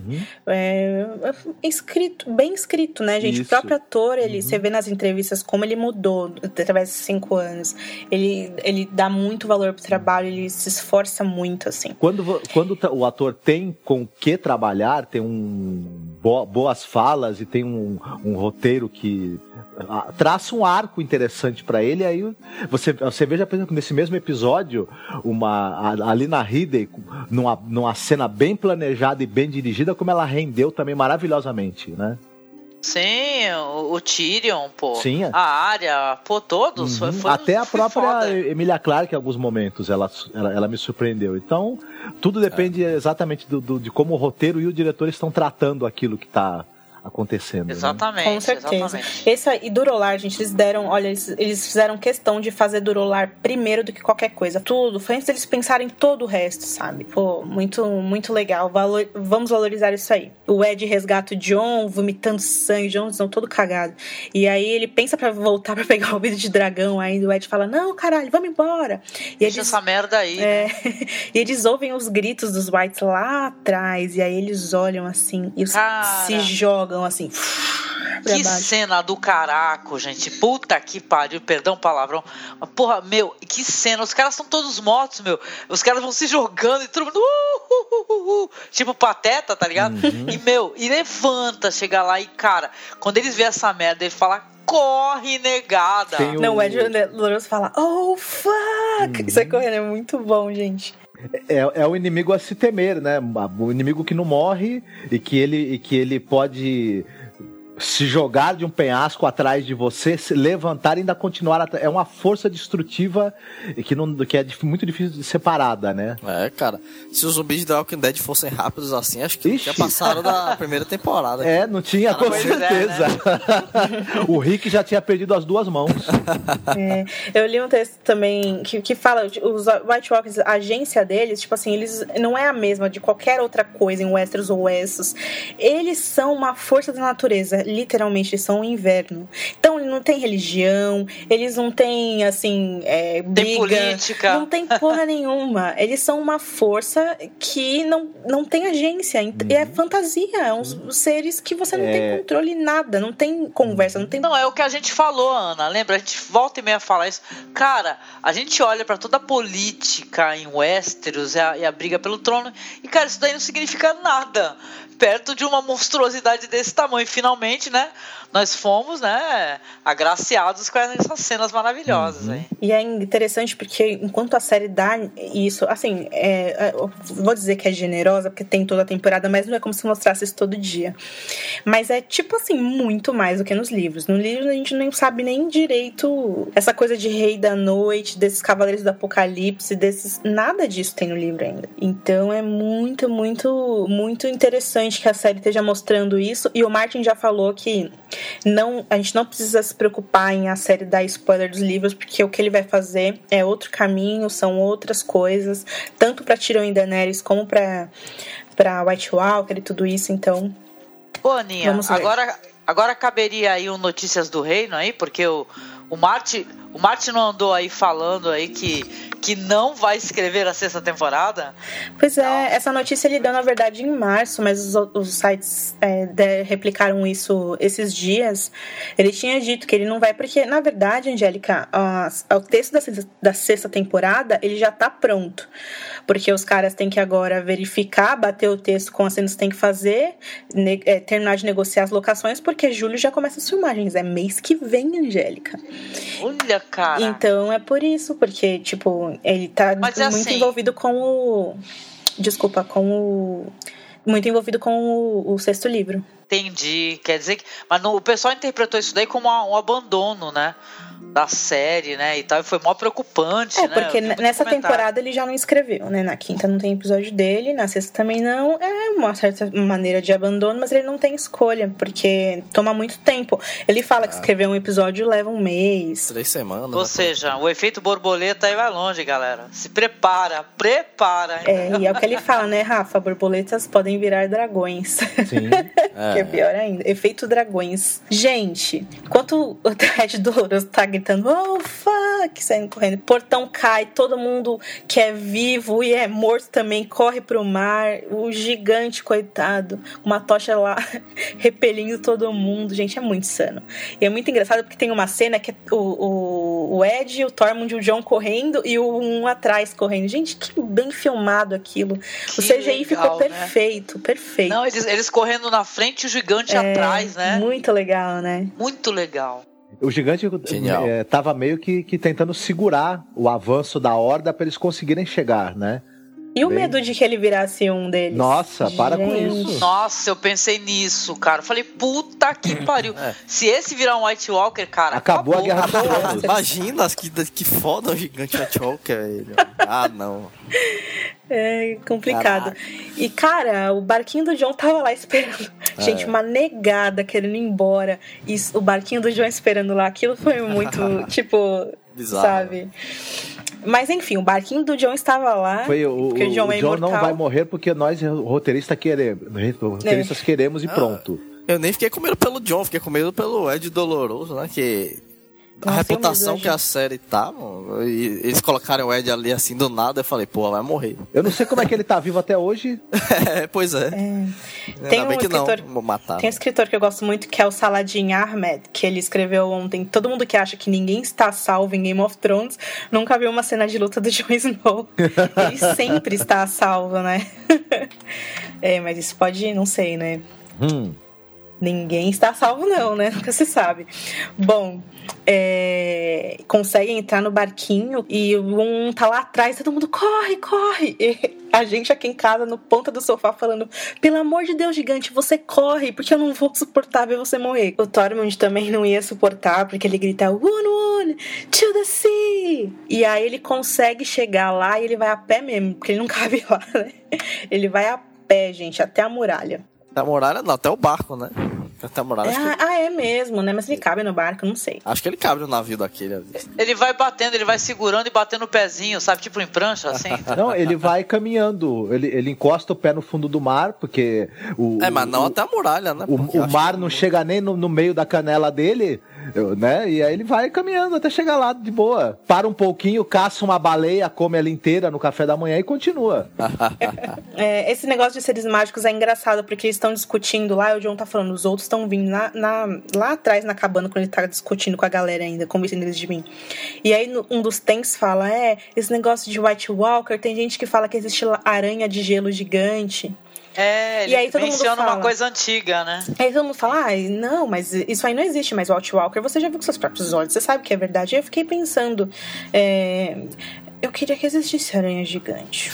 Bem escrito, né, gente? Isso. O próprio ator, você vê nas entrevistas como ele mudou através de 5 anos. Ele dá muito valor pro trabalho, ele se esforça muito, assim. Quando o ator tem com o que trabalhar, tem boas falas e tem um roteiro que traça um arco interessante pra ele, aí você veja, por exemplo, nesse mesmo episódio, ali na Hidden, numa cena bem planejada e bem dirigida, como ela rendeu também maravilhosamente, né? Sim, o Tyrion, pô. Sim. A Arya, pô, todos. Foi até a própria foda. Emilia Clarke, em alguns momentos, ela me surpreendeu. Então, tudo depende exatamente de como o roteiro e o diretor estão tratando aquilo que está acontecendo. Exatamente. Né? Com certeza. Exatamente. E Durolar, gente, eles fizeram questão de fazer Durolar primeiro do que qualquer coisa. Tudo. Foi antes deles pensarem todo o resto, sabe? Pô, muito, muito legal. Vamos valorizar isso aí. O Ed resgata o Jon, vomitando sangue, Jon Snow todo cagado. E aí ele pensa pra voltar pra pegar o vidro de dragão, ainda o Ed fala, não, caralho, vamos embora. Deixa essa merda aí. Né? E eles ouvem os gritos dos Whites lá atrás, e aí eles olham assim, e se jogam assim. Que cena do caraco, gente. Puta que pariu, perdão o palavrão. Mas, porra, meu, que cena. Os caras estão todos mortos, meu. Os caras vão se jogando e todo mundo. Tipo Pateta, tá ligado? E levanta, chega lá e, cara, quando eles vêem essa merda, ele fala, corre, negada. Não, o Ed Louroso fala, oh, fuck. Isso aí correndo é muito bom, gente. É o inimigo a se temer, né? O inimigo que não morre e que ele pode se jogar de um penhasco atrás de você, se levantar e ainda continuar. É uma força destrutiva que é muito difícil de ser parada, né? Cara, se os zumbis de The Walking Dead fossem rápidos assim, acho que já passaram da primeira temporada. Não tinha, com certeza. Né? O Rick já tinha perdido as 2 mãos. Eu li um texto também que fala, os White Walkers, a agência deles, tipo assim, eles não é a mesma de qualquer outra coisa em Westeros ou Wessos. Eles são uma força da natureza. Literalmente, eles são o inverno. Então, não tem religião, eles não têm, assim, briga. Tem política. Não tem porra nenhuma. Eles são uma força que não tem agência. E é fantasia. É uns seres que você não tem controle nada. Não tem conversa, não tem... Não, é o que a gente falou, Ana. Lembra? A gente volta e meia falar isso. Cara, a gente olha pra toda a política em Westeros e a briga pelo trono. E, cara, isso daí não significa nada perto de uma monstruosidade desse tamanho. Finalmente, né, nós fomos, né, agraciados com essas cenas maravilhosas aí. E é interessante porque enquanto a série dá isso, assim, vou dizer que é generosa porque tem toda a temporada, mas não é como se mostrasse isso todo dia. Mas é tipo assim, muito mais do que nos livros. No livro a gente não sabe nem direito essa coisa de Rei da Noite, desses Cavaleiros do Apocalipse, nada disso tem no livro ainda. Então é muito, muito, muito interessante que a série esteja mostrando isso. E o Martin já falou que a gente não precisa se preocupar em a série dar spoiler dos livros, porque o que ele vai fazer é outro caminho, são outras coisas, tanto pra Tyrion e Daenerys como pra White Walker e tudo isso. Então, Aninha, agora caberia aí o Notícias do Reino aí, porque o O Martin não andou aí falando aí que não vai escrever a 6ª temporada? Pois é, essa notícia ele deu, na verdade, em março, mas os sites replicaram isso esses dias. Ele tinha dito que ele não vai, porque, na verdade, Angélica, o texto da 6ª temporada, ele já tá pronto. Porque os caras têm que agora verificar, bater o texto com as cenas que tem que fazer, terminar de negociar as locações, porque julho já começa as filmagens. É mês que vem, Angélica. Olha, cara. Então é por isso, porque, tipo, ele tá muito assim, envolvido com o. Desculpa, muito envolvido com o 6º livro. Entendi. Quer dizer que. Mas o pessoal interpretou isso daí como um abandono, né? Da série, né? E tal. E foi mó preocupante, né? Porque nessa temporada ele já não escreveu, né? Na 5ª não tem episódio dele, na 6ª também não. É uma certa maneira de abandono, mas ele não tem escolha, porque toma muito tempo. Ele fala que escrever um episódio leva um mês. 3 semanas. Ou seja, o efeito borboleta aí vai longe, galera. Se prepara. E é o que ele fala, né, Rafa? Borboletas podem virar dragões. Sim. Que é pior ainda. Efeito dragões. Gente, enquanto o Ted Doloroso tá gritando, oh, fuck, saindo correndo, portão cai, todo mundo que é vivo e é morto também corre pro mar, o gigante, coitado, uma tocha lá repelindo todo mundo. Gente, é muito insano. E é muito engraçado porque tem uma cena que é o Ed, o Tormund e o Jon correndo e um atrás correndo. Gente, que bem filmado aquilo. O CGI legal, ficou perfeito, né? Perfeito. Não, eles correndo na frente e o gigante atrás, né? Muito legal, né? Muito legal. O gigante tava meio que tentando segurar o avanço da horda para eles conseguirem chegar, né? E o medo de que ele virasse um deles? Nossa, para com isso. Nossa, eu pensei nisso, cara. Eu falei, puta que pariu. Se esse virar um White Walker, cara, acabou a Guerra dos Tronos. Imagina que foda o gigante White Walker, velho. Ah, não. É complicado. Caraca. E, cara, o barquinho do Jon tava lá esperando. Gente, uma negada querendo ir embora. E o barquinho do Jon esperando lá. Aquilo foi muito, tipo, bizarro, sabe? Mas enfim, o barquinho do Jon estava lá. Porque o Jon não vai morrer porque nós, roteiristas, queremos e pronto. Eu nem fiquei com medo pelo Jon, fiquei com medo pelo Ed Doloroso, né? Que a reputação que a série tá, mano, e eles colocaram o Ed ali assim do nada, eu falei, pô, vai morrer. Eu não sei como é que ele tá vivo até hoje. Pois é. Tem um escritor, tem um escritor que eu gosto muito, que é o Saladin Ahmed, que ele escreveu ontem: todo mundo que acha que ninguém está salvo em Game of Thrones nunca viu uma cena de luta do Jon Snow. Ele sempre está salvo, né? Mas isso pode, não sei, né? Ninguém está salvo não, né? Nunca se sabe. Bom, conseguem entrar no barquinho e um tá lá atrás, todo mundo corre, corre. E a gente aqui em casa, no ponta do sofá, falando, pelo amor de Deus, gigante, você corre, porque eu não vou suportar ver você morrer. O Tormund também não ia suportar, porque ele grita, one, to the sea. E aí ele consegue chegar lá e ele vai a pé mesmo, porque ele não cabe lá, né? Ele vai a pé, gente, até a muralha. Até a muralha não, até o barco, né? Até a muralha, é mesmo, né? Mas ele cabe no barco, não sei. Acho que ele cabe no navio daquele. Ele vai batendo, ele vai segurando e batendo o pezinho, sabe? Tipo em prancha, assim. Não, ele vai caminhando. Ele encosta o pé no fundo do mar, porque mas não até a muralha, né? O mar não chega nem no meio da canela dele, né? E aí ele vai caminhando até chegar lá de boa. Para um pouquinho, caça uma baleia, come ela inteira no café da manhã e continua. Esse negócio de seres mágicos é engraçado, porque eles estão discutindo lá, e o Jon tá falando, os outros estão vindo lá atrás na cabana, quando ele tá discutindo com a galera ainda, convencendo eles de mim. E aí um dos Tens fala, esse negócio de White Walker, tem gente que fala que existe aranha de gelo gigante. Ele aí menciona uma coisa antiga, né? Aí todo mundo fala, não, mas isso aí não existe mais, White Walker, você já viu com seus próprios olhos, você sabe que é verdade. Aí eu fiquei pensando, eu queria que existisse aranha gigante.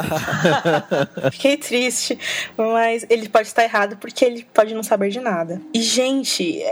Fiquei triste, mas ele pode estar errado porque ele pode não saber de nada. E, gente,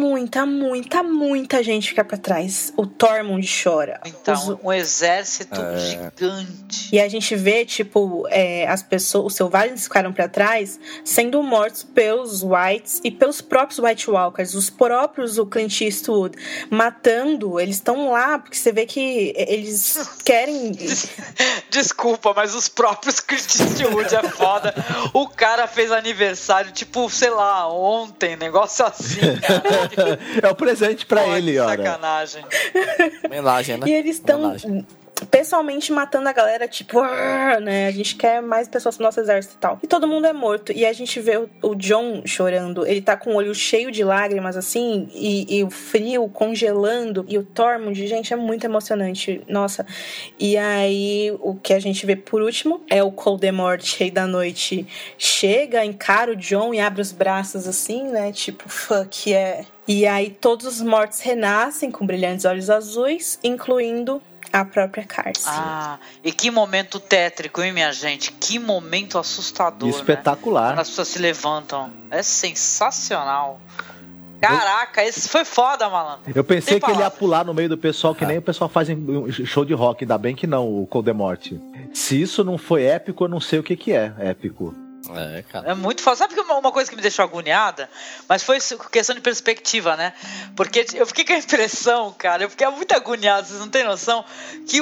muita gente fica pra trás. O Tormund chora. Então, um exército gigante. E a gente vê, tipo, as pessoas, os selvagens ficaram pra trás sendo mortos pelos Whites e pelos próprios White Walkers, os próprios, o Clint Eastwood, matando. Eles estão lá porque você vê que eles querem querem... Desculpa, mas os próprios Clint Eastwood é foda. O cara fez aniversário, tipo, sei lá, ontem, negócio assim, cara. É o presente pra ele, ó. Sacanagem. Homenagem, né? E eles estão pessoalmente matando a galera, tipo, né? A gente quer mais pessoas pro nosso exército e tal. E todo mundo é morto. E a gente vê o Jon chorando. Ele tá com o olho cheio de lágrimas, assim, e o frio congelando. E o Tormund, gente, é muito emocionante. Nossa. E aí, o que a gente vê por último é o Coldemort, Rei da Noite, chega, encara o Jon e abre os braços, assim, né? Tipo, fuck, yeah. E aí, todos os mortos renascem com brilhantes olhos azuis, incluindo a própria Cersei. E que momento tétrico, hein, minha gente? Que momento assustador, espetacular, né? Quando as pessoas se levantam. É sensacional. Caraca, esse foi foda, malandro. Eu pensei que ele ia pular no meio do pessoal, que nem o pessoal faz em show de rock. Ainda bem que não, o Coldemort. Se isso não foi épico, eu não sei o que é épico. É, cara. É muito foda. Sabe que uma coisa que me deixou agoniada? Mas foi questão de perspectiva, né? Porque eu fiquei com a impressão, cara, eu fiquei muito agoniado, vocês não tem noção, que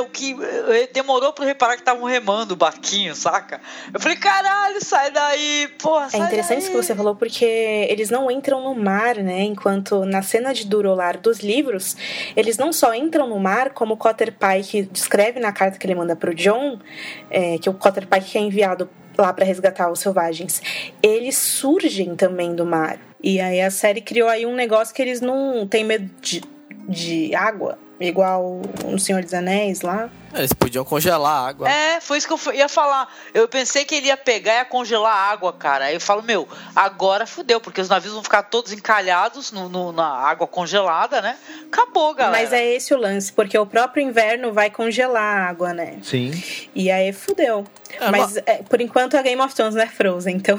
demorou pra eu reparar que estavam remando o barquinho, saca? Eu falei, caralho, sai daí, porra, sai daí. É interessante isso que você falou, porque eles não entram no mar, né? Enquanto na cena de Durolar dos livros, eles não só entram no mar, como o Cotter Pike descreve na carta que ele manda pro Jon, que o Cotter Pike é enviado lá pra resgatar os selvagens, eles surgem também do mar. E aí a série criou aí um negócio que eles não têm medo de água, igual no Senhor dos Anéis lá. Eles podiam congelar a água. Foi isso que eu ia falar. Eu pensei que ele ia pegar e ia congelar a água, cara. Aí eu falo, agora fudeu, porque os navios vão ficar todos encalhados na água congelada, né? Acabou, galera. Mas é esse o lance, porque o próprio inverno vai congelar a água, né? Sim. E aí fudeu. Mas por enquanto é Game of Thrones, não é Frozen, então...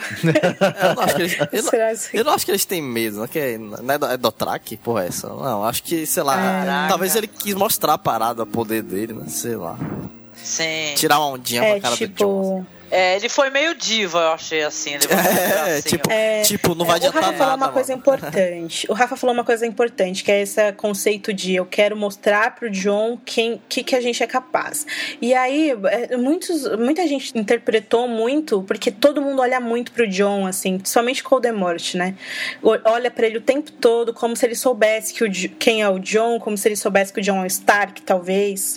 Eu não acho que eles têm medo, não é Dothraki, porra, essa. Não, acho que, sei lá, talvez ele quis mostrar a parada, o poder dele, né? Sei lá. Sim. Tirar uma ondinha pra cara do Jon. Ele foi meio diva, eu achei assim. Tipo, não vai adiantar nada. O Rafa falou uma coisa importante. O Rafa falou uma coisa importante, que é esse conceito de eu quero mostrar pro Jon que a gente é capaz. E aí, muita gente interpretou muito, porque todo mundo olha muito pro Jon, assim, somente Coldemort, né? Olha pra ele o tempo todo, como se ele soubesse quem é o Jon, como se ele soubesse que o Jon é o Stark, talvez,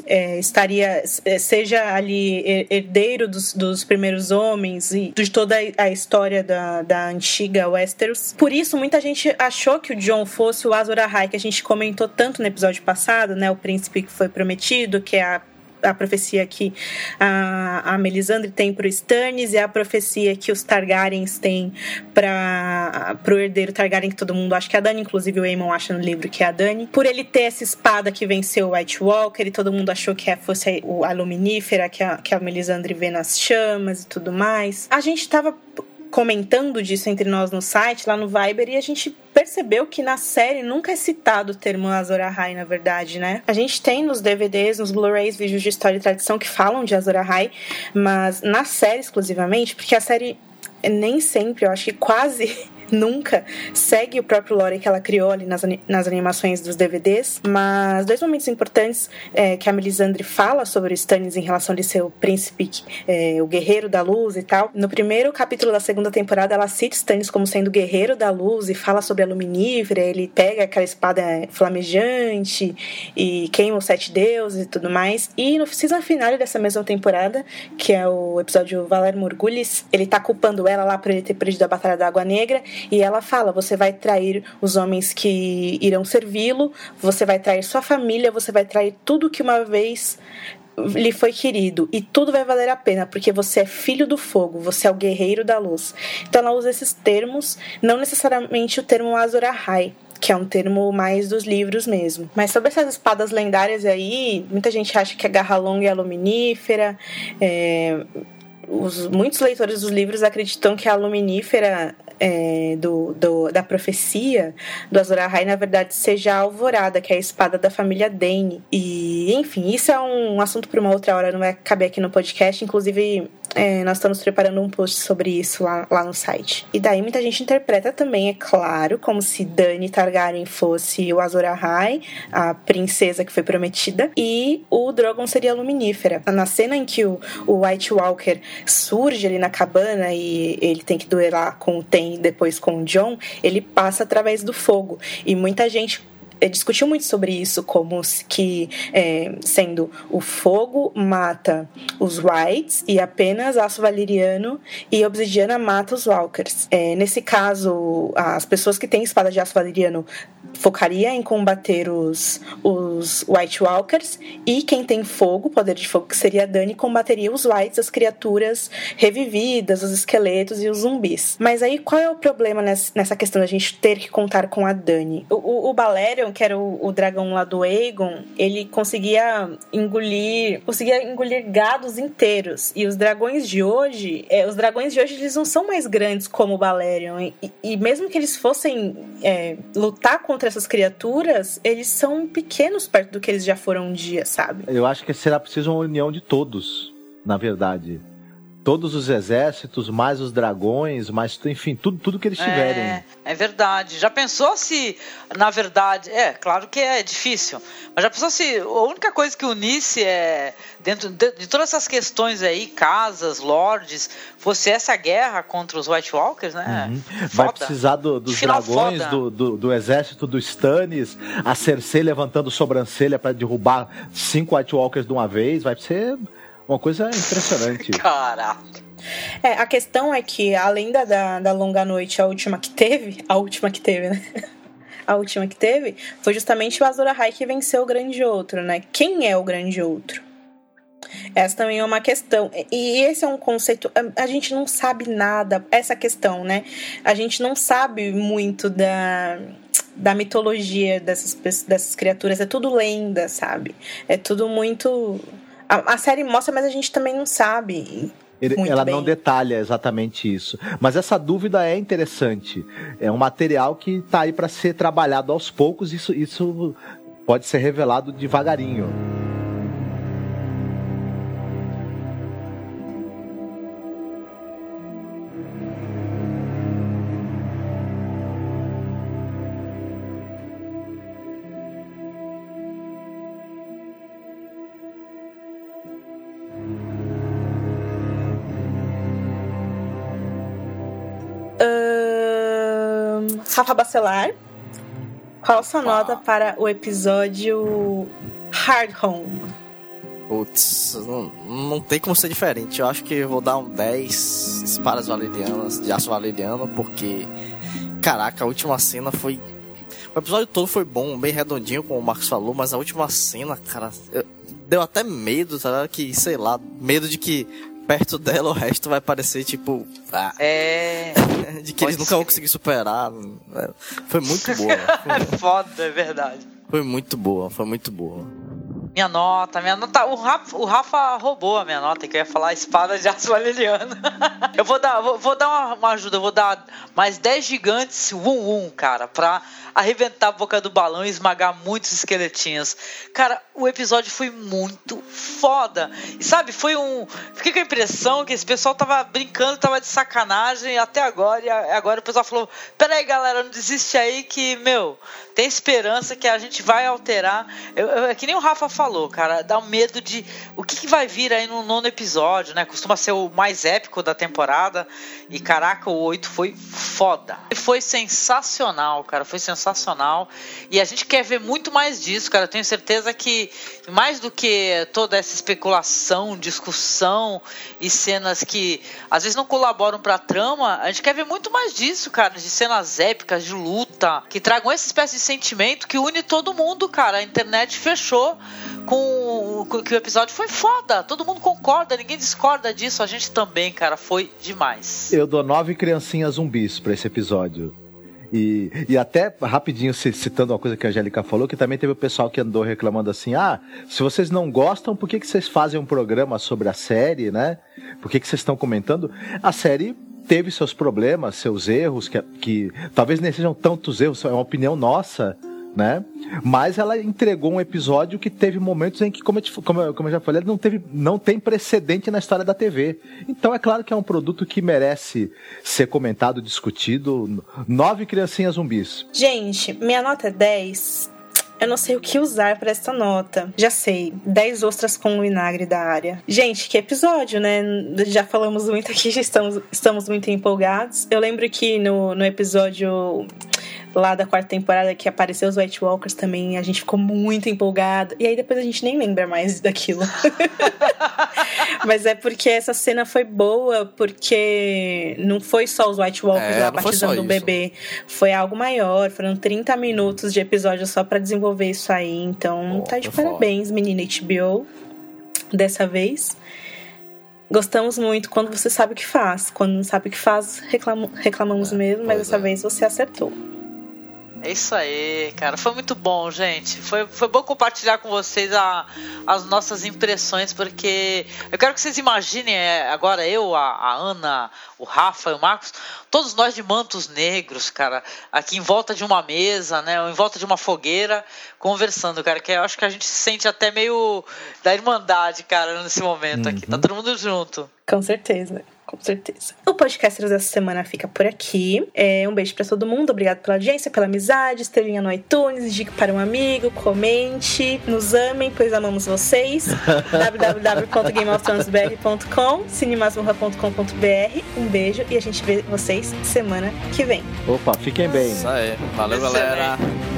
seja ali herdeiro dos primeiros homens e de toda a história da antiga Westeros. Por isso, muita gente achou que o Jon fosse o Azor Ahai, que a gente comentou tanto no episódio passado, né? O príncipe que foi prometido, que é a profecia que a Melisandre tem pro Stannis e a profecia que os Targaryens têm pro herdeiro Targaryen, que todo mundo acha que é a Dany, inclusive o Aemon acha no livro que é a Dany. Por ele ter essa espada que venceu o White Walker e todo mundo achou que fosse a luminífera que a Melisandre vê nas chamas e tudo mais. A gente tava comentando disso entre nós no site, lá no Viber, e a gente percebeu que na série nunca é citado o termo Azor Ahai, na verdade, né? A gente tem nos DVDs, nos Blu-rays, vídeos de história e tradição que falam de Azor Ahai, mas na série exclusivamente, porque a série nem sempre, eu acho que quase nunca segue o próprio lore que ela criou ali nas animações dos DVDs, mas dois momentos importantes que a Melisandre fala sobre o Stannis em relação de ser o príncipe, o guerreiro da luz e tal. No primeiro capítulo da segunda temporada, ela cita Stannis como sendo o guerreiro da luz e fala sobre a luminífera, ele pega aquela espada flamejante e queima os 7 deuses e tudo mais. E no season finale dessa mesma temporada, que é o episódio Valar Morghulis, ele tá culpando ela lá por ele ter perdido a Batalha da Água Negra. E ela fala, você vai trair os homens que irão servi-lo, você vai trair sua família, você vai trair tudo que uma vez lhe foi querido. E tudo vai valer a pena, porque você é filho do fogo, você é o guerreiro da luz. Então ela usa esses termos, não necessariamente o termo Azor Ahai, que é um termo mais dos livros mesmo. Mas sobre essas espadas lendárias aí, muita gente acha que a Garra Longa é a luminífera. Muitos leitores dos livros acreditam que a luminífera da profecia do Azor Ahai, na verdade, seja a Alvorada, que é a espada da família Dany. E, enfim, isso é um assunto para uma outra hora, não vai caber aqui no podcast. Inclusive, nós estamos preparando um post sobre isso lá no site. E daí muita gente interpreta também, é claro, como se Dany Targaryen fosse o Azor Ahai, a princesa que foi prometida, e o Drogon seria a Luminífera. Na cena em que o White Walker surge ali na cabana e ele tem que duelar com o Ten e depois com o Jon, ele passa através do fogo. E muita gente discutiu muito sobre isso, como que sendo o fogo mata os Whites e apenas aço valeriano e obsidiana mata os Walkers. Nesse caso, as pessoas que têm espada de aço valeriano focaria em combater os White Walkers, e quem tem fogo, poder de fogo, que seria a Dany, combateria os Whites, as criaturas revividas, os esqueletos e os zumbis. Mas aí qual é o problema nessa questão da gente ter que contar com a Dany? O Balerion, que era o dragão lá do Aegon, ele conseguia engolir gados inteiros, e os dragões de hoje eles não são mais grandes como o Balerion, e mesmo que eles fossem lutar contra essas criaturas, eles são pequenos perto do que eles já foram um dia, sabe? Eu acho que será preciso uma união de todos, na verdade. Todos os exércitos, mais os dragões, mais, enfim, tudo que eles tiverem. É verdade. Já pensou se, na verdade... claro que é difícil, mas já pensou se a única coisa que unisse dentro de todas essas questões aí, casas, lords, fosse essa guerra contra os White Walkers, né? Vai precisar dos dragões, do exército dos Stannis, a Cersei levantando sobrancelha para derrubar 5 White Walkers de uma vez, vai ser... uma coisa impressionante. Caraca. A questão é que, além da longa noite, a última que teve, né? A última que teve foi justamente o Azor Ahai que venceu o Grande Outro, né? Quem é o Grande Outro? Essa também é uma questão. E esse é um conceito... A gente não sabe nada. Essa questão, né? A gente não sabe muito da mitologia dessas criaturas. É tudo lenda, sabe? É tudo muito... A série mostra, mas a gente também não sabe. Ela não detalha exatamente isso. Mas essa dúvida é interessante. É um material que está aí para ser trabalhado aos poucos. Isso pode ser revelado devagarinho. Rafa Bacelar, qual a sua nota para o episódio Hardhome? Putz, não tem como ser diferente. Eu acho que eu vou dar um 10 espadas valerianas, de aço valeriano, porque, caraca, a última cena foi... O episódio todo foi bom, bem redondinho, como o Marcos falou, mas a última cena, cara, deu até medo, tá? Que, sei lá, medo de que perto dela o resto vai parecer tipo... de que eles nunca vão conseguir superar. Foi muito boa. É foda, é verdade. Foi muito boa. Minha nota. O Rafa roubou a minha nota, que eu ia falar espada de aço valeriano. Eu vou dar uma ajuda, eu vou dar mais 10 gigantes, cara, pra arrebentar a boca do balão e esmagar muitos esqueletinhos. Cara, o episódio foi muito foda. E sabe, fiquei com a impressão que esse pessoal tava brincando, tava de sacanagem até agora. E agora o pessoal falou: peraí, galera, não desiste aí que, tem esperança que a gente vai alterar. É que nem o Rafa falou, cara, dá um medo de o que vai vir aí no 9º episódio, né? Costuma ser o mais épico da temporada. E caraca, o 8 foi foda. Foi sensacional, cara, foi sensacional. E a gente quer ver muito mais disso, cara. Eu tenho certeza que mais do que toda essa especulação, discussão e cenas que às vezes não colaboram pra trama, a gente quer ver muito mais disso, cara, de cenas épicas, de luta, que tragam essa espécie de sentimento que une todo mundo, cara. A internet fechou com que o episódio foi foda. Todo mundo concorda, ninguém discorda disso. A gente também, cara, foi demais. Eu dou 9 criancinhas zumbis pra esse episódio. E até rapidinho citando uma coisa que a Angélica falou, que também teve o pessoal que andou reclamando assim: se vocês não gostam, por que vocês fazem um programa sobre a série, né? Por que vocês estão comentando? A série teve seus problemas, seus erros, que talvez nem sejam tantos erros, é uma opinião nossa, né? Mas ela entregou um episódio que teve momentos em que, como eu já falei, não tem precedente na história da TV. Então é claro que é um produto que merece ser comentado, discutido. 9 criancinhas zumbis. Gente, minha nota é 10. Eu não sei o que usar para essa nota. Já sei, 10 ostras com vinagre da área. Gente, que episódio, né? Já falamos muito aqui, já estamos muito empolgados. Eu lembro que no episódio lá da 4ª temporada que apareceu os White Walkers também, a gente ficou muito empolgado. E aí depois a gente nem lembra mais daquilo. Mas é porque essa cena foi boa, porque não foi só os White Walkers lá batizando o bebê. Foi algo maior, foram 30 minutos de episódio só pra desenvolver isso aí. Então, tá de parabéns, menina HBO, dessa vez. Gostamos muito quando você sabe o que faz. Quando não sabe o que faz, reclamamos mesmo, mas dessa vez você acertou. É isso aí, cara. Foi muito bom, gente. Foi bom compartilhar com vocês as nossas impressões, porque eu quero que vocês imaginem agora eu, a Ana, o Rafa e o Marcos, todos nós de mantos negros, cara, aqui em volta de uma mesa, né, ou em volta de uma fogueira, conversando, cara, que eu acho que a gente se sente até meio da irmandade, cara, nesse momento aqui. Tá todo mundo junto. Com certeza. Com certeza. O podcast dessa semana fica por aqui. Um beijo pra todo mundo. Obrigado pela audiência, pela amizade. Estrelinha no iTunes, indique para um amigo, comente, nos amem, pois amamos vocês. www.gameofthronesbr.com, cinemasmorra.com.br. Um beijo e a gente vê vocês semana que vem. Opa, fiquem bem. Isso aí. Valeu, galera.